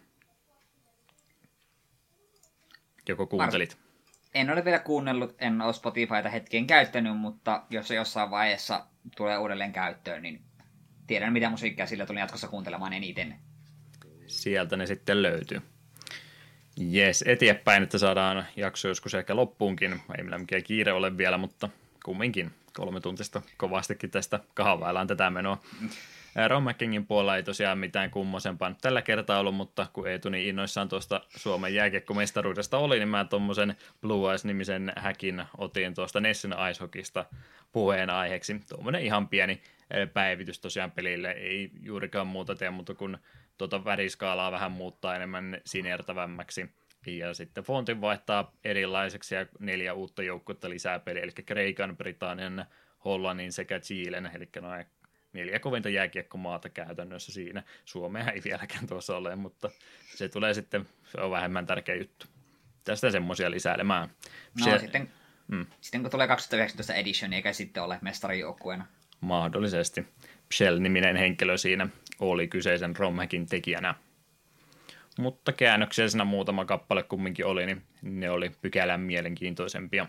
Joko kuuntelit? En ole vielä kuunnellut, en ole Spotifyta hetken käyttänyt, mutta jos se jossain vaiheessa tulee uudelleen käyttöön, niin tiedän mitä musiikkia sillä tulin jatkossa kuuntelemaan eniten. Sieltä ne sitten löytyy. Jes, eteenpäin, että saadaan jakso joskus ehkä loppuunkin. Ei meillä mikään kiire ole vielä, mutta kumminkin 3 tuntista kovastikin tästä kahvaillaan tätä menoa. Ron McKingin puolella ei tosiaan mitään kummosempaa nyt tällä kertaa ollut, mutta kun Eetu niin innoissaan tuosta Suomen jääkiekkomestaruudesta oli, niin mä tuommoisen Blue Eyes-nimisen häkin otin tuosta Nessin Icehokista puheenaiheeksi. Tuommoinen ihan pieni päivitys tosiaan pelille, ei juurikaan muuta tee, mutta kun tuota väriskaalaa vähän muuttaa enemmän sinertävämmäksi. Ja sitten fontin vaihtaa erilaiseksi ja 4 uutta joukkuetta lisää peliä, eli Kreikan, Britannian, Hollannin sekä Chilen, eli noin 4 kovinta jääkiekkomaata käytännössä siinä. Suomea ei vieläkään tuossa ole, mutta se tulee sitten, se on vähemmän tärkeä juttu. Tästä semmoisia lisäilemään. No sitten kun tulee 2019 edition, eikä sitten ole mestarijoukkueena. Mahdollisesti. Shell-niminen henkilö siinä oli kyseisen romhackin tekijänä. Mutta käännöksellisenä muutama kappale kumminkin oli, niin ne oli pykälän mielenkiintoisempia.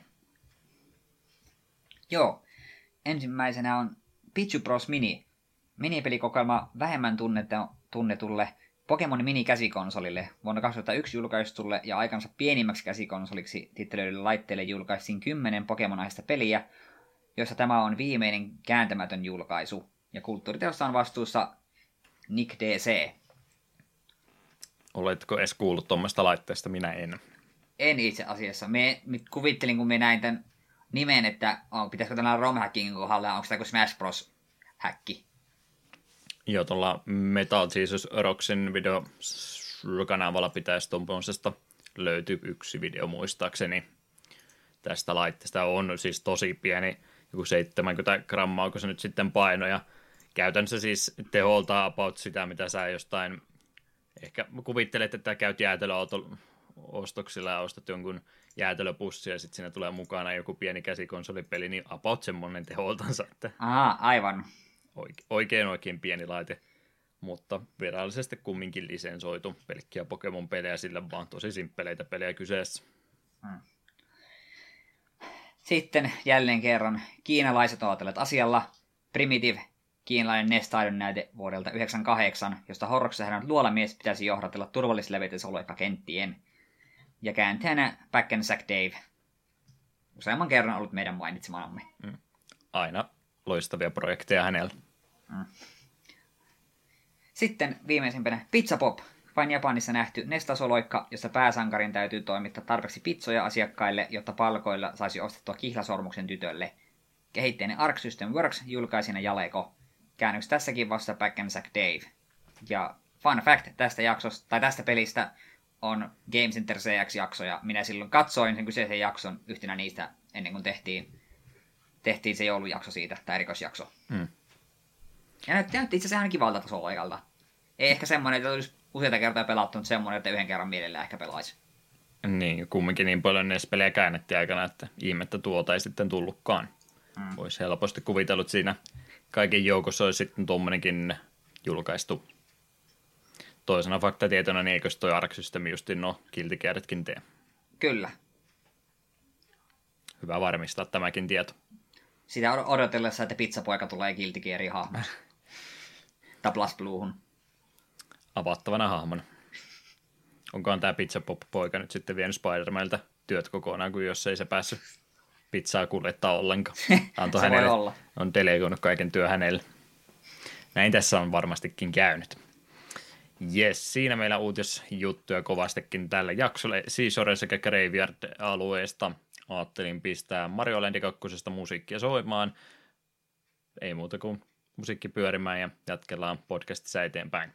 Joo. Ensimmäisenä on Pichu Bros Mini. Minipelikokoelma vähemmän tunnetulle Pokemon Mini-käsikonsolille. Vuonna 2001 julkaistulle ja aikansa pienimmäksi käsikonsoliksi tittelöidylle laitteelle julkaistiin 10 Pokemon-aiheista peliä, jossa tämä on viimeinen kääntämätön julkaisu. Ja kulttuuriteosta on vastuussa Nick DC. Oletko edes kuullut tuommoista laitteesta? Minä en. En itse asiassa. Kuvittelin, kun me näin tämän nimen, että pitäisikö tällä ROM-hackin kohdalla, onko tämä kuin Smash Bros-häkki? Joo, tuolla Metal Jesus Rocksin videokanavalla pitäisi tuommoisesta löytyy 1 video muistaakseni. Tästä laitteesta on siis tosi pieni, joku 70 grammaa, kun se nyt sitten paino, ja käytännössä siis teholtaa about sitä, mitä sä jostain, ehkä kuvittelet, että käyt jäätelöauton ostoksilla ja ostat jonkun jäätelöpussi, ja sitten siinä tulee mukana joku pieni käsikonsolipeli, niin about semmoinen teholtansa, että aivan. Oikein pieni laite, mutta virallisesti kumminkin lisensoitu pelkkiä Pokemon-pelejä, sillä vaan tosi simppeleitä pelejä kyseessä. Sitten jälleen kerran kiinalaiset ovat olleet asialla. Primitive, kiinalainen NES-taidon näyte vuodelta 1998, josta horroksessa herännyt luolamies pitäisi johdatella turvallisleveitysoloikkakenttien. Ja kääntäjänä Back and Sack Dave. Useamman kerran ollut meidän mainitsemanamme. Aina loistavia projekteja hänellä. Sitten viimeisimpänä Pizza Pop. Vain Japanissa nähty nestasoloikka, jossa pääsankarin täytyy toimittaa tarpeeksi pizzoja asiakkaille, jotta palkoilla saisi ostettua kihlasormuksen tytölle. Kehitteinen Arc System Works julkaisina Jaleko. Käännöks tässäkin vasta Back and Sack Dave. Ja fun fact tästä jaksosta, tai tästä pelistä on Game Center CX-jakso, ja minä silloin katsoin sen kyseisen jakson yhtenä niistä ennen kuin tehtiin se joulujakso siitä, tai erikoisjakso. Ja näytti itse asiassa ihan kivalta tasoloikalta. Ei ehkä semmoinen, että olisi useita kertaa pelattu, mutta semmoinen, että yhden kerran mielellä ehkä pelaisi. Niin, kumminkin niin paljon NES-pelejä käännettiin aikana, että ihmettä tuota ei sitten tullutkaan. Voisi helposti kuvitellut siinä kaiken joukossa olisi sitten tuommoinenkin julkaistu. Toisena faktatietona, niin eikös toi Arc System justin Guilty Gear'tkin tee? Kyllä. hyvä varmistaa tämäkin tieto. Sitä odotellessa, että pizzapoika tulee Guilty Gearin hahmoksi. Tai Plus Bluehun. Avattavana hahmona. Onkohan tämä pizzapop-poika nyt sitten vienyt Spider-Manilta työt kokonaan, kun jos ei se päässyt pizzaa kuljettaa ollenkaan. Antoi se hänelle, voi olla. On delegoinut kaiken työ hänelle. Näin tässä on varmastikin käynyt. Jes, siinä meillä uutisjuttuja kovastikin tällä jaksolla Seashore sekä Graveyard-alueesta. Ajattelin pistää Mario Land 2 musiikkia soimaan. Ei muuta kuin musiikki pyörimään ja jatkellaan podcastissa eteenpäin.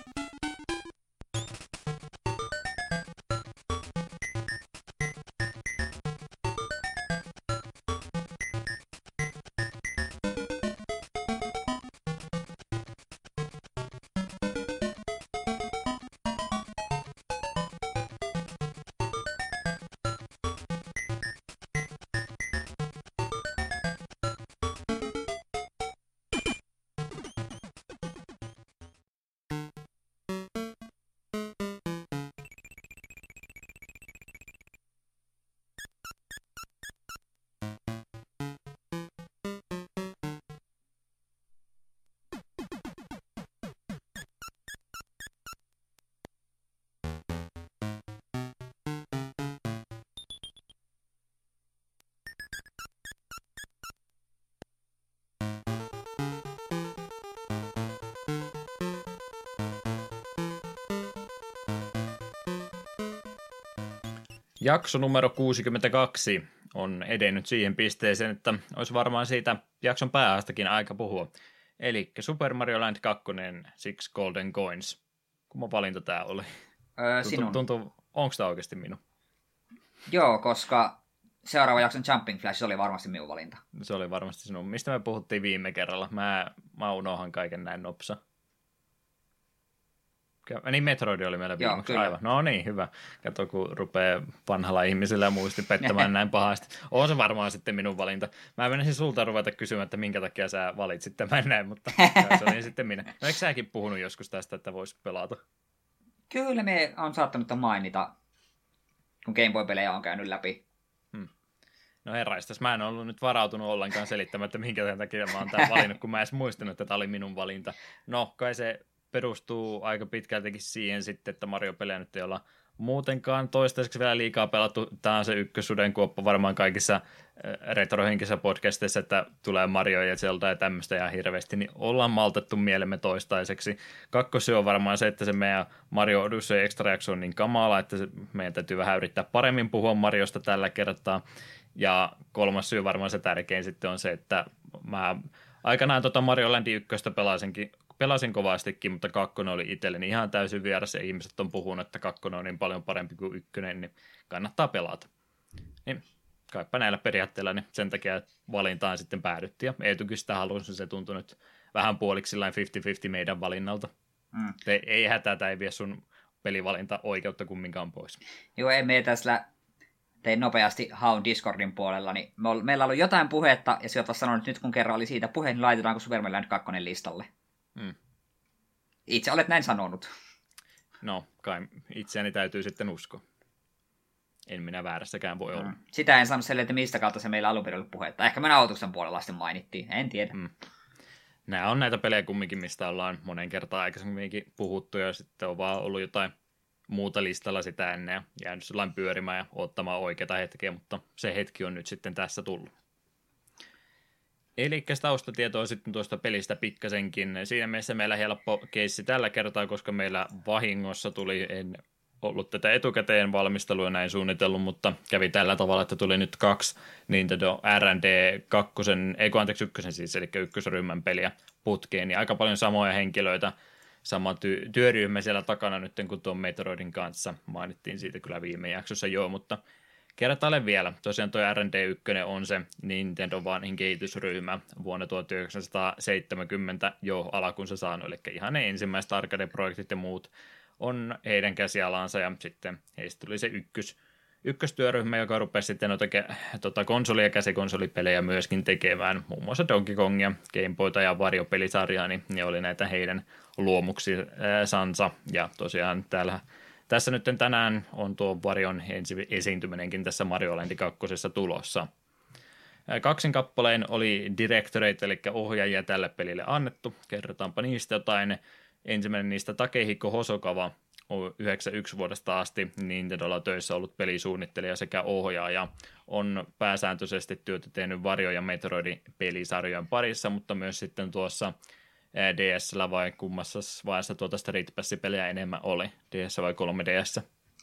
Jakso numero 62 on edennyt siihen pisteeseen, että olisi varmaan siitä jakson pääastakin aika puhua. Eli Super Mario Land 2, Six Golden Coins. Kumman valinta tämä oli? Sinun. Onko tämä oikeasti minun? Joo, koska seuraava jakson Jumping Flash oli varmasti minun valinta. Se oli varmasti sinun. Mistä me puhuttiin viime kerralla? Mä unohan kaiken näin nopsa. Niin Metroid oli meillä viimeksi. Joo, aivan. No niin, hyvä. Kato, kun rupeaa vanhalla ihmisellä muisti pettämään näin pahasti. On se varmaan sitten minun valinta. Mä menisin sulta ruveta kysymään, että minkä takia sä valitsit tämän näin, mutta se oli sitten minä. No eikö säkin puhunut joskus tästä, että voisi pelata? Kyllä me on saattanut mainita, kun Game Boy-pelejä on käynyt läpi. No herraistas, mä en ollut nyt varautunut ollenkaan selittämään, että minkä takia mä oon tämän valinnut, kun mä edes muistanut, että tämä oli minun valinta. No, kai se perustuu aika pitkältikin siihen sitten, että Mario-pelejä nyt ei olla muutenkaan toistaiseksi vielä liikaa pelattu. Tämä on se ykkössudenkuoppa varmaan kaikissa retrohenkisissä podcasteissa, että tulee Mario ja Zelda ja tämmöistä ihan hirveästi, niin ollaan maltettu mielemme toistaiseksi. Kakkosi on varmaan se, että se meidän Mario Odyssey Extra jakso on niin kamala, että meidän täytyy vähän yrittää paremmin puhua Mariosta tällä kertaa. Ja kolmas syy varmaan se tärkein sitten on se, että mä aikanaan Mario Land 1 pelasin kovastikin, mutta kakkonen oli itselleni ihan täysin vieras ja ihmiset on puhunut, että kakkonen on niin paljon parempi kuin ykkönen, niin kannattaa pelata. Niin kaipa näillä periaatteilla, niin sen takia valintaan sitten päädyttiin ja Eetukin sitä halusi, se tuntui nyt vähän puoliksi 50-50 meidän valinnalta. Ei hätätä, ei vie sun pelivalinta oikeutta kumminkaan pois. Joo, ei me tässä tein nopeasti haun Discordin puolella, niin meillä on ollut jotain puhetta, ja sieltä sanonut, että nyt kun kerran oli siitä puhe, niin laitetaanko Super Mario Land 2 listalle. Itse olet näin sanonut. No, kai itseäni täytyy sitten uskoa. En minä väärässäkään voi olla. Sitä en saanut selville, että mistä kautta se meillä alun perin oli puhetta. Ehkä me nautuksen puolella sitten mainittiin, en tiedä. Nämä on näitä pelejä kumminkin, mistä ollaan monen kertaan aikaisemminkin puhuttu, ja sitten on vaan ollut jotain muuta listalla sitä ennen ja jäänyt sellainen pyörimään ja ottamaan oikeata hetkeä, mutta se hetki on nyt sitten tässä tullut. Eli taustatietoa sitten tuosta pelistä pikkasenkin. Siinä mielessä meillä helppo keissi tällä kertaa, koska meillä vahingossa en ollut tätä etukäteen valmistelua näin suunnitellut, mutta kävi tällä tavalla, että tuli nyt 2 Nintendo R&D 1 siis, eli ykkösryhmän peliä putkeen, niin aika paljon samoja henkilöitä, sama työryhmä siellä takana nyt kuin tuon Metroidin kanssa, mainittiin siitä kyllä viime jaksossa joo, mutta kertaalleen vielä. Tosiaan tuo R&D 1 on se Nintendo vanhin kehitysryhmä vuonna 1970 jo alkunsa saanut, eli ihan ne ensimmäiset arcade-projektit ja muut on heidän käsialansa, ja sitten heistä tuli se ykköstyöryhmä, joka rupesi sitten konsoli- ja käsikonsolipelejä myöskin tekemään, muun muassa Donkey Kongia, Game Boyta ja Wario-pelisarjaa, niin ne oli näitä heidän luomuksensa, ja tosiaan tässä nyt tänään on tuo Warion esiintyminenkin tässä Mario Land 2 tulossa. Kaksin kappaleen oli directorate, eli ohjaajia tälle pelille annettu. Kerrotaanpa niistä jotain. Ensimmäinen niistä Takehiko Hosokawa, 91 vuodesta asti Nintendolla töissä ollut pelisuunnittelija sekä ohjaaja. On pääsääntöisesti työtä tehnyt Wario ja Metroidin pelisarjojen parissa, mutta myös sitten tuossa DS:llä vai kummassa vaiheessa tuota Street Pass-pelejä enemmän oli? DS vai 3DS?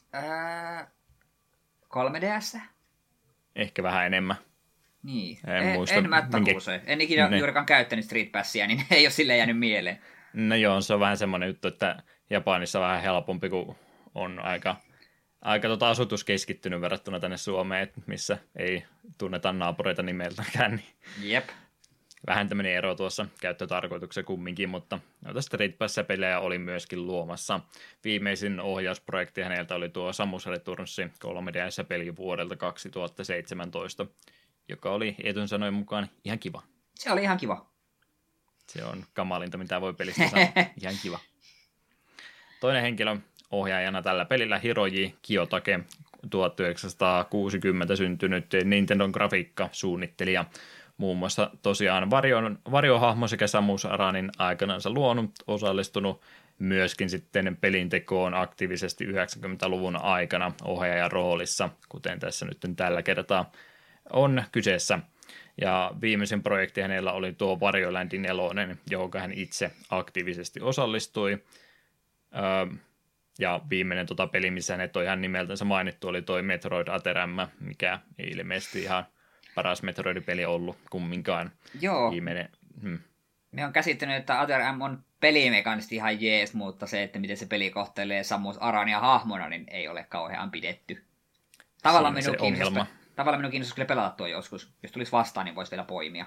3DS? Ehkä vähän enemmän. Niin. En muista. En mä takuuseen. En ikinä juurikaan käyttänyt Street Passia, niin ei ole silleen jäänyt mieleen. No joo, se on vähän semmoinen juttu, että Japanissa on vähän helpompi, kun on aika asutus keskittynyt verrattuna tänne Suomeen, missä ei tunneta naapureita nimeltäkään. Niin Jep. vähän tämmöinen ero tuossa käyttötarkoituksessa kumminkin, mutta noita Street Pass-pelejä oli myöskin luomassa. Viimeisin ohjausprojekti häneltä oli tuo Samus Returns 3DS-peli vuodelta 2017, joka oli etun sanojen mukaan ihan kiva. Se oli ihan kiva. Se on kamalinta, mitä voi pelistä sanoa. Ihan kiva. Toinen henkilö ohjaajana tällä pelillä Hiroji Kiyotake, 1960 syntynyt Nintendon grafiikka-suunnittelija. Muun muassa tosiaan Wario-hahmo sekä Samus Aranin aikanansa luonut, osallistunut myöskin sitten pelintekoon aktiivisesti 90-luvun aikana ohjaajan roolissa, kuten tässä nyt tällä kertaa on kyseessä. Ja viimeisin projekti hänellä oli tuo Wario Land 4, johon hän itse aktiivisesti osallistui. Ja viimeinen peli, missä hänet on ihan nimeltänsä mainittu, oli toi Metroid Other M, mikä ei ilmeisesti ihan paras Metroid-peli ollut kumminkaan. Joo. Viimeinen. Me on käsittänyt, että Other M on pelimekaanisesti ihan jees, mutta se, että miten se peli kohtelee Samus Arania hahmona, niin ei ole kauhean pidetty. Tavallaan minun kiinnostus kyllä pelata tuo joskus. Jos tulisi vastaan, niin voisi vielä poimia.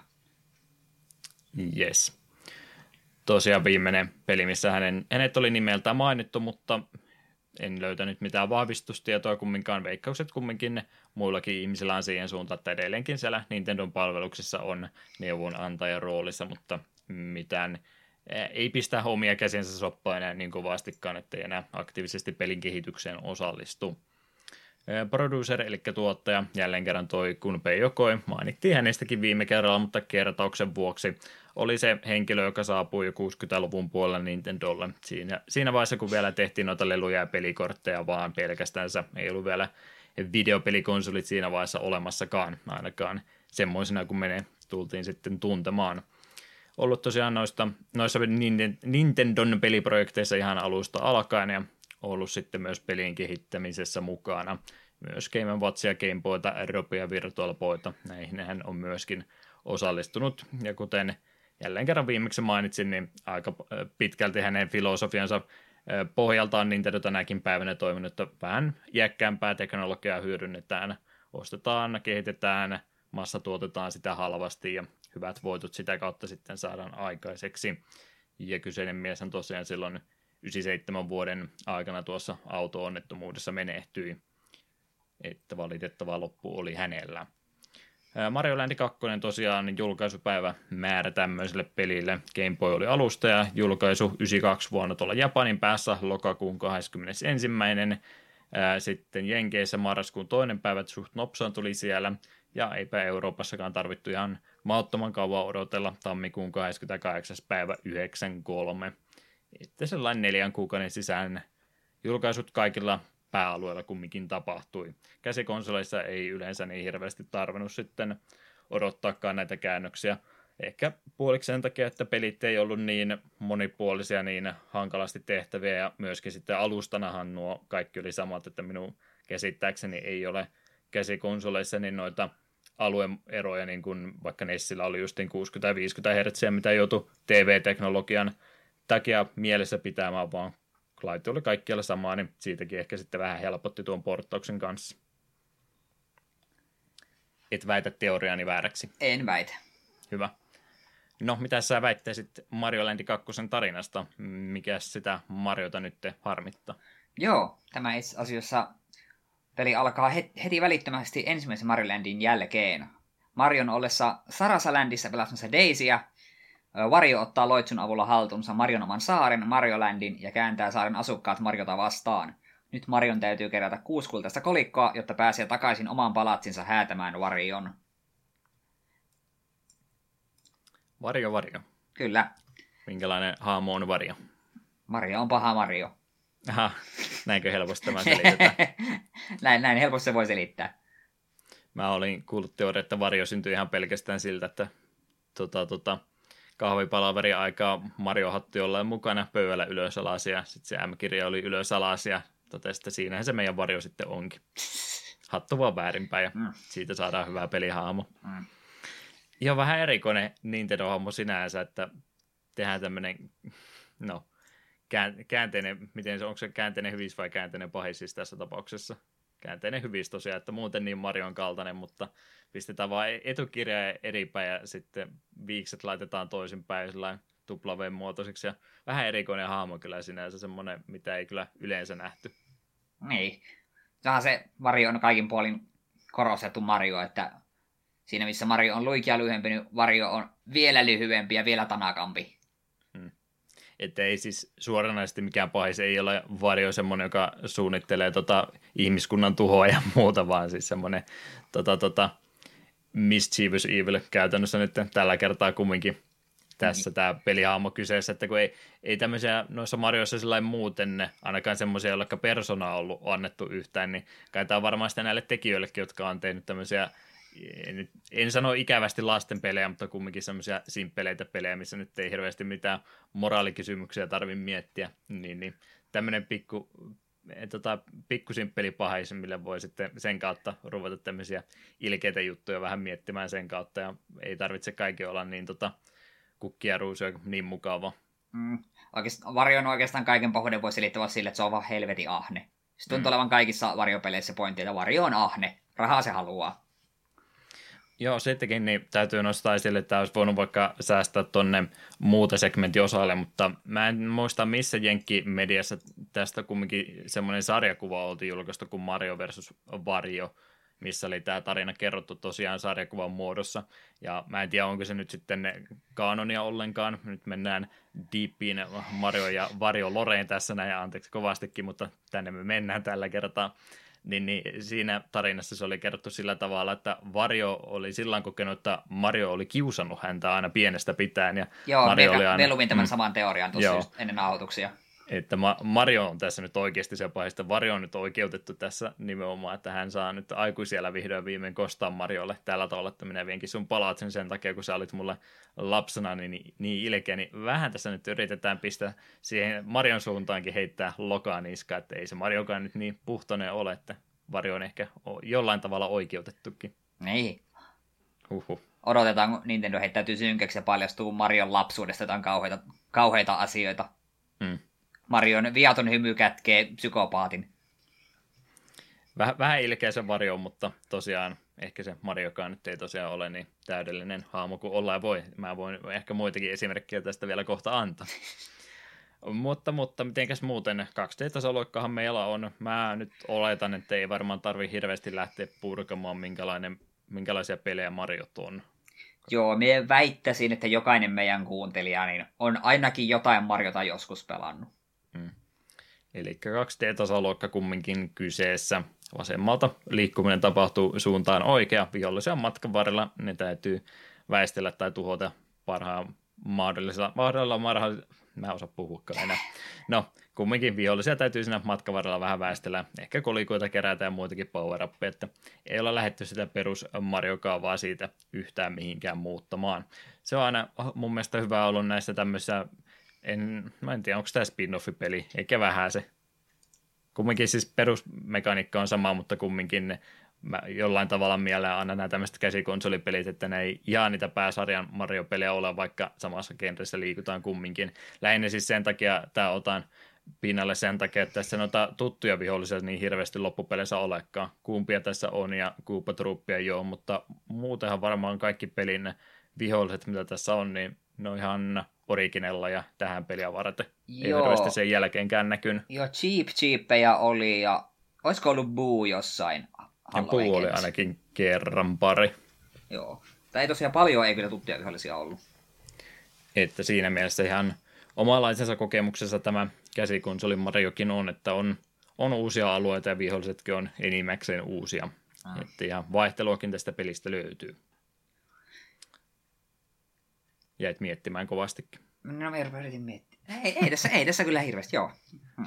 Yes. Tosiaan viimeinen peli, missä hänet oli nimeltään mainittu, mutta en löytänyt mitään vahvistustietoa kumminkaan. Veikkaukset kumminkin muillakin ihmisillä on siihen suuntaan, että edelleenkin siellä Nintendon palveluksessa on neuvonantajan roolissa, mutta mitään ei pistä omia käsiensä soppaa enää niin kovastikaan, ettei enää aktiivisesti pelin kehitykseen osallistu. Producer, eli tuottaja, jälleen kerran toi Gunpei Yokoi, mainittiin hänestäkin viime kerralla, mutta kertauksen vuoksi oli se henkilö, joka saapui jo 60-luvun puolella Nintendolle. Siinä vaiheessa, kun vielä tehtiin noita leluja ja pelikortteja vaan pelkästänsä, ei ollut vielä videopelikonsolit siinä vaiheessa olemassakaan, ainakaan semmoisena, kun tultiin sitten tuntemaan. Ollut tosiaan noissa Nintendon peliprojekteissa ihan alusta alkaen ja ollut sitten myös pelin kehittämisessä mukana. Myös Game & Watchia, Game Boyta, Robia ja Virtual Boyta. Näihin hän on myöskin osallistunut. Ja kuten jälleen kerran viimeksi mainitsin, niin aika pitkälti hänen filosofiansa pohjalta on Nintendo tänäkin päivänä toiminut, että vähän iäkkäämpää teknologiaa hyödynnetään, ostetaan, kehitetään, massatuotetaan sitä halvasti ja hyvät voitot sitä kautta sitten saadaan aikaiseksi. Ja kyseinen mies on tosiaan silloin 97 vuoden aikana tuossa auto-onnettomuudessa menehtyi, että valitettava loppu oli hänellä. Mario Land 2 tosiaan julkaisupäivä määrä tämmöiselle pelille. Game Boy oli alusta ja julkaisu 92 vuonna tuolla Japanin päässä lokakuun 21. Sitten Jenkeissä marraskuun 2. päivä suht nopsaan tuli siellä ja eipä Euroopassakaan tarvittu ihan mahdottoman kauan odotella tammikuun 28. päivä 93. Että sellainen 4 kuukauden sisään julkaisut kaikilla pääalueilla kumminkin tapahtui. Käsikonsoleissa ei yleensä niin hirveästi tarvinnut sitten odottaakaan näitä käännöksiä. Ehkä puoliksi sen takia, että pelit ei ollut niin monipuolisia, niin hankalasti tehtäviä ja myöskin sitten alustanahan nuo kaikki oli samat, että minun käsittääkseni ei ole käsikonsoleissa niin noita alueeroja, niin kuin vaikka Nessillä oli justiin 60 ja 50 Hz, mitä joutui TV-teknologian takia mielessä pitämään, vaan laite oli kaikkialla samaa, niin siitäkin ehkä sitten vähän helpotti tuon porttauksen kanssa. Et väitä teoriaani vääräksi. En väitä. Hyvä. No, mitä sä väittäisit Mario Land 2 tarinasta? Mikä sitä Mariota nyt harmittaa? Joo, tämä itse asiassa peli alkaa heti välittömästi ensimmäisen Mario Landin jälkeen. Marion ollessa Sarasalandissa pelastamassa Daisyä, Wario ottaa loitsun avulla haltuunsa Marion oman saaren, Mario Landin, ja kääntää saaren asukkaat Mariota vastaan. Nyt Marion täytyy kerätä 6 kultaista kolikkoa, jotta pääsee takaisin omaan palatsinsa häätämään Warion. Varjo. Kyllä. Minkälainen hahmo on Varjo? Mario on paha Mario. Aha, näinkö helposti tämä selitetään? näin helposti se voi selittää. Mä olin kuullut teoria, että Varjo syntyi ihan pelkästään siltä, että kahvipalaverin aikaa Mario hatti jollain mukana pöydällä ylös alas ja sitten se M-kirja oli ylös alas ja totesi, että siinähän se meidän Varjo sitten onkin. Hattu vaan väärinpäin ja siitä saadaan hyvä pelihahmo. Ihan vähän erikoinen Nintendo-hahmo sinänsä, että tehdään tämmöinen, käänteinen, miten se, onko se käänteinen hyvis vai käänteinen pahis siis tässä tapauksessa? Käänteinen hyvis tosiaan, että muuten niin Marion kaltainen, mutta pistetään vaan etukirja eri päin ja sitten viikset laitetaan toisinpäin sellainen W-muotoisiksi ja vähän erikoinen hahmo kyllä sinänsä, semmoinen, mitä ei kyllä yleensä nähty. Niin. Sehän se Mario on kaikin puolin korostettu Mario, että siinä missä Mario on luikia lyhyempi, niin Mario on vielä lyhyempi ja vielä tanakampi. Että ei siis suoranaisesti mikään pahis, ei ole Wario semmoinen, joka suunnittelee ihmiskunnan tuhoa ja muuta, vaan siis semmoinen mischievous evil käytännössä nyt tällä kertaa kumminkin tässä tämä pelihahmo kyseessä, että kun ei tämmöisiä noissa Marioissa sellainen muuten, ainakaan semmoisia, joilla persona on ollut annettu yhtään, niin kai tämä on varmaan sitä näille tekijöillekin, jotka on tehnyt tämmöisiä, en sano ikävästi lasten pelejä, mutta kumminkin semmoisia simppeleitä pelejä, missä nyt ei hirveästi mitään moraalikysymyksiä tarvitse miettiä, niin tämmöinen pikkusimppeli pahis, mille voi sitten sen kautta ruveta tämmöisiä ilkeitä juttuja vähän miettimään sen kautta, ja ei tarvitse kaikki olla niin kukkia ruusuja niin mukava. Vario on oikeastaan kaiken pahuuden voi selittää sille, että se on vaan helvetin ahne. Se tuntuu olevan kaikissa Vario-peleissä pointti, että Vario on ahne. Rahaa se haluaa. Joo, sittenkin niin täytyy nostaa esille, että olisi voinut vaikka säästää tonne muuta segmentin osalle, mutta mä en muista missä Jenkki-mediassa tästä kumminkin semmoinen sarjakuva oltiin julkaistu kuin Mario versus Wario, missä oli tämä tarina kerrottu tosiaan sarjakuvan muodossa, ja mä en tiedä, onko se nyt sitten kaanonia ollenkaan, nyt mennään deepiin Mario ja Wario Loreen tässä näin, anteeksi kovastikin, mutta tänne me mennään tällä kertaa. Niin siinä tarinassa se oli kerrottu sillä tavalla, että Wario oli silloin kokenut, että Mario oli kiusannut häntä aina pienestä pitäen. Ja joo, Mario oli aina, me luin tämän saman teorian tuossa just ennen nauhoituksia. Että Mario on tässä nyt oikeasti se pahis, että Wario on nyt oikeutettu tässä nimenomaan, että hän saa nyt aikuisiellä vihdoin viimein kostaa Mariolle tällä tavalla, että minä vienkin sun palaat sen takia, kun sä olit mulle lapsena niin ilkeä, niin vähän tässä nyt yritetään pistää siihen Marion suuntaankin heittää lokaa niskaan, että ei se Mariokaan nyt niin puhtoinen ole, että Wario on ehkä jollain tavalla oikeutettukin. Niin. Odotetaan, kun Nintendo heittäytyy synkäksi ja paljastuu Marion lapsuudesta jotain kauheita asioita. Marion viaton hymy kätkee psykopaatin. Vähän ilkeä se Wario, mutta tosiaan ehkä se Mariokaan nyt ei tosiaan ole niin täydellinen hahmo kuin ollaan voi. Mä voin ehkä muitakin esimerkkejä tästä vielä kohta antaa. mutta mitenkäs muuten, 2D-tasoloikkahan meillä on. Mä nyt oletan, että ei varmaan tarvi hirveästi lähteä purkamaan, minkälaisia pelejä Mariot on. Joo, minä väittäisin, että jokainen meidän kuuntelija niin on ainakin jotain Mariota joskus pelannut. Eli 2D-tasoloikka kumminkin kyseessä. Vasemmalta liikkuminen tapahtuu suuntaan oikea. Vihollisia matkan varrella ne täytyy väistellä tai tuhota parhaan mahdollisella mä en osaa puhukaan enää. No, kumminkin vihollisia täytyy siinä matkan varrella vähän väistellä. Ehkä kolikoita kerätä ja muitakin power-uppeja, että ei olla lähdetty sitä perus Mario-kaavaa siitä yhtään mihinkään muuttamaan. Se on aina mun mielestä hyvä ollut näissä tämmöisissä, mä en tiedä, onko tämä spin-off-peli, eikä vähän se. Kumminkin siis perusmekaniikka on sama, mutta kumminkin mä jollain tavalla mieleen aina nämä tämmöiset käsikonsolipelit, että ne ei ihan niitä pääsarjan Mario-pelejä ole, vaikka samassa genressä liikutaan kumminkin. Lähinnä siis sen takia tämä otan pinnalle sen takia, että tässä noita tuttuja vihollisia niin hirveästi loppupeleissä olekaan. Kuumpia tässä on ja Koopa-truppia joo, mutta muutenhan varmaan kaikki pelin viholliset, mitä tässä on, niin ne on ihan originella ja tähän peliä varten. Ei hirveästi sen jälkeenkään näkynyt. Joo, cheapejä oli ja olisiko ollut Boo jossain? Ja Boo oli ainakin kerran pari. Joo. Tai ei tosiaan paljon ei kyllä tuttuja vihollisia ollut. Että siinä mielessä ihan omanlaisensa kokemuksessa tämä käsikonsolin Mariokin on, että on uusia alueita ja vihollisetkin on enimmäkseen uusia. Että ihan vaihteluakin tästä pelistä löytyy. Jäit miettimään kovastikin. No mä yritin miettiä. Ei tässä kyllä hirveästi, joo.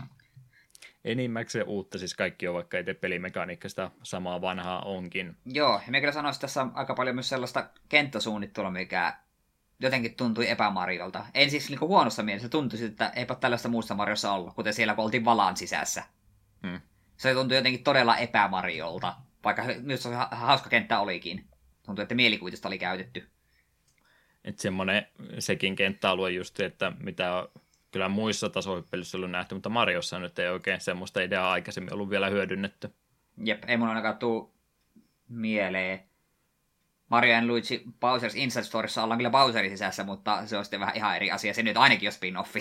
Enimmäkseen uutta, siis kaikki on, vaikka itse pelimekaniikka sitä samaa vanhaa onkin. Joo, ja mä kyllä sanoisin tässä aika paljon myös sellaista kenttäsuunnittelua, mikä jotenkin tuntui epämariolta. En siis niin huonossa mielessä, tuntui, että eipä tällaista muussa Mariossa ollut, kuten siellä kun oltiin valaan sisässä. Se tuntui jotenkin todella epämariolta, vaikka myös se hauska kenttä olikin. Tuntui, että mielikuvitusta oli käytetty. Että semmoinen sekin kenttäalue just, että mitä on kyllä muissa tasohyppelyssä ollut nähty, mutta Mariossa nyt ei oikein semmoista ideaa aikaisemmin ollut vielä hyödynnetty. Jep, ei mun ainakaan tuu mieleen. Mario & Luigi Bowser's Inside Storyssa ollaan kyllä Bowserin sisässä, mutta se on sitten vähän ihan eri asia. Se nyt ainakin on spin-offi.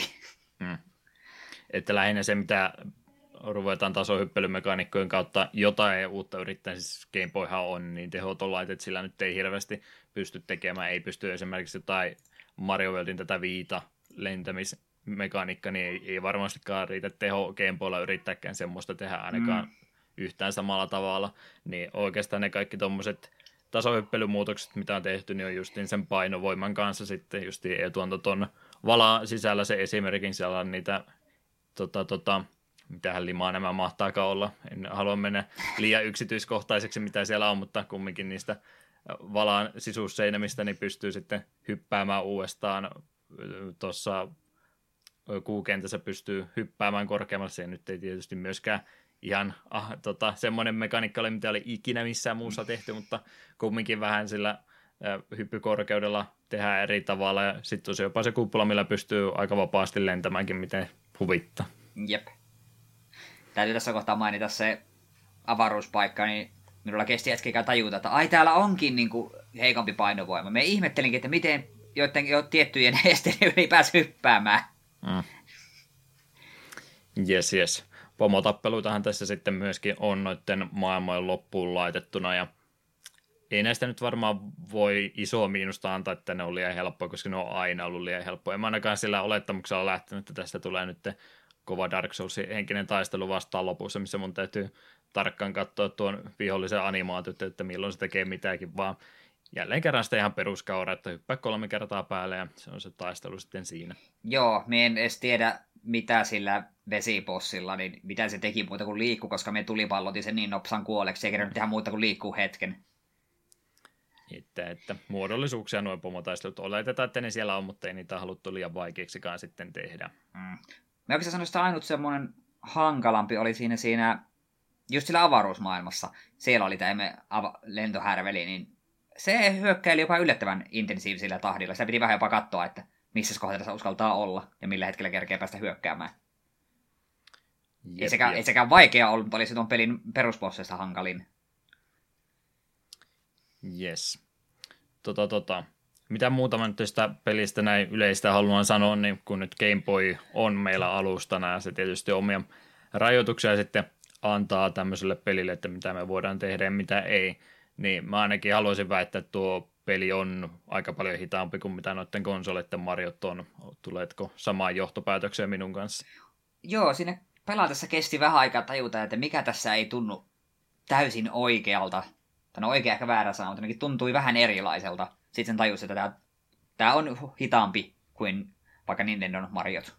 Että lähinnä se, mitä ruvetaan tasohyppelymekaanikkojen kautta jotain uutta yrittää, siis Game Boyhan on niin tehoton laite, että sillä nyt ei hirveästi pysty tekemään. Ei pysty esimerkiksi jotain Mario Worldin tätä viita lentämismekaniikka, niin ei varmastikaan riitä teho Game Boylla yrittääkään semmoista tehdä ainakaan yhtään samalla tavalla. Niin oikeastaan ne kaikki tommoset tasohyppelymuutokset, mitä on tehty, niin on justiin sen painovoiman kanssa sitten justiin etuonto ton valan sisällä se esimerkin, siellä on niitä mitähän limaa nämä mahtaakaan olla. En halua mennä liian yksityiskohtaiseksi, mitä siellä on, mutta kumminkin niistä valan sisuusseinämistä niin pystyy sitten hyppäämään uudestaan. Tuossa kuukentässä pystyy hyppäämään korkeammalle. Se nyt ei tietysti myöskään ihan semmoinen mekaniikka ole, mitä oli ikinä missään muussa tehty, mutta kumminkin vähän sillä hyppykorkeudella tehdään eri tavalla. Ja sitten on se jopa se kuppula, millä pystyy aika vapaasti lentämäänkin, miten huvittaa. Jep. Täytyy tässä kohtaa mainita se avaruuspaikka, niin minulla kesti hetkeä tajuta, että ai täällä onkin niin kuin heikompi painovoima. Me ihmettelinkin, että miten joiden jo tiettyjen esteiden yli pääsi hyppäämään. Yes. Pomotappeluitahan tässä sitten myöskin on noiden maailmojen loppuun laitettuna, ja ei näistä nyt varmaan voi isoa miinusta antaa, että ne on liian helppoa, koska ne on aina ollut liian helppoa. En mä ainakaan sillä olettamuksella lähtenyt, että tästä tulee nyt kova Dark Soulsin henkinen taistelu vastaan lopussa, missä mun täytyy tarkkaan katsoa tuon vihollisen animaatiot, että milloin se tekee mitäkin, vaan jälleen kerran sitä ihan peruskaura, että hyppää 3 kertaa päälle ja se on se taistelu sitten siinä. Joo, me en edes tiedä mitä sillä vesibossilla, niin mitä se teki muuta kuin liikkuu, koska me tulipallotin sen niin nopsan kuolleksi, ei kerran tehdä muuta kuin liikkuu hetken. Että muodollisuuksia nuo pomotaistelut oletetaan, että ne siellä on, mutta ei niitä haluttu liian vaikeaksikaan sitten tehdä. Me oikeastaan sanoin, että ainut semmoinen hankalampi oli siinä just sillä avaruusmaailmassa. Siellä oli tämä lentohärveli, niin se hyökkäili jopa yllättävän intensiivisellä tahdilla. Sitä piti vähän jopa katsoa, että missä kohdassa uskaltaa olla ja millä hetkellä kerkeä päästä hyökkäämään. Ei sekään vaikea ollut, mutta oli se tuon pelin perusbossista hankalin. Yes. Mitä muuta mä nyt tästä pelistä näin yleistä haluan sanoa, niin kun nyt Game Boy on meillä alustana ja se tietysti omia rajoituksia sitten antaa tämmöiselle pelille, että mitä me voidaan tehdä ja mitä ei, niin mä ainakin haluaisin väittää, että tuo peli on aika paljon hitaampi kuin mitä noiden konsoleiden Mariot on. Tuletko samaan johtopäätökseen minun kanssa? Joo, siinä pelatessa kesti vähän aikaa tajuta, että mikä tässä ei tunnu täysin oikealta. No oikein ehkä väärä sana, mutta ainakin tuntui vähän erilaiselta. Sitten sen tajusi, että tämä on hitaampi kuin vaikka Nintendon Mariot.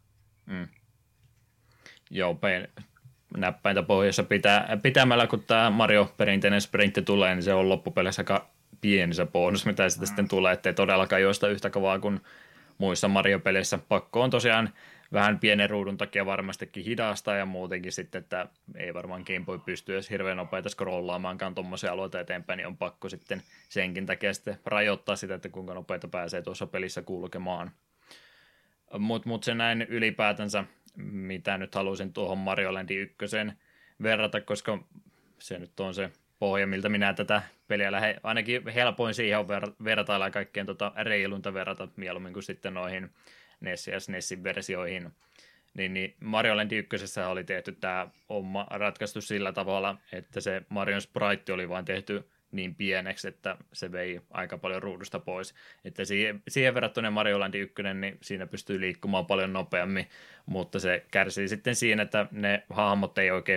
Joo, näppäintä pohjassa pitämällä, kun tämä Mario perinteinen sprintti tulee, niin se on loppupeleissä aika pieni se bonus, mitä sitä sitten tulee, ettei todellakaan juosta yhtä kovaa kuin muissa Mario-peleissä. Pakko on tosiaan vähän pienen ruudun takia varmastikin hidasta ja muutenkin sitten, että ei varmaan Game Boy pysty edes hirveän nopeita scrollaamaankaan tuommoisia alueita eteenpäin, niin on pakko sitten senkin takia sitten rajoittaa sitä, että kuinka nopeita pääsee tuossa pelissä kulkemaan. Mut se näin ylipäätänsä, mitä nyt halusin tuohon Mario Land 1 verrata, koska se nyt on se pohja, miltä minä tätä peliä lähden. Ainakin helpoin siihen on vertailla kaikkeen reilunta verrata mieluummin kuin sitten noihin NES ja SNESin versioihin. Niin Mario Land 1 oli tehty tämä oma ratkaistu sillä tavalla, että se Marion sprite oli vain tehty niin pieneksi, että se vei aika paljon ruudusta pois. Että siihen verrattuna Mario Land 1, niin siinä pystyy liikkumaan paljon nopeammin, mutta se kärsii sitten siinä, että ne hahmot ei oikein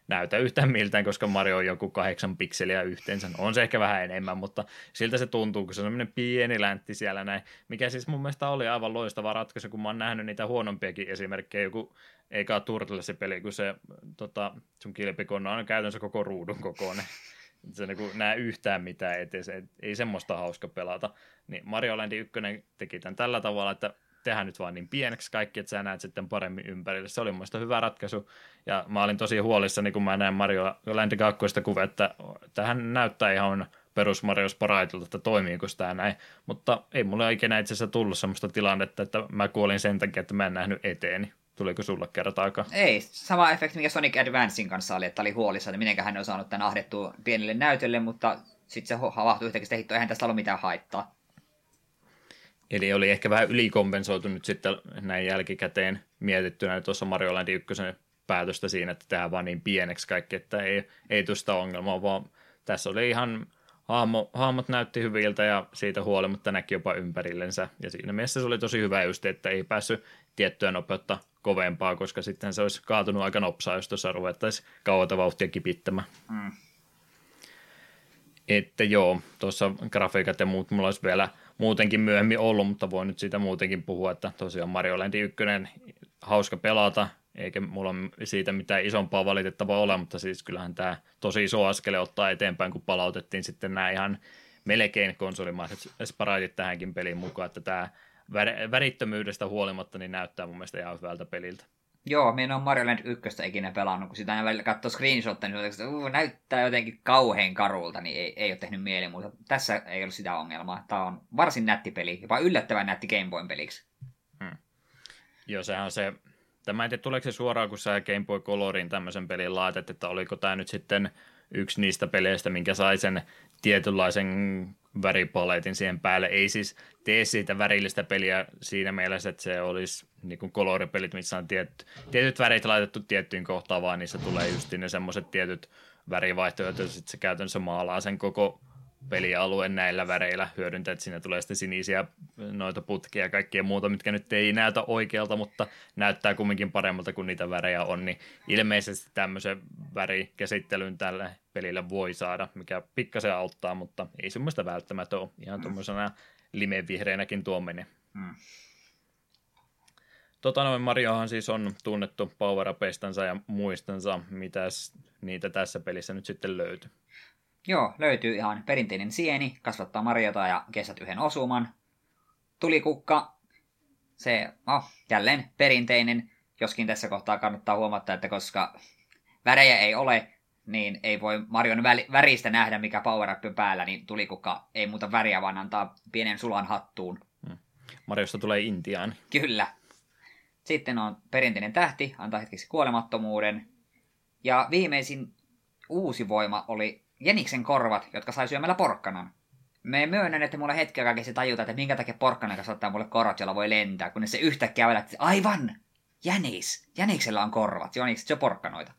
näytä yhtään miltään, koska Mario on joku 8 pikseliä yhteensä. On se ehkä vähän enemmän, mutta siltä se tuntuu, kun se on semmoinen pieni läntti siellä näin. Mikä siis mun mielestä oli aivan loistava ratkaisu, kun mä oon nähnyt niitä huonompiakin esimerkkejä. Joku eikä Turtles peli, kun se sun kilpikonna on käytännössä koko ruudun kokoinen. Se niin näe yhtään mitään eteen, ei semmoista hauska pelata. Niin Mario Land 1 teki tämän tällä tavalla, että tehdään nyt vaan niin pieneksi kaikki, että sä näet sitten paremmin ympärille. Se oli mun mielestä hyvä ratkaisu, ja mä olin tosi huolissani, kun mä näen Mario Land 2 kuvaa, että tähän näyttää ihan perus Mario Spritelta, että toimiiko tämä näin, mutta ei mulle ikinä itse asiassa tullut semmoista tilannetta, että mä kuolin sen takia, että mä en nähnyt eteeni. Tuliko sulla kertaakaan? Ei, sama efekti, mikä Sonic Advancein kanssa oli, että oli huolissa, että miten hän on saanut tämän ahdettua pienelle näytölle, mutta sitten se havahtui yhtäkkiä, että eihän tästä ollut mitään haittaa. Eli oli ehkä vähän ylikompensoitu nyt sitten näin jälkikäteen mietittynä tuossa Mario Land 1 päätöstä siinä, että tehdään vaan niin pieneksi kaikki, että ei tule sitä ongelmaa, vaan tässä oli ihan hahmot näytti hyviltä ja siitä huolimatta näki jopa ympärillensä. Ja siinä mielessä se oli tosi hyvä just, että ei päässyt tiettyä nopeutta kovempaa, koska sitten se olisi kaatunut aika nopsaa, jos tuossa ruvettaisiin kauata vauhtia kipittämään. Että joo, tuossa grafiikat ja muut mulla olisi vielä muutenkin myöhemmin ollut, mutta voin nyt siitä muutenkin puhua, että tosiaan Mario Land 1 hauska pelata, eikä mulla siitä mitään isompaa valitettavaa ole, mutta siis kyllähän tämä tosi iso askele ottaa eteenpäin, kun palautettiin sitten nämä ihan melkein konsolimaiset spriteit tähänkin peliin mukaan, että tämä värittömyydestä huolimatta niin näyttää mun mielestä ihan hyvältä peliltä. Joo, minä en ole Mario Land 1 ikinä pelannut, kun sitä aina välillä katsoo screenshotteja, niin että näyttää jotenkin kauhean karulta, niin ei ole tehnyt mieli, mutta tässä ei ollut sitä ongelmaa. Tämä on varsin nätti peli, jopa yllättävän nätti Game Boyn peliksi. Joo, sehän on se. Mä en tiedä, tuleeko se suoraan, kun sä Game Boy Colorin tämmöisen pelin laitet, että oliko tämä nyt sitten yksi niistä peleistä, minkä sai sen tietynlaisen väripaletin siihen päälle. Ei siis tee siitä värillistä peliä siinä mielessä, että se olisi niin kuin koloripelit, missä on tietyt värit laitettu tiettyyn kohtaan, vaan niissä tulee just ne semmoiset tietyt värivaihtoehdot, ja sitten se käytännössä maalaa sen koko pelialueen näillä väreillä hyödyntää, että siinä tulee sitten sinisiä noita putkia ja kaikkea muuta, mitkä nyt ei näytä oikealta, mutta näyttää kumminkin paremmalta kuin niitä värejä on, niin ilmeisesti tämmöisen värikäsittelyn tällä pelillä voi saada, mikä pikkasen auttaa, mutta ei semmoista välttämättä ole. Ihan tuommoisena limevihreinäkin tuo menee. Mariohan siis on tunnettu power-upeistansa ja muistansa, mitäs niitä tässä pelissä nyt sitten löytyy. Joo, löytyy ihan perinteinen sieni, kasvattaa marjota ja kesät yhden osuman. Tulikukka, se jälleen perinteinen, joskin tässä kohtaa kannattaa huomata, että koska värejä ei ole, niin ei voi Marion väristä nähdä, mikä power-up päällä, niin tulikukka ei muuta väriä, vaan antaa pienen sulan hattuun. Mariosta tulee Intiaan. Kyllä. Sitten on perinteinen tähti, antaa hetkeksi kuolemattomuuden. Ja viimeisin uusi voima oli jäniksen korvat, jotka sai syömällä porkkanan. Me myönnän, että mulla hetken aikaa kesti tajuta, että minkä takia porkkana kasvattaa mulle korvat, jolla voi lentää, kun se yhtäkkiä välätti, aivan, jänis, jäniksellä on korvat, se on porkkanoita.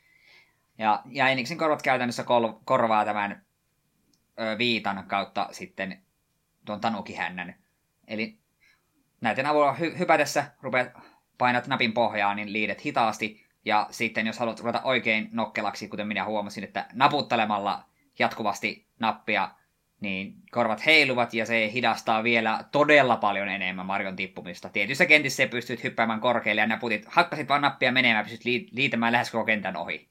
Ja jäniksen korvat käytännössä korvaa tämän viitan kautta sitten tuon tanukihännän. Eli näiden avulla hypätessä painat napin pohjaa, niin liidet hitaasti. Ja sitten jos haluat ruveta oikein nokkelaksi, kuten minä huomasin, että naputtelemalla jatkuvasti nappia, niin korvat heiluvat ja se hidastaa vielä todella paljon enemmän Marion tippumista. Tietyissä kentissä pystyt hyppäämään korkealle ja hakkasit vaan nappia menemään ja pystyt liitämään lähes koko kentän ohi.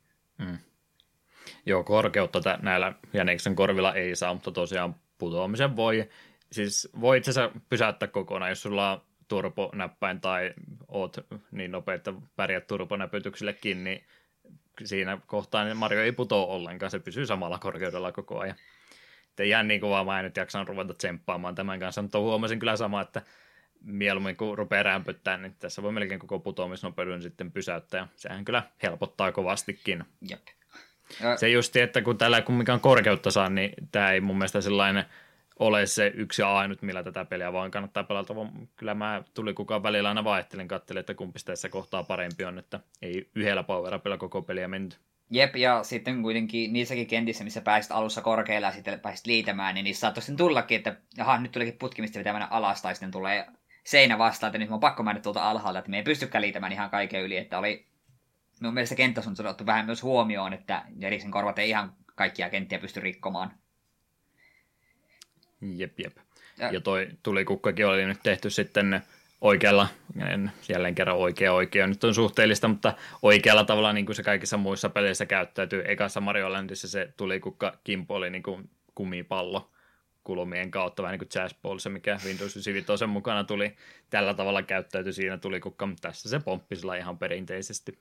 Joo, korkeutta näillä jäniksen korvilla ei saa, mutta tosiaan putoamisen voi. Siis voi itse asiassa pysäyttää kokonaan, jos sulla on turponäppäin tai oot niin nopea, että pärjät turponäpytyksillekin, niin siinä kohtaa niin Mario ei putoa ollenkaan, se pysyy samalla korkeudella koko ajan. Että ihan niin kovaa mä en nyt jaksanut ruveta tsemppaamaan tämän kanssa, mutta huomasin kyllä sama, että mieluummin kun rupeaa rämpöttää, niin tässä voi melkein koko putoamisnopeuden sitten pysäyttää, ja sehän kyllä helpottaa kovastikin. Jep. Se justi, että kun täällä kumminkaan korkeutta saa, niin tämä ei mun mielestä sellainen ole se yksi ja ainut, millä tätä peliä vaan kannattaa pelata, vaan kyllä mä kukaan välillä aina vaihtelen, katselin, että kumpi tässä kohtaa parempi on, että ei yhdellä power-upilla koko peliä menty. Jep, ja sitten kuitenkin niissäkin kentissä, missä pääsit alussa korkealla ja sitten pääsit liitämään, niin niissä saattoi sitten tullakin, että nyt tulikin putki, mistä pitää mennä alas, tai sitten tulee seinä vastaan, että nyt mä on pakko mennä tuolta alhaalta, että me ei pystykään liitämään ihan kaiken yli, että oli minun mielestä kenttäsuunnitelma on otettu vähän myös huomioon, että Eriksen korvat ei ihan kaikkia kenttiä pysty rikkomaan. Jep. Ja toi tulikukkakin oli nyt tehty sitten oikealla, jälleen kerran oikea nyt on suhteellista, mutta oikealla tavalla niin kuin se kaikissa muissa peleissä käyttäytyy. Ekassa Mario Landissa se tulikukka kimpo oli niin kuin kumipallo kulmien kautta, vähän niin kuin Jazz Ball, se mikä Windows 95 mukana tuli. Tällä tavalla käyttäytyi siinä tulikukka, mutta tässä se pomppi sillä ihan perinteisesti.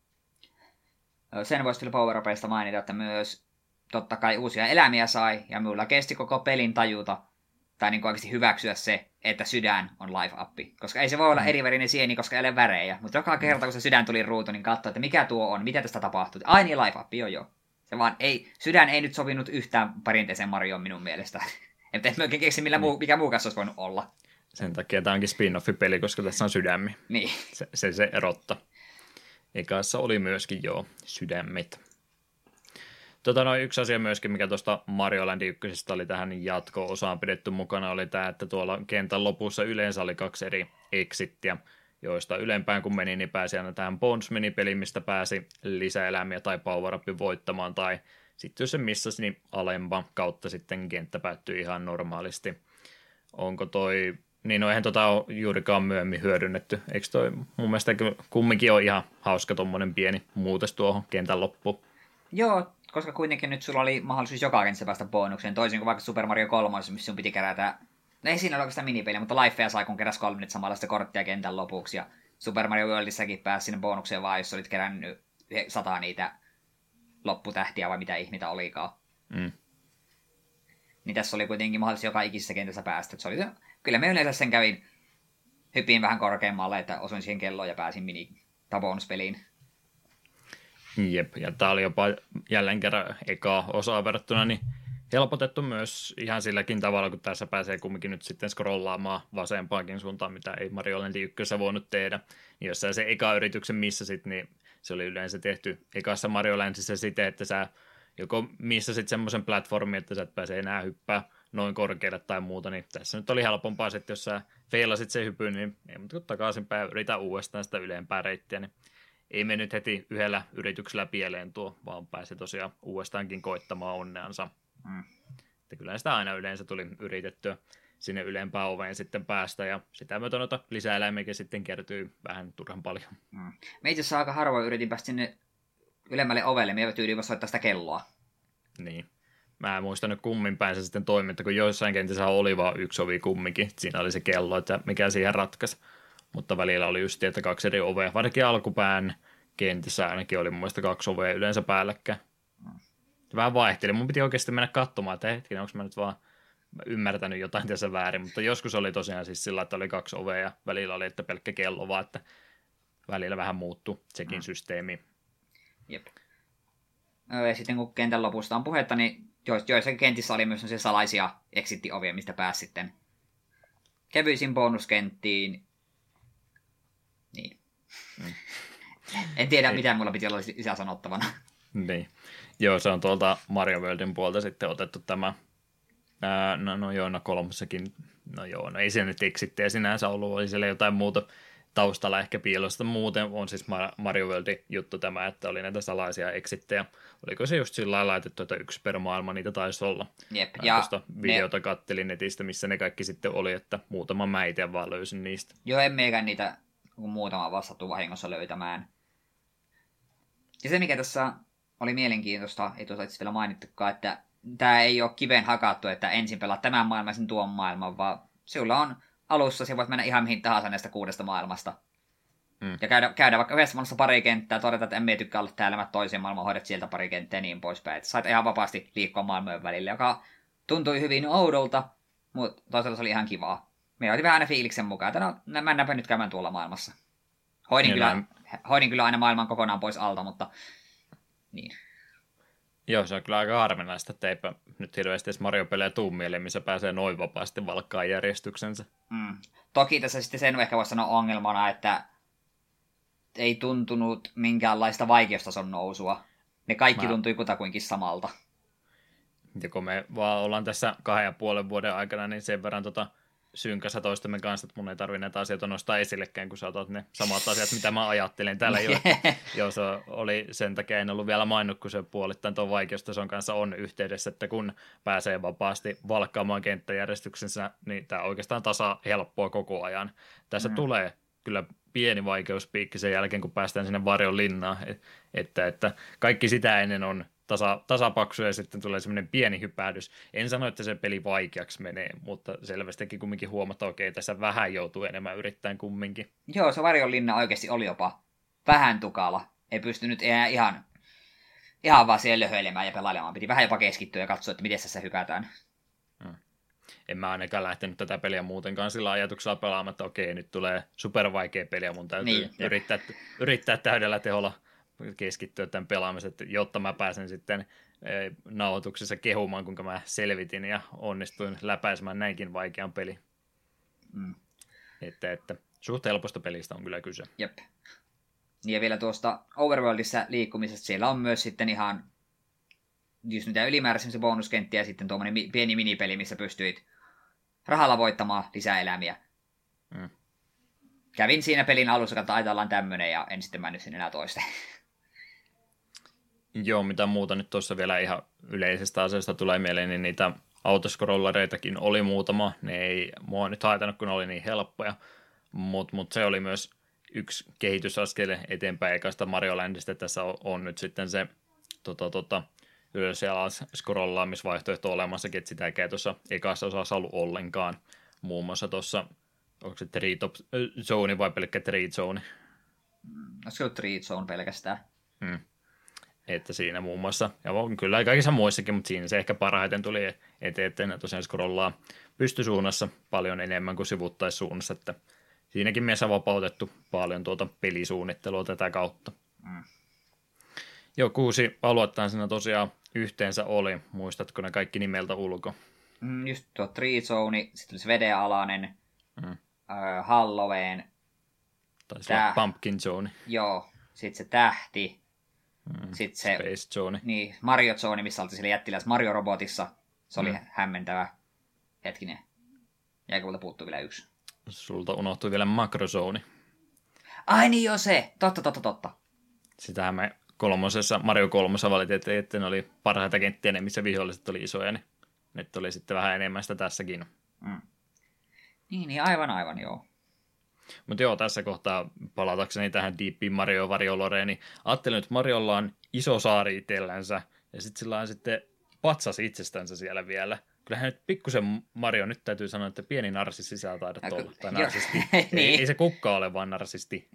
Sen voisi vielä Power-upeista mainita, että myös totta kai uusia elämiä sai, ja minulla kesti koko pelin tajuta, tai niin oikeasti hyväksyä se, että sydän on live-appi. Koska ei se voi olla erivärinen sieni, koska ei ole värejä. Mutta joka kerta, kun se sydän tuli ruutuun, niin katsoi, että mikä tuo on, mitä tästä tapahtuu. Ai niin, live-appi, joo. Se vaan ei, sydän ei nyt sopinut yhtään perinteiseen Marioon minun mielestä. En oikein keksi, mikä muu kanssa olisi voinut olla. Sen takia tämä onkin spin-offi-peli, koska tässä on sydämi. Niin. Se erotta. Ekassa oli myöskin sydämet. Yksi asia myöskin, mikä tuosta Mario Land 1 oli tähän jatko-osaan pidetty mukana, oli tämä, että tuolla kentän lopussa yleensä oli 2 eri exittiä, joista ylempään kun meni, niin pääsi aina tähän Bones-minipeliin, mistä pääsi lisäelämiä tai power-upin voittamaan, tai sitten jos se missasi, niin alempa kautta sitten kenttä päättyi ihan normaalisti. Onko niin eihän ole juurikaan myöhemmin hyödynnetty. Eikö toi mun mielestä kumminkin on ihan hauska tommonen pieni muutos tuohon kentän loppuun? Joo, koska kuitenkin nyt sulla oli mahdollisuus joka kentässä päästä bonukseen, toisin kuin vaikka Super Mario 3, missä sun piti kerätä, no ei siinä ole oikeastaan minipeliä, mutta lifeja sai, kun keräsi 3 samanlaista korttia kentän lopuksi, ja Super Mario Worldissakin pääsi sinne bonukseen vaan, jos olit kerännyt 100 niitä lopputähtiä vai mitä ihmitä olikaan. Niin tässä oli kuitenkin mahdollisuus joka ikisessä kentässä päästä. Se oli kyllä me yleensä sen kävin, hyppiin vähän korkeammalle, että osuin siihen kelloon ja pääsin bonuspeliin. Jep, ja tää oli jopa jälleen kerran eka osaa verrattuna, niin helpotettu myös ihan silläkin tavalla, kun tässä pääsee kumminkin nyt sitten scrollaamaan vasempaankin suuntaan, mitä ei Mario Land 1 voinut tehdä. Niin jos sä se eka yrityksen missasit, niin se oli yleensä tehty ekassa Mario Landissa siten, että sä joko missasit semmoisen platformin, että sä et pääse enää hyppää noin korkealle tai muuta, niin tässä nyt oli helpompaa, että jos sä feilasit sen hypyn, niin ei muuta kuin takaisinpäin yritä uudestaan sitä ylempää reittiä, niin ei mennyt heti yhdellä yrityksellä pieleen tuo, vaan pääsi tosiaan uudestaankin koittamaan onneansa. Että kyllä sitä aina yleensä tuli yritettyä sinne ylempään oveen sitten päästä, ja sitä myötä noita lisäeläimiäkin sitten kertyy vähän turhan paljon. Me itse asiassa aika harvoin yritin päästä sinne ylemmälle ovelle, me tyydyin soittaa sitä kelloa. Niin. Mä en muistanut kummin päin se sitten toimi, että kun joissain kentissä oli vaan yksi ovi kumminkin, siinä oli se kello, että mikä siihen ratkaisi. Mutta välillä oli just, että 2 eri ovea, varsinkin alkupään kentissä ainakin oli mun mielestä 2 ovea yleensä päälläkkäin. Vähän vaihteli. Mun piti oikeasti mennä katsomaan, että hetkinen, onko mä nyt vaan ymmärtänyt jotain tässä väärin, mutta joskus oli tosiaan siis sillä, että oli 2 ovea ja välillä oli, että pelkkä kello vaan, että välillä vähän muuttui sekin systeemi. Jep. Ja sitten kun kentän lopusta on puhetta, niin joissakin kentissä oli myös salaisia exit-ovia, mistä pääsi sitten kevyisin bonuskenttiin. Niin. En tiedä, mitä mulla piti olla lisää sanottavana. Niin. Joo, se on tuolta Mario Worldin puolta sitten otettu tämä. No kolmossakin. No ei se nyt exittiä sinänsä ollut, oli siellä jotain muuta taustalla ehkä piilosta. Muuten on siis Mario Worldin juttu tämä, että oli näitä salaisia exittejä. Oliko se just sillä lailla laitettu, että 1 per maailma niitä taisi olla? Jep. Ja tuosta videota kattelin netistä, missä ne kaikki sitten oli, että muutama mä itse vaan löysin niistä. Joo, en meikään niitä muutama vastattu vahingossa löytämään. Ja se, mikä tässä oli mielenkiintoista, ei tuossa itse vielä mainittukaan, että tämä ei ole kiven hakattu, että ensin pelaat tämän maailman sen tuon maailman, vaan sulla on alussa, se voit mennä ihan mihin tahansa näistä 6 maailmasta. Ja käydä vaikka yhdessä maailmassa pari kenttää, todeta, että emme tykkää olla täällä, mä toisen maailman hoidat sieltä pari kenttää ja niin poispäin. Että sait ihan vapaasti liikkua maailmojen välillä, joka tuntui hyvin oudolta, mutta toisaalta se oli ihan kivaa. Me oli vähän aina fiiliksen mukaan, että no mennäänpä nyt käymään tuolla maailmassa. Hoidin kyllä aina maailman kokonaan pois alta, mutta niin. Joo, se on kyllä aika harvinaista, että eipä nyt hirveästi edes Mario-pelejä tuu mieleen, missä pääsee noin vapaasti valkkaan järjestyksensä. Toki tässä sitten sen ehkä voisi sanoa ongelmana, että ei tuntunut minkäänlaista vaikeustason nousua. Ne kaikki tuntui kutakuinkin samalta. Ja kun me vaan ollaan tässä 2,5 vuoden aikana, niin sen verran synkassa toistemme kanssa, että mun ei tarvitse näitä asioita nostaa esillekään, kun sä otat ne samat asiat, mitä mä ajattelen täällä jo. Joo, se oli sen takia, en ollut vielä maininnut, kun se puolittain tuon vaikeustason kanssa on yhteydessä, että kun pääsee vapaasti valkkaamaan kenttäjärjestyksensä, niin tämä oikeastaan tasa helppoa koko ajan. Tässä tulee kyllä pieni vaikeuspiikki sen jälkeen, kun päästään sinne varjon linnaan, että kaikki sitä ennen on tasapaksu ja sitten tulee semmoinen pieni hypähdys. En sano, että se peli vaikeaksi menee, mutta selvästikin kumminkin huomata, okei, tässä vähän joutuu enemmän yrittäen kumminkin. Joo, se varjon linna oikeasti oli jopa vähän tukala. Ei pystynyt enää ihan vaan siellä löhöilemään ja pelailemaan. Piti vähän jopa keskittyä ja katsoa, että miten tässä hypätään. En mä ainakaan lähtenyt tätä peliä muutenkaan sillä ajatuksella pelaamaan, että okei, nyt tulee supervaikea peli ja mun täytyy yrittää täydellä teholla keskittyä tämän pelaamiseen, jotta mä pääsen sitten nauhoituksessa kehumaan, kuinka mä selvitin ja onnistuin läpäisemään näinkin vaikean pelin. Että suht helposta pelistä on kyllä kyse. Jep. Ja vielä tuosta Overworldissa liikkumisesta, siellä on myös sitten ihan just niitä ylimääräisiä bonuskenttiä ja sitten tuommoinen pieni minipeli, missä pystyit rahalla voittamaan lisää elämiä. Kävin siinä pelin alussa, että aita ollaan tämmönen ja en sitten mennyt sinne enää toista. Joo, mitä muuta nyt tuossa vielä ihan yleisestä asiasta tulee mieleen, niin niitä autoscrollereitakin oli muutama. Ne ei mua nyt haitannut, kun ne oli niin helppoja, mutta se oli myös yksi kehitysaskel eteenpäin ekasta Mario Landista. Tässä on nyt sitten se ylös ja alas scrollaamisvaihtoehto olemassakin, että sitä ei tuossa ekassa osassa ollut ollenkaan. Muun muassa tuossa, onko se Treetop Zone vai pelkkä Treat Zone? Olisiko se ollut Treat Zone pelkästään? Että siinä muun muassa, ja kyllä kaikissa muissakin, mutta siinä se ehkä parhaiten tuli eteen, että ne tosiaan scrollaa pystysuunnassa paljon enemmän kuin sivuttaissuunnassa, että siinäkin mielessä vapautettu paljon tuota pelisuunnittelua tätä kautta. Joo, 6 aluettahan siinä tosiaan yhteensä oli. Muistatko ne kaikki nimeltä ulko? Just tuo Tree Zone, sitten olisi vedenalainen, Halloween. Taisi olla Pumpkin Zone. Joo, sitten se tähti. Sitten se Space Zone. Niin, Mario Zone, missä oltiin siellä jättiläs Mario-robotissa. Se oli hämmentävä. Hetkinen. Jäikö multa puuttuu vielä yksi? Sulta unohtui vielä Macro Zone. Ai niin joo se. Totta. Sitähän me Mario 3 valitettiin, että ne oli parhaita kenttiä, ne missä viholliset oli isoja, niin nyt oli sitten vähän enemmän sitä tässäkin. Niin, aivan joo. Mutta joo, tässä kohtaa palatakseni tähän Deep Mario Varioloreen, niin ajattelin, että Mariolla on iso saari itsellänsä, ja sitten sillä on sitten patsas itsestänsä siellä vielä. Kyllähän nyt pikkusen Mario, nyt täytyy sanoa, että pieni narsisti sä taidat olla, tai narsisti. Niin. Ei se kukka ole, vaan narsisti.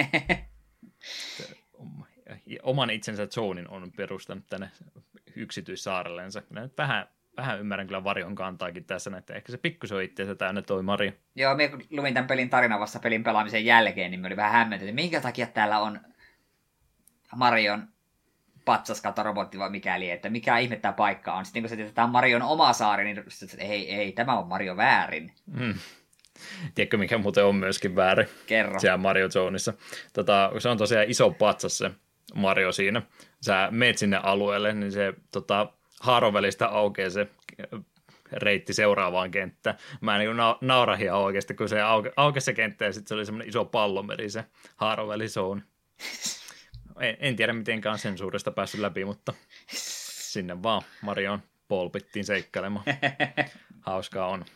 Oman itsensä zonin on perustanut tänne yksityissaarellensa. Nyt vähän ymmärrän kyllä Varion kantaakin tässä, että ehkä se pikkusen on itseensä täynnä toi Mario. Joo, minä kun luin tämän pelin tarinan vasta pelin pelaamisen jälkeen, niin me oli vähän hämmentynyt, että minkä takia täällä on Marion patsas kautta robotti vai mikäli, että mikä ihme tämä paikka on. Sitten kun se tietää, tämä on Marion oma saari, niin että ei, tämä on Mario väärin. Tiedätkö, mikä muuten on myöskin väärin? Kerro. Siellä Mario Zoneissa. Se on tosiaan iso patsas se Mario siinä. Sä meet sinne alueelle, niin se haaron välistä aukeaa se reitti seuraavaan kenttään. Mä niin naurahia oikeasti, kun se aukesi se kenttä ja sitten se oli semmoinen iso pallomeri se haaron välisouni. En tiedä mitenkään sen suuresta päässyt läpi, mutta sinne vaan Marion polpittiin seikkailemaan. Hauskaa on.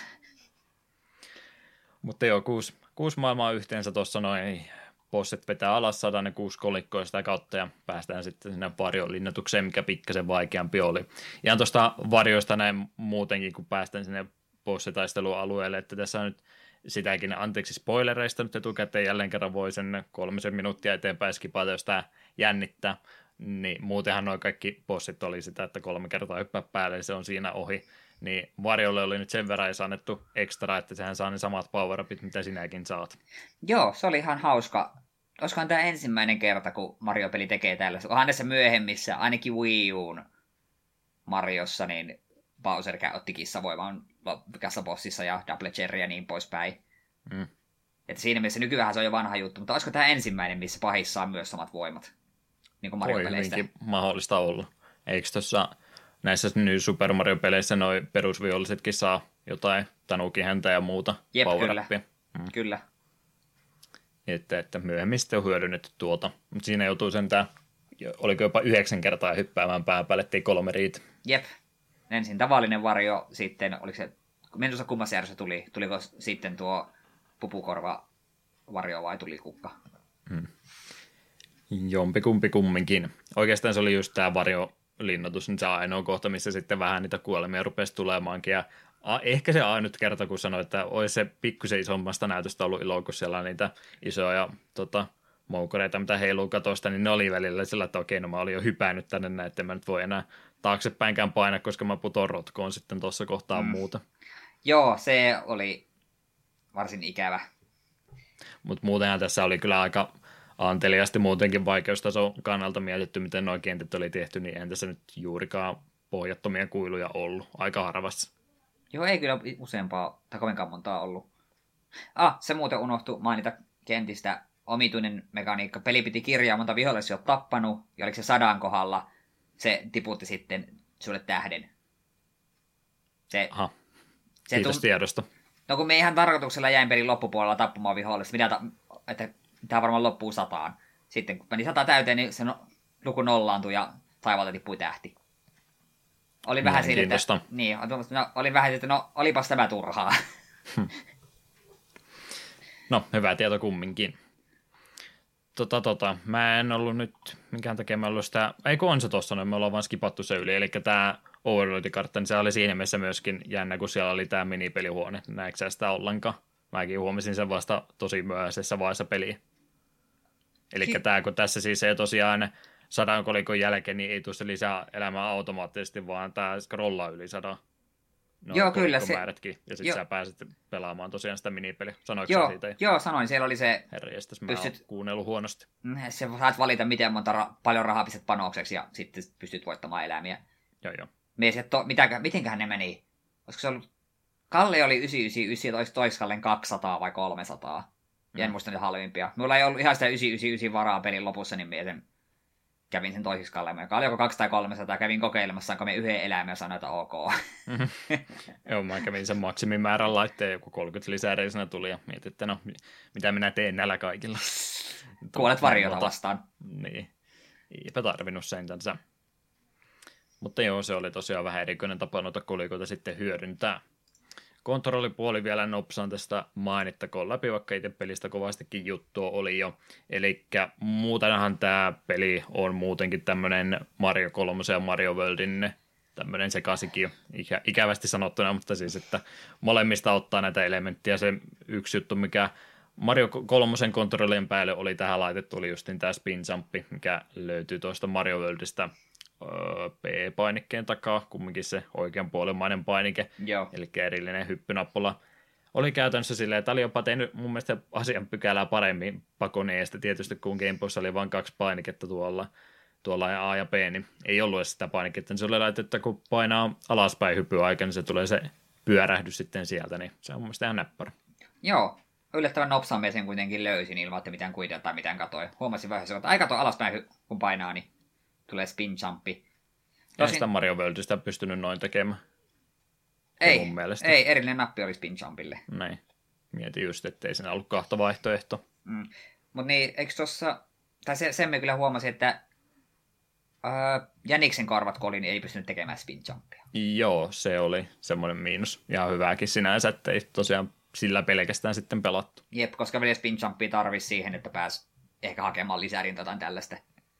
Mutta joo, 6 maailmaa yhteensä tuossa noin. Bosset vetää alas, saadaan ne 6 kolikkoa sitä kautta ja päästään sitten sinne varjon linnatukseen, mikä pikkasen vaikeampi oli. Ihan tuosta varjoista näin muutenkin, kun päästään sinne bossitaistelualueelle, että tässä on nyt sitäkin, anteeksi spoilereista nyt etukäteen, jälleen kerran voi sen 3 minuuttia eteenpäin skipata, jos tämä jännittää, niin muutenhan nuo kaikki bossit oli sitä, että 3 kertaa hyppää päälle ja se on siinä ohi. Niin Varjolle oli nyt sen verran edes annettu ekstra, että sehän saa ne samat power-upit, mitä sinäkin saat. Joo, se oli ihan hauska. Olisikohan tämä ensimmäinen kerta, kun Mario-peli tekee tällaista. Onhan näissä myöhemmissä, ainakin Wii U:n Mariossa, niin Bowser otti kissavoiman loppukässä bossissa ja Double Cherry ja niin poispäin. Että siinä mielessä nykyään se on jo vanha juttu, mutta olisiko tämä ensimmäinen, missä pahissa on myös samat voimat? Niin kuin Mario-peleistä. Voi hyvinkin mahdollista olla. Eikö tuossa näissä New Super Mario-peleissä noi perusvihollisetkin saa jotain Tanuki-häntä ja muuta Jep, power-appia. Kyllä. Että myöhemmin sitten on hyödynnetty tuota. Mutta siinä joutuu sentään, oliko jopa 9 kertaa hyppäämään pään päälle, ettei 3 riitä. Jep. Ensin tavallinen varjo, sitten oliko se, minusta kummassa järjessä tuli, tuliko sitten tuo pupukorva varjo vai tuli kukka? Jompikumpi kumminkin. Oikeastaan se oli just tämä varjolinnoitus, niin se ainoa kohta, missä sitten vähän niitä kuolemia rupesi tulemaankin. Ja ehkä se ainut kerta, kun sanoi, että olisi se pikkusen isommasta näytöstä ollut ilo, kun siellä on niitä isoja moukareita, mitä heiluu katosta, niin ne oli välillä sillä, että okei, no mä olin jo hypännyt tänne näin, että mä nyt voi enää taaksepäinkään paina, koska mä putoon rotkoon sitten tuossa kohtaa muuta. Joo, se oli varsin ikävä. Mutta muutenhan tässä oli kyllä aika anteliasti muutenkin vaikeustason kannalta mietitty, miten nuo kentät oli tehty, niin eihän tässä nyt juurikaan pohjattomia kuiluja ollut. Aika harvassa. Joo, ei kyllä useampaa tai kovinkaan montaa ollut. Se muuten unohtui mainita kentistä. Omituinen mekaniikka. Peli piti kirjaa monta vihollisia jo tappanut, ja oliko se 100 kohdalla, se tiputti sitten sulle tähden. Kiitos tiedosta. No kun me ihan tarkoituksella jäin pelin loppupuolella tappamaan vihollista, että tämä varmaan loppuu 100. Sitten kun meni 100 täyteen, niin se luku nollaantui ja taivaalta tippui tähti. Oli vähän siitä, että oli vähän siitä, no olipas tämä turhaa. No, hyvä tieto kumminkin. Mä en ollut nyt, minkään takia mä ollut sitä, eikö on se tossa noin, me ollaan vaan skipattu se yli, eli tämä Overlord-kartta, niin se oli siinä mielessä myöskin jännä, kun siellä oli tämä minipelihuone, näetkö sä sitä ollenkaan? Mäkin huomasin sen vasta tosi myöhäisessä vaiheessa peliä. Eli kun tässä siis ei tosiaan 100 kolikon jälkeen, niin ei tule se lisää elämää automaattisesti, vaan tämä scrollaa yli 100. Joo, kyllä. Ja sitten sä pääset pelaamaan tosiaan sitä minipeliä. Sanoitko joo, siitä? Joo, sanoin. Siellä oli se... Herjestäs, mä oon kuunnellut huonosti. Se saat valita, miten paljon rahaa pistät panokseksi, ja sitten pystyt voittamaan eläimiä. Joo. Mitenköhän ne meni? Olisiko se ollut... Kalle oli 999, toiskallen 200 vai 300. Ja en muista niitä halvimpia. Mulla ei ollut ihan sitä 999 varaa pelin lopussa, niin mä kävin sen toisiksi kalleimman, joka oli joko 200 tai 300, kävin kokeilemassa, saanko me yhden eläimen ja sanoin, että ok. Joo, mä kävin sen maksimimäärän laitteen, joku 30 lisää reisenä tuli ja mietin, että no, mitä minä teen näillä kaikilla. Kuolet varjota vastaan. Niin, eipä tarvinnut sentänsä. Mutta joo, se oli tosiaan vähän erikoinen tapa noita kolikoita sitten hyödyntää. Kontrollipuoli vielä nopsaan tästä mainittakoon läpi, vaikka itse pelistä kovastikin juttua oli jo. Eli muutenhan tämä peli on muutenkin tämmöinen Mario 3 ja Mario Worldin tämmöinen sekasikin ikävästi sanottuna, mutta siis, että molemmista ottaa näitä elementtejä. Se yksi juttu, mikä Mario 3 kontrollien päälle oli tähän laitettu, oli justin tämä spin jumpi, mikä löytyy tuosta Mario Worldista P-painikkeen takaa, kumminkin se oikeanpuolimmainen painike, eli erillinen hyppynappula. Oli käytännössä silleen, että oli jopa tehnyt mun mielestä asian pykälää paremmin pakoneesta, tietysti kun Game Boyssa oli vain 2 painiketta tuolla A ja B, niin ei ollut edes sitä painiketta, niin se oli laitettu, että kun painaa alaspäin hyppyaika, niin se tulee se pyörähdys sitten sieltä, niin se on mun mielestä ihan näppärä. Joo, yllättävän nopsaan sen kuitenkin löysin ilman, että mitään kuidea tai mitään katoi. Huomasin vaiheessa, että aika alaspäin kun painaa, niin tulee spin jumpi. Ei sitä Mario Worldista pystynyt noin tekemään. Ei, erillinen nappi oli spin jumpille. Näin. Mietin just, ettei siinä ollut 2 vaihtoehtoa. Mutta niin, eikö tossa, tai sen me kyllä huomasin, että Jäniksen karvat kun oli, niin ei pystynyt tekemään spin jumpia. Joo, se oli semmoinen miinus. Ja hyvääkin sinänsä, ettei tosiaan sillä pelkästään sitten pelattu. Jep, koska vielä spin jumpia tarvisi siihen, että pääsi ehkä hakemaan lisärin tai tällaista.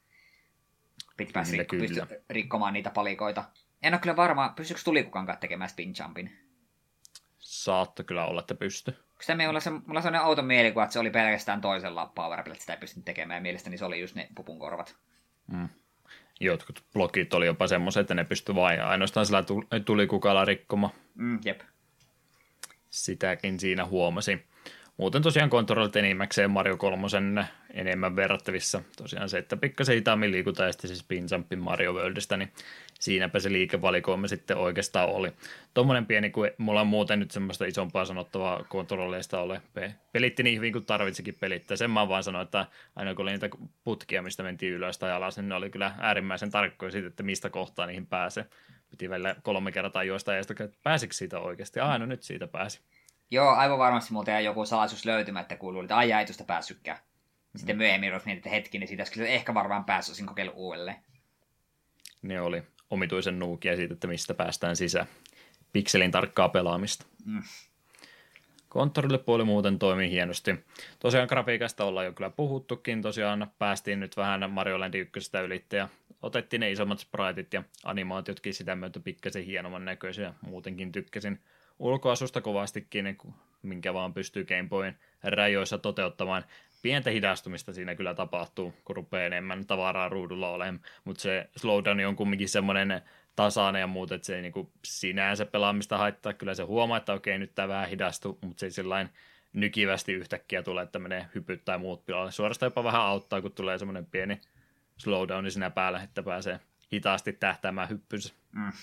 Piti rikkomaan niitä palikoita. En ole kyllä varma, pystyykö tulikukankaan tekemään spin jumpin? Saatto kyllä olla, että pysty. Mulla on sellainen outo mielikuva, että se oli pelkästään toisella power-appilla, että sitä ei pystynyt tekemään, ja mielestäni se oli just ne pupunkorvat. Jotkut blogit oli jopa semmoiset, että ne pystyi vain ainoastaan sillä tulikukalla rikkomaan. Jep. Sitäkin siinä huomasin. Muuten tosiaan kontrollit enimmäkseen Mario 3 enemmän verrattavissa. Tosiaan se, että pikkasen hitaammin liikutaan ja sitten se spin jumpin Mario Worldista, niin siinäpä se liikevalikoima sitten oikeastaan oli. Tuommoinen pieni, kun mulla on muuten nyt semmoista isompaa sanottavaa kontrolleista ole. Pelitti niin hyvin kuin tarvitsikin pelittää. Sen mä vaan sanoin, että aina kun oli niitä putkia, mistä mentiin ylös tai alas, niin ne oli kyllä äärimmäisen tarkkoja siitä, että mistä kohtaa niihin pääsee. piti välillä 3 kertaa juosta ja sitten pääsikö siitä oikeasti? No nyt siitä pääsi. Joo, aivan varmasti multa jäi joku salaisuus löytymättä, kun luulin, että ai ei tuosta päässytkään. Sitten myöhemmin jos mietin, että hetki, niin siitä olisi ehkä varmaan päässyt, olisin kokeillut uudelleen. Ne oli omituisen nuukia siitä, että mistä päästään sisään. Pikselin tarkkaa pelaamista. Konttorille puoli muuten toimii hienosti. Tosiaan grafiikasta ollaan jo kyllä puhuttukin. Tosiaan päästiin nyt vähän Mario Land 1 ylitte ja otettiin ne isommat spriteit ja animaatiotkin sitä myötä pikkasen hienomman näköisiä. Muutenkin tykkäsin ulkoasusta kovastikin, minkä vaan pystyy Game Boyn rajoissa toteuttamaan. Pientä hidastumista siinä kyllä tapahtuu, kun rupeaa enemmän tavaraa ruudulla olemaan, mutta se slowdown on kumminkin semmoinen tasainen ja muuta, että se ei niinku sinänsä pelaamista haittaa. Kyllä se huomaa, että okei, nyt tämä vähän hidastuu, mutta se ei sellainen nykivästi yhtäkkiä tulee, että menee hypyt tai muut pilalle. Suorastaan jopa vähän auttaa, kun tulee semmoinen pieni slowdowni siinä päällä, että pääsee hitaasti tähtäämään hyppynsä.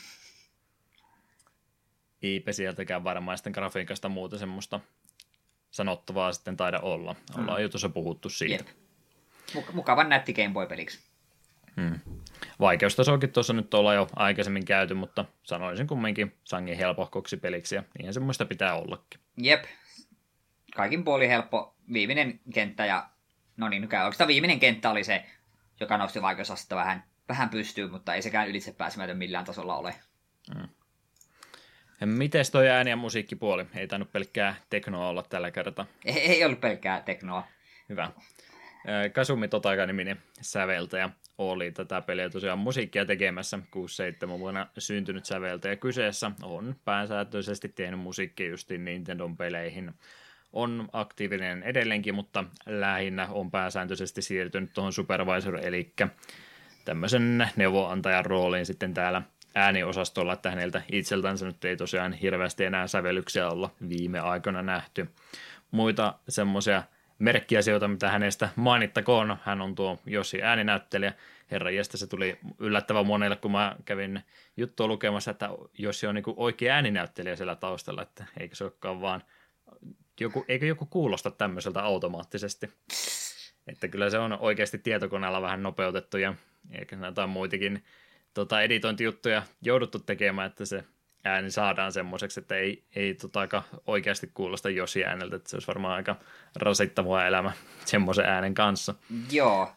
Eipä sieltäkään varmaan sitten grafiikasta muuta semmoista sanottavaa sitten taida olla. Ollaan jo tuossa puhuttu siitä. Mukavan nätti Game Boy-peliksi. Vaikeustasoakin tuossa nyt ollaan jo aikaisemmin käyty, mutta sanoisin kumminkin sangin helpohkoksi peliksi ja niinhän semmoista pitää ollakin. Jep. Kaikin puolin helppo. Viimeinen kenttä ja... No niin, oikeastaan viimeinen kenttä oli se, joka nosti vaikeusastetta vähän pystyyn, mutta ei sekään ylitse pääsemätön millään tasolla ole. Mites toi ääni- ja musiikkipuoli? Ei tainnut pelkkää teknoa olla tällä kertaa. Ei ollut pelkkää teknoa. Hyvä. Kasumi Totaka-niminen säveltäjä oli tätä peliä tosiaan musiikkia tekemässä. 6-7 vuonna syntynyt säveltäjä kyseessä. On pääsääntöisesti tehnyt musiikkia justiin Nintendon peleihin. On aktiivinen edelleenkin, mutta lähinnä on pääsääntöisesti siirtynyt tuohon Supervisor, eli tämmöisen neuvonantajan rooliin sitten täällä ääniosastolla, että häneltä itseltänsä nyt ei tosiaan hirveästi enää sävellyksiä olla viime aikoina nähty. Muita semmoisia merkkiasioita, mitä hänestä mainittakoon. Hän on tuo Yoshi ääninäyttelijä. Herranjestä se tuli yllättävän monelle, kun mä kävin juttua lukemassa, että Yoshi on niinku oikea ääninäyttelijä siellä taustalla, että eikö se olekaan vaan eikö joku kuulosta tämmöiseltä automaattisesti. Että kyllä se on oikeasti tietokoneella vähän nopeutettu ja eikä jotain muitakin editointijuttuja jouduttu tekemään, että se ääni saadaan semmoiseksi, että ei aika oikeasti kuulosta Yoshi ääneltä, että se olisi varmaan aika rasittavaa elämä semmoisen äänen kanssa. Joo.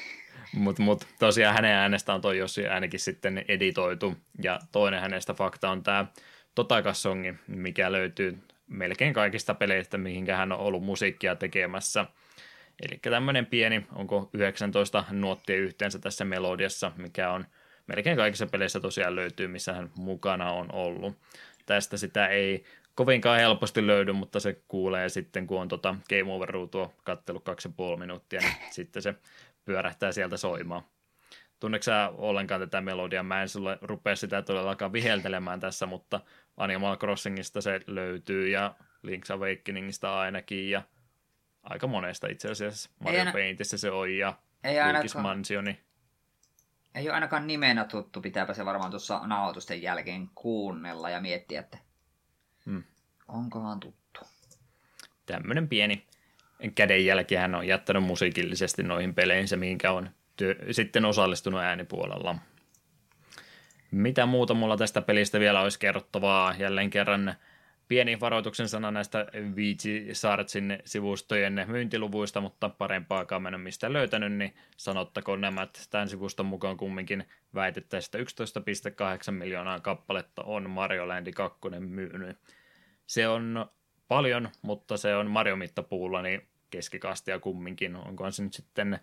Mut tosiaan hänen äänestä on toi Yoshi äänikin sitten editoitu, ja toinen hänestä fakta on tämä Totaka-songi, mikä löytyy melkein kaikista peleistä, mihinkä hän on ollut musiikkia tekemässä. Eli tämmöinen pieni, onko 19 nuottia yhteensä tässä melodiassa, mikä on melkein kaikissa peleissä tosiaan löytyy, missä hän mukana on ollut. Tästä sitä ei kovinkaan helposti löydy, mutta se kuulee sitten, kun on Game Over-ruutua katsellut 2,5 minuuttia, niin sitten se pyörähtää sieltä soimaan. Tunneeko sä ollenkaan tätä melodiaa? Mä en sulle rupea sitä todellakaan viheltelemään tässä, mutta Animal Crossingista se löytyy ja Link's Awakeningista ainakin ja aika monesta itse asiassa. Mario Paintissa se on ja Luigi's Mansioni. Ei ole ainakaan nimenä tuttu, pitääpä se varmaan tuossa nauhoitusten jälkeen kuunnella ja miettiä, että onkohan tuttu. Tämmöinen pieni kädenjälki hän on jättänyt musiikillisesti noihin peleihinsä, mihinkä on sitten osallistunut äänipuolella. Mitä muuta mulla tästä pelistä vielä olisi kerrottavaa? Jälleen kerran pieni varoituksen sana näistä VG-Sartsin sivustojen myyntiluvuista, mutta parempaakaan mä en ole mistään löytänyt, niin sanottakoon nämä, että tämän sivuston mukaan kumminkin väitettäisiin, että 11,8 miljoonaa kappaletta on Mario Land 2 myynyt. Se on paljon, mutta se on Mario-mittapuulla niin keskikastia kumminkin. Onkohan se nyt sitten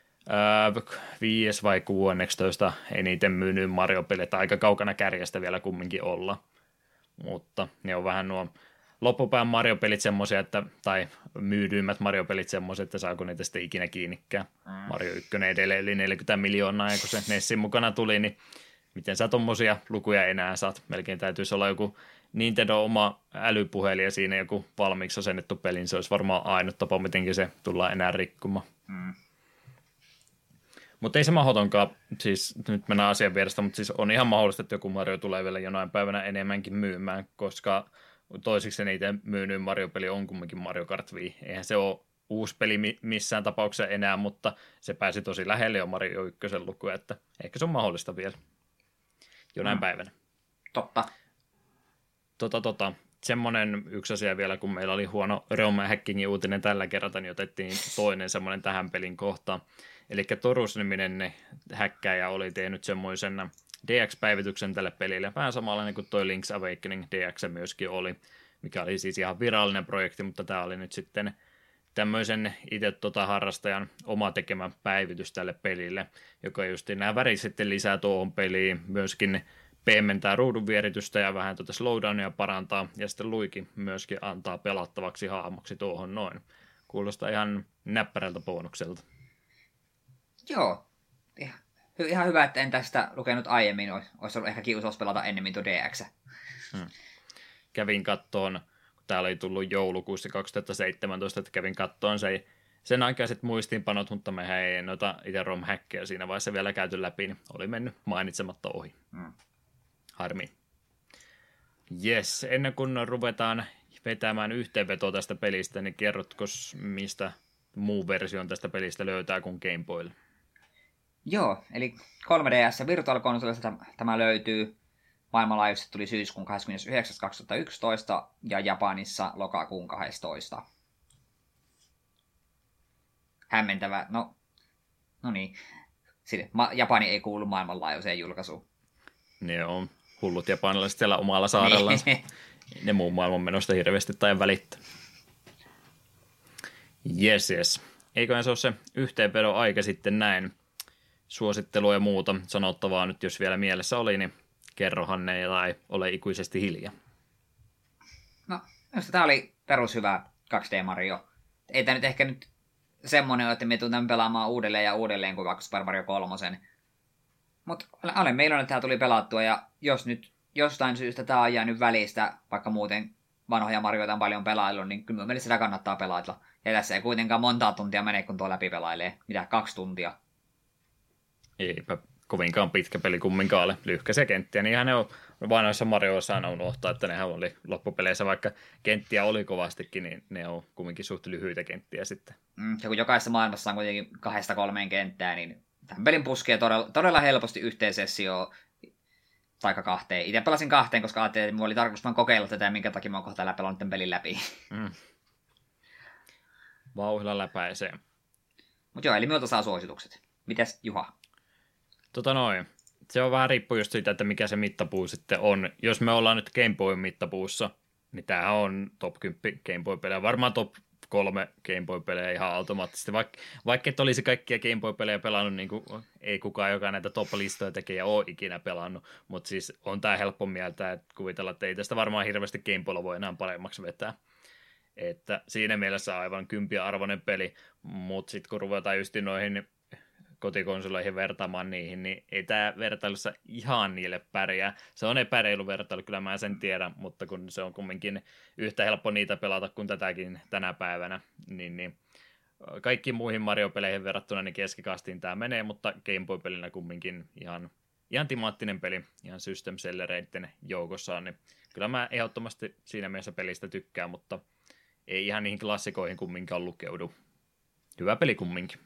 5 vai 16 eniten myynyt Mario-pelit, aika kaukana kärjestä vielä kumminkin olla. Mutta ne on vähän nuo loppupään Mario-pelit semmoisia, tai myydyimmät Mario-pelit semmoisia, että saako niitä sitten ikinä kiinnikään. Mario 1 edelleen eli 40 miljoonaa, ja kun se Nessin mukana tuli, niin miten sä tommosia lukuja enää saat? Melkein täytyisi olla joku Nintendo oma älypuhelin ja siinä joku valmiiksi asennettu peli, niin se olisi varmaan ainut tapa, mitenkin se tullaan enää rikkumaan. Mutta ei se mahdotonkaan, siis nyt mennään asian vierestä, mutta siis on ihan mahdollista, että joku Mario tulee vielä jonain päivänä enemmänkin myymään, koska toisiksi eniten myynyt Mario-peli on kumminkin Mario Kart Wii. Eihän se ole uusi peli missään tapauksessa enää, mutta se pääsi tosi lähelle jo Mario 1 lukuja, että ehkä se on mahdollista vielä jonain päivänä. Totta. Semmoinen yksi asia vielä, kun meillä oli huono Rome Hackingin uutinen tällä kertaa, niin otettiin toinen semmoinen tähän pelin kohta. Eli Torus-niminen häkkäjä oli tehnyt semmoisen DX-päivityksen tälle pelille. Vähän samanlainen kuin toi Link's Awakening DX myöskin oli, mikä oli siis ihan virallinen projekti, mutta tämä oli nyt sitten tämmöisen itse harrastajan oma tekemä päivitys tälle pelille, joka just nämä värit sitten lisää tuohon peliin, myöskin pehmentää ruudunvieritystä ja vähän slowdownia parantaa, ja sitten luiki myöskin antaa pelattavaksi hahmoksi tuohon noin. Kuulostaa ihan näppärältä bonukselta. Joo. Ihan hyvä, että en tästä lukenut aiemmin. Olisi ollut ehkä kiusaus pelata ennemmin tuo DX. Kävin kattoon, kun täällä oli tullut joulukuussa 2017, että kävin kattoon sen aikaiset muistiinpanot, mutta mehän ei noita itse ROM-häkkejä siinä vaiheessa vielä käyty läpi, niin oli mennyt mainitsematta ohi. Harmi. Jes, ennen kuin ruvetaan vetämään yhteenvetoa tästä pelistä, niin kerrotko, mistä muu version tästä pelistä löytää kuin Game Boylle? Joo, eli 3DS ja Virtual Consolesta tämä löytyy. Maailmanlaajuisesti tuli syyskuun 29.2011 ja Japanissa lokakuun 12. Hämmentävä. No niin. Japani ei kuulu maailmanlaajuiseen julkaisuun. Ne on hullut japanilaiset siellä omalla saarellaan. Ne muun maailman menosta hirveästi tai välittää. Jes. Eiköhän se ole se yhteenvedon aika sitten näin. Suosittelua ja muuta sanottavaa nyt, jos vielä mielessä oli, niin kerrohan ne tai ole ikuisesti hiljaa. No, minusta tämä oli perushyvä 2D Mario. Ei tämä nyt ehkä nyt semmoinen ole, että me tulen pelaamaan uudelleen ja uudelleen kuin vaikka Super Mario 3. Mutta olen meillä, että tämä tuli pelattua, ja jos nyt jostain syystä tämä on jäänyt välistä, vaikka muuten vanhoja Marioita on paljon pelaillut, niin kyllä mielestäni sitä kannattaa pelailla. Ja tässä ei kuitenkaan montaa tuntia mene, kun tuo läpi pelailee. Mitä, 2 tuntia? Eipä kovinkaan pitkä peli kumminkaan ole. Lyhkäisiä kenttiä, niin ihan ne on vanhoissa Marioissa aina unohtaa, että nehän oli loppupeleissä, vaikka kenttiä oli kovastikin, niin ne on kumminkin suht lyhyitä kenttiä sitten. Ja kun jokaisessa maailmassa on kuitenkin 2-3 kenttää, niin tämän pelin puskee todella helposti yhteen sessioon, taikka 2. Itse pelasin 2, koska ajattelin, että minulla oli tarkoitus vaan kokeilla tätä, minkä takia mä oon kohta pelannut tämän pelin läpi. Vauhdilla läpäisee. Mutta joo, eli minulta saa suositukset. Mites Juha? Se on vähän riippuu just siitä, että mikä se mittapuu sitten on. Jos me ollaan nyt Game Boyn mittapuussa, niin tämähän on top 10 Game Boy-pelejä. Varmaan top 3 Game Boy-pelejä ihan automaattisesti. Vaikka et olisi kaikkia Game Boy-pelejä pelannut, niin kuin ei kukaan, joka näitä top-listoja tekee ja ole ikinä pelannut. Mutta siis on tämä helppo mieltä, että kuvitella, että ei tästä varmaan hirveästi Game Boylla voi enää paremmaksi vetää. Että siinä mielessä aivan 10 arvoinen peli, mutta sitten kun ruvetaan just noihin kotikonsoleihin vertaamaan niihin, niin ei tämä vertailussa ihan niille pärjää. Se on epäreilu vertailu, kyllä mä sen tiedän, mutta kun se on kumminkin yhtä helppo niitä pelata kuin tätäkin tänä päivänä, niin kaikkiin muihin Mario-peleihin verrattuna niin keskikastiin tämä menee, mutta Game Boy-pelinä kumminkin ihan timaattinen peli, ihan system sellereiden joukossaan, niin kyllä mä ehdottomasti siinä mielessä pelistä tykkään, mutta ei ihan niihin klassikoihin kumminkaan lukeudu. Hyvä peli kumminkin.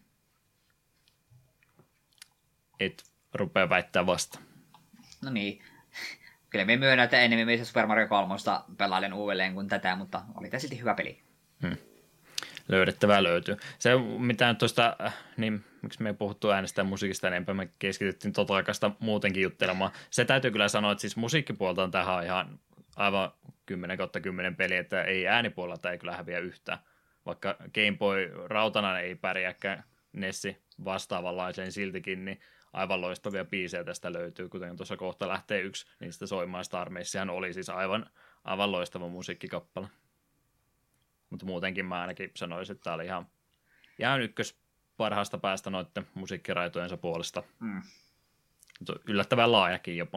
Et rupea väittää vasta. No niin. Kyllä me myönnän, että enemmän Super Mario 3 pelailen uudelleen kuin tätä, mutta oli tämä silti hyvä peli. Löydettävää löytyy. Se, mitä nyt tuosta, niin miksi me ei puhuttu äänestä musiikista enempää, me keskityttiin aikasta muutenkin juttelemaan. Se täytyy kyllä sanoa, että siis musiikkipuolta on tähän ihan aivan 10/10 peli, että ei äänipuolelta ei kyllä häviä yhtään. Vaikka Game Boy rautana ei pärjääkään Nessi vastaavanlaiseen siltikin, niin aivan loistavia biisejä tästä löytyy, kuten tuossa kohta lähtee yksi niistä soimaan. Star Messihan oli siis aivan loistava musiikkikappale. Mutta muutenkin mä ainakin sanoisin, että tämä oli ihan ykkös parhaasta päästä noiden musiikkiraitojensa puolesta. Yllättävän laajakin jopa.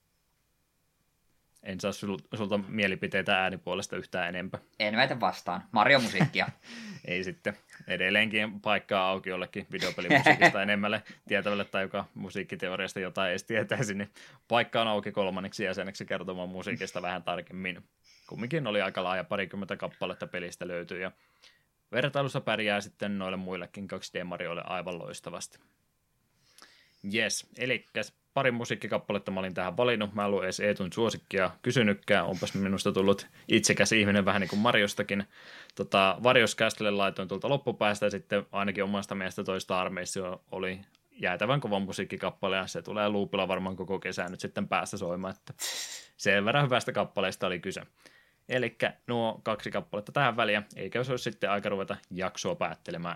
En saa sulta mielipiteitä äänipuolesta yhtään enempää. En väitä vastaan. Mario-musiikkia. Ei sitten. Edelleenkin paikkaa auki jollekin videopelimusiikista enemmälle tietävälle tai joka musiikkiteoriasta jotain edes tietäisi, niin paikka on auki 3. jäseneksi kertomaan musiikista vähän tarkemmin. Kumminkin oli aika laaja 20 kappaletta pelistä löytyy ja vertailussa pärjää sitten noille muillekin 2D Marioille aivan loistavasti. Jes, eli pari musiikkikappaletta mä olin tähän valinnut. Mä en ollut edes Eetun suosikkia kysynytkään. Onpas minusta tullut itsekäs ihminen vähän niin kuin Mariostakin. Varjoskästille laitoin tuolta loppupäästä ja sitten ainakin omasta mielestä toista armeissa oli jäätävän kova musiikkikappale ja se tulee loopilla varmaan koko kesän nyt sitten päästä soimaan. Että sen verran hyvästä kappaleesta oli kyse. Elikkä nuo 2 kappaletta tähän väliin, eikä se olisi sitten aika ruveta jaksoa päättelemään.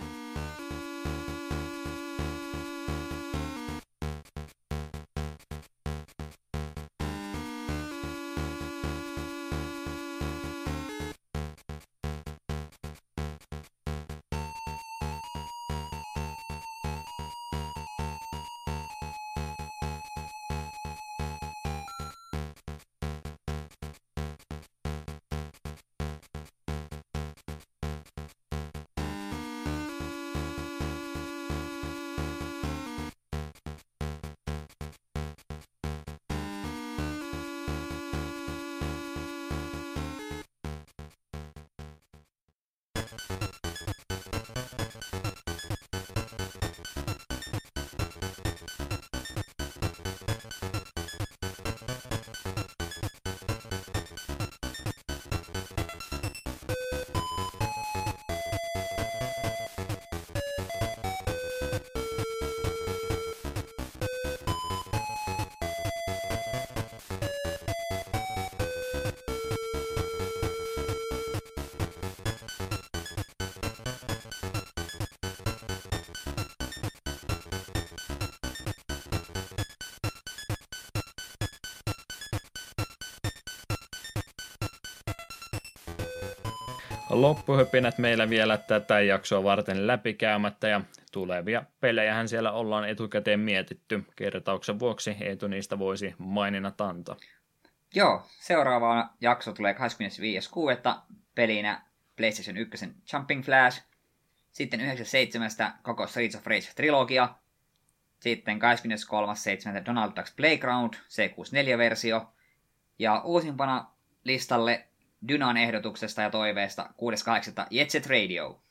Loppuhöpinät meillä vielä tätä jaksoa varten läpikäymättä ja tulevia pelejähän siellä ollaan etukäteen mietitty. Kertauksen vuoksi Eetu niistä voisi maininnat antaa. Joo, seuraava jakso tulee 25.6. pelinä PlayStation 1 Jumping Flash. Sitten 9.7. koko Streets of Rage-trilogia. Sitten 23.7. Donald Duck's Playground, C64-versio. Ja uusimpana listalle Dynan ehdotuksesta ja toiveesta 6.8. Jet Set Radio.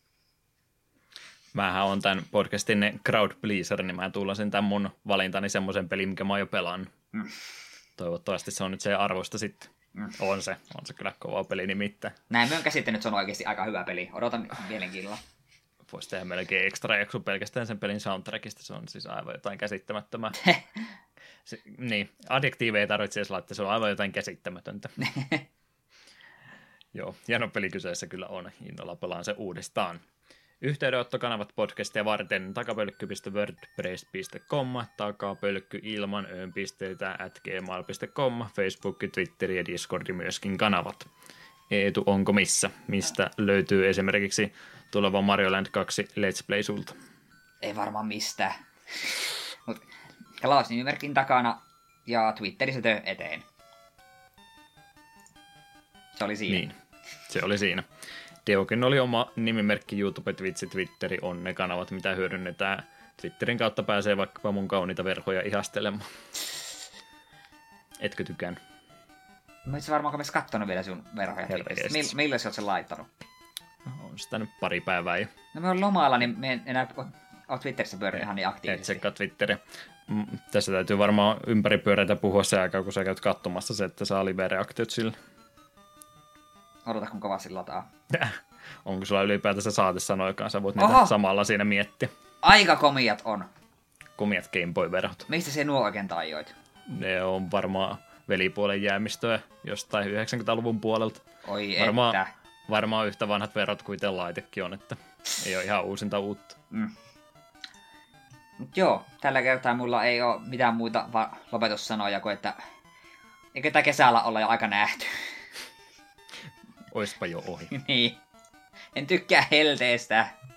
Mähän on tämän podcastin crowd pleaser, niin mä tullasin tämän mun valintani semmoisen pelin, mikä mä oon jo pelannut. Toivottavasti se on nyt se arvosta sitten. On se kyllä kova peli nimittäin. Näin mä oon käsittänyt, että se on oikeasti aika hyvä peli. Odotan mielenkiinnolla. Voisi tehdä melkein extra jakso pelkästään sen pelin soundtrackista, se on siis aivan jotain käsittämättömää. Niin, adjektiiveja ei tarvitse edes laittaa, se on aivan jotain käsittämätöntä. Joo, hieno peli kyseessä kyllä on, innolla pelaan se uudestaan. Yhteydenottokanavat podcastia varten takapölkky.wordpress.com, takapölkky ilman öönpisteitä @gmail.com, Facebook, Twitter ja Discord myöskin kanavat. Eetu, onko missä? Mistä löytyy esimerkiksi tuleva Mario Land 2 Let's Play sulta? Ei varmaan mistä. Mut Klaus-nimimerkin takana ja Twitterissä eteen. Se oli siinä. Niin, se oli siinä. Deokin oli oma nimimerkki, YouTube, Twitch, Twitteri on ne kanavat, mitä hyödynnetään. Twitterin kautta pääsee vaikkapa mun kauniita verhoja ihastelemaan. Etkö tykään? Mä itse varmaan myös kattonut vielä sun verhoja. Milloin sä oot sen laittanut? On sitä nyt pari päivää jo. No me on lomalla, niin me en enää ole Twitterissä pyörinyt ihan niin aktiivisesti. Et tsekkaa Twitteriä. Tässä täytyy varmaan ympäripyöreitä puhua se aikaa, kun sä käyt katsomassa se, että saa live-reaktiot sille. Odota, kun kovasti lataa. Onko sulla ylipäätänsä saatesanoikaan? Sä voit niitä samalla siinä miettiä. Aika komiat on. Komiat Game Boy-verhot. Mistä se nuo oikein taioit? Ne on varmaan velipuolen jäämistöä jostain 90-luvun puolelta. Oi varmaan yhtä vanhat verot kuin itse laitekin on, että ei ole ihan uusinta uutta. Mut joo, tällä kertaa mulla ei ole mitään muita lopetussanoja kuin, että eikö tää kesällä olla jo aika nähty. Oispa jo ohi. Niin. En tykkää helteestä.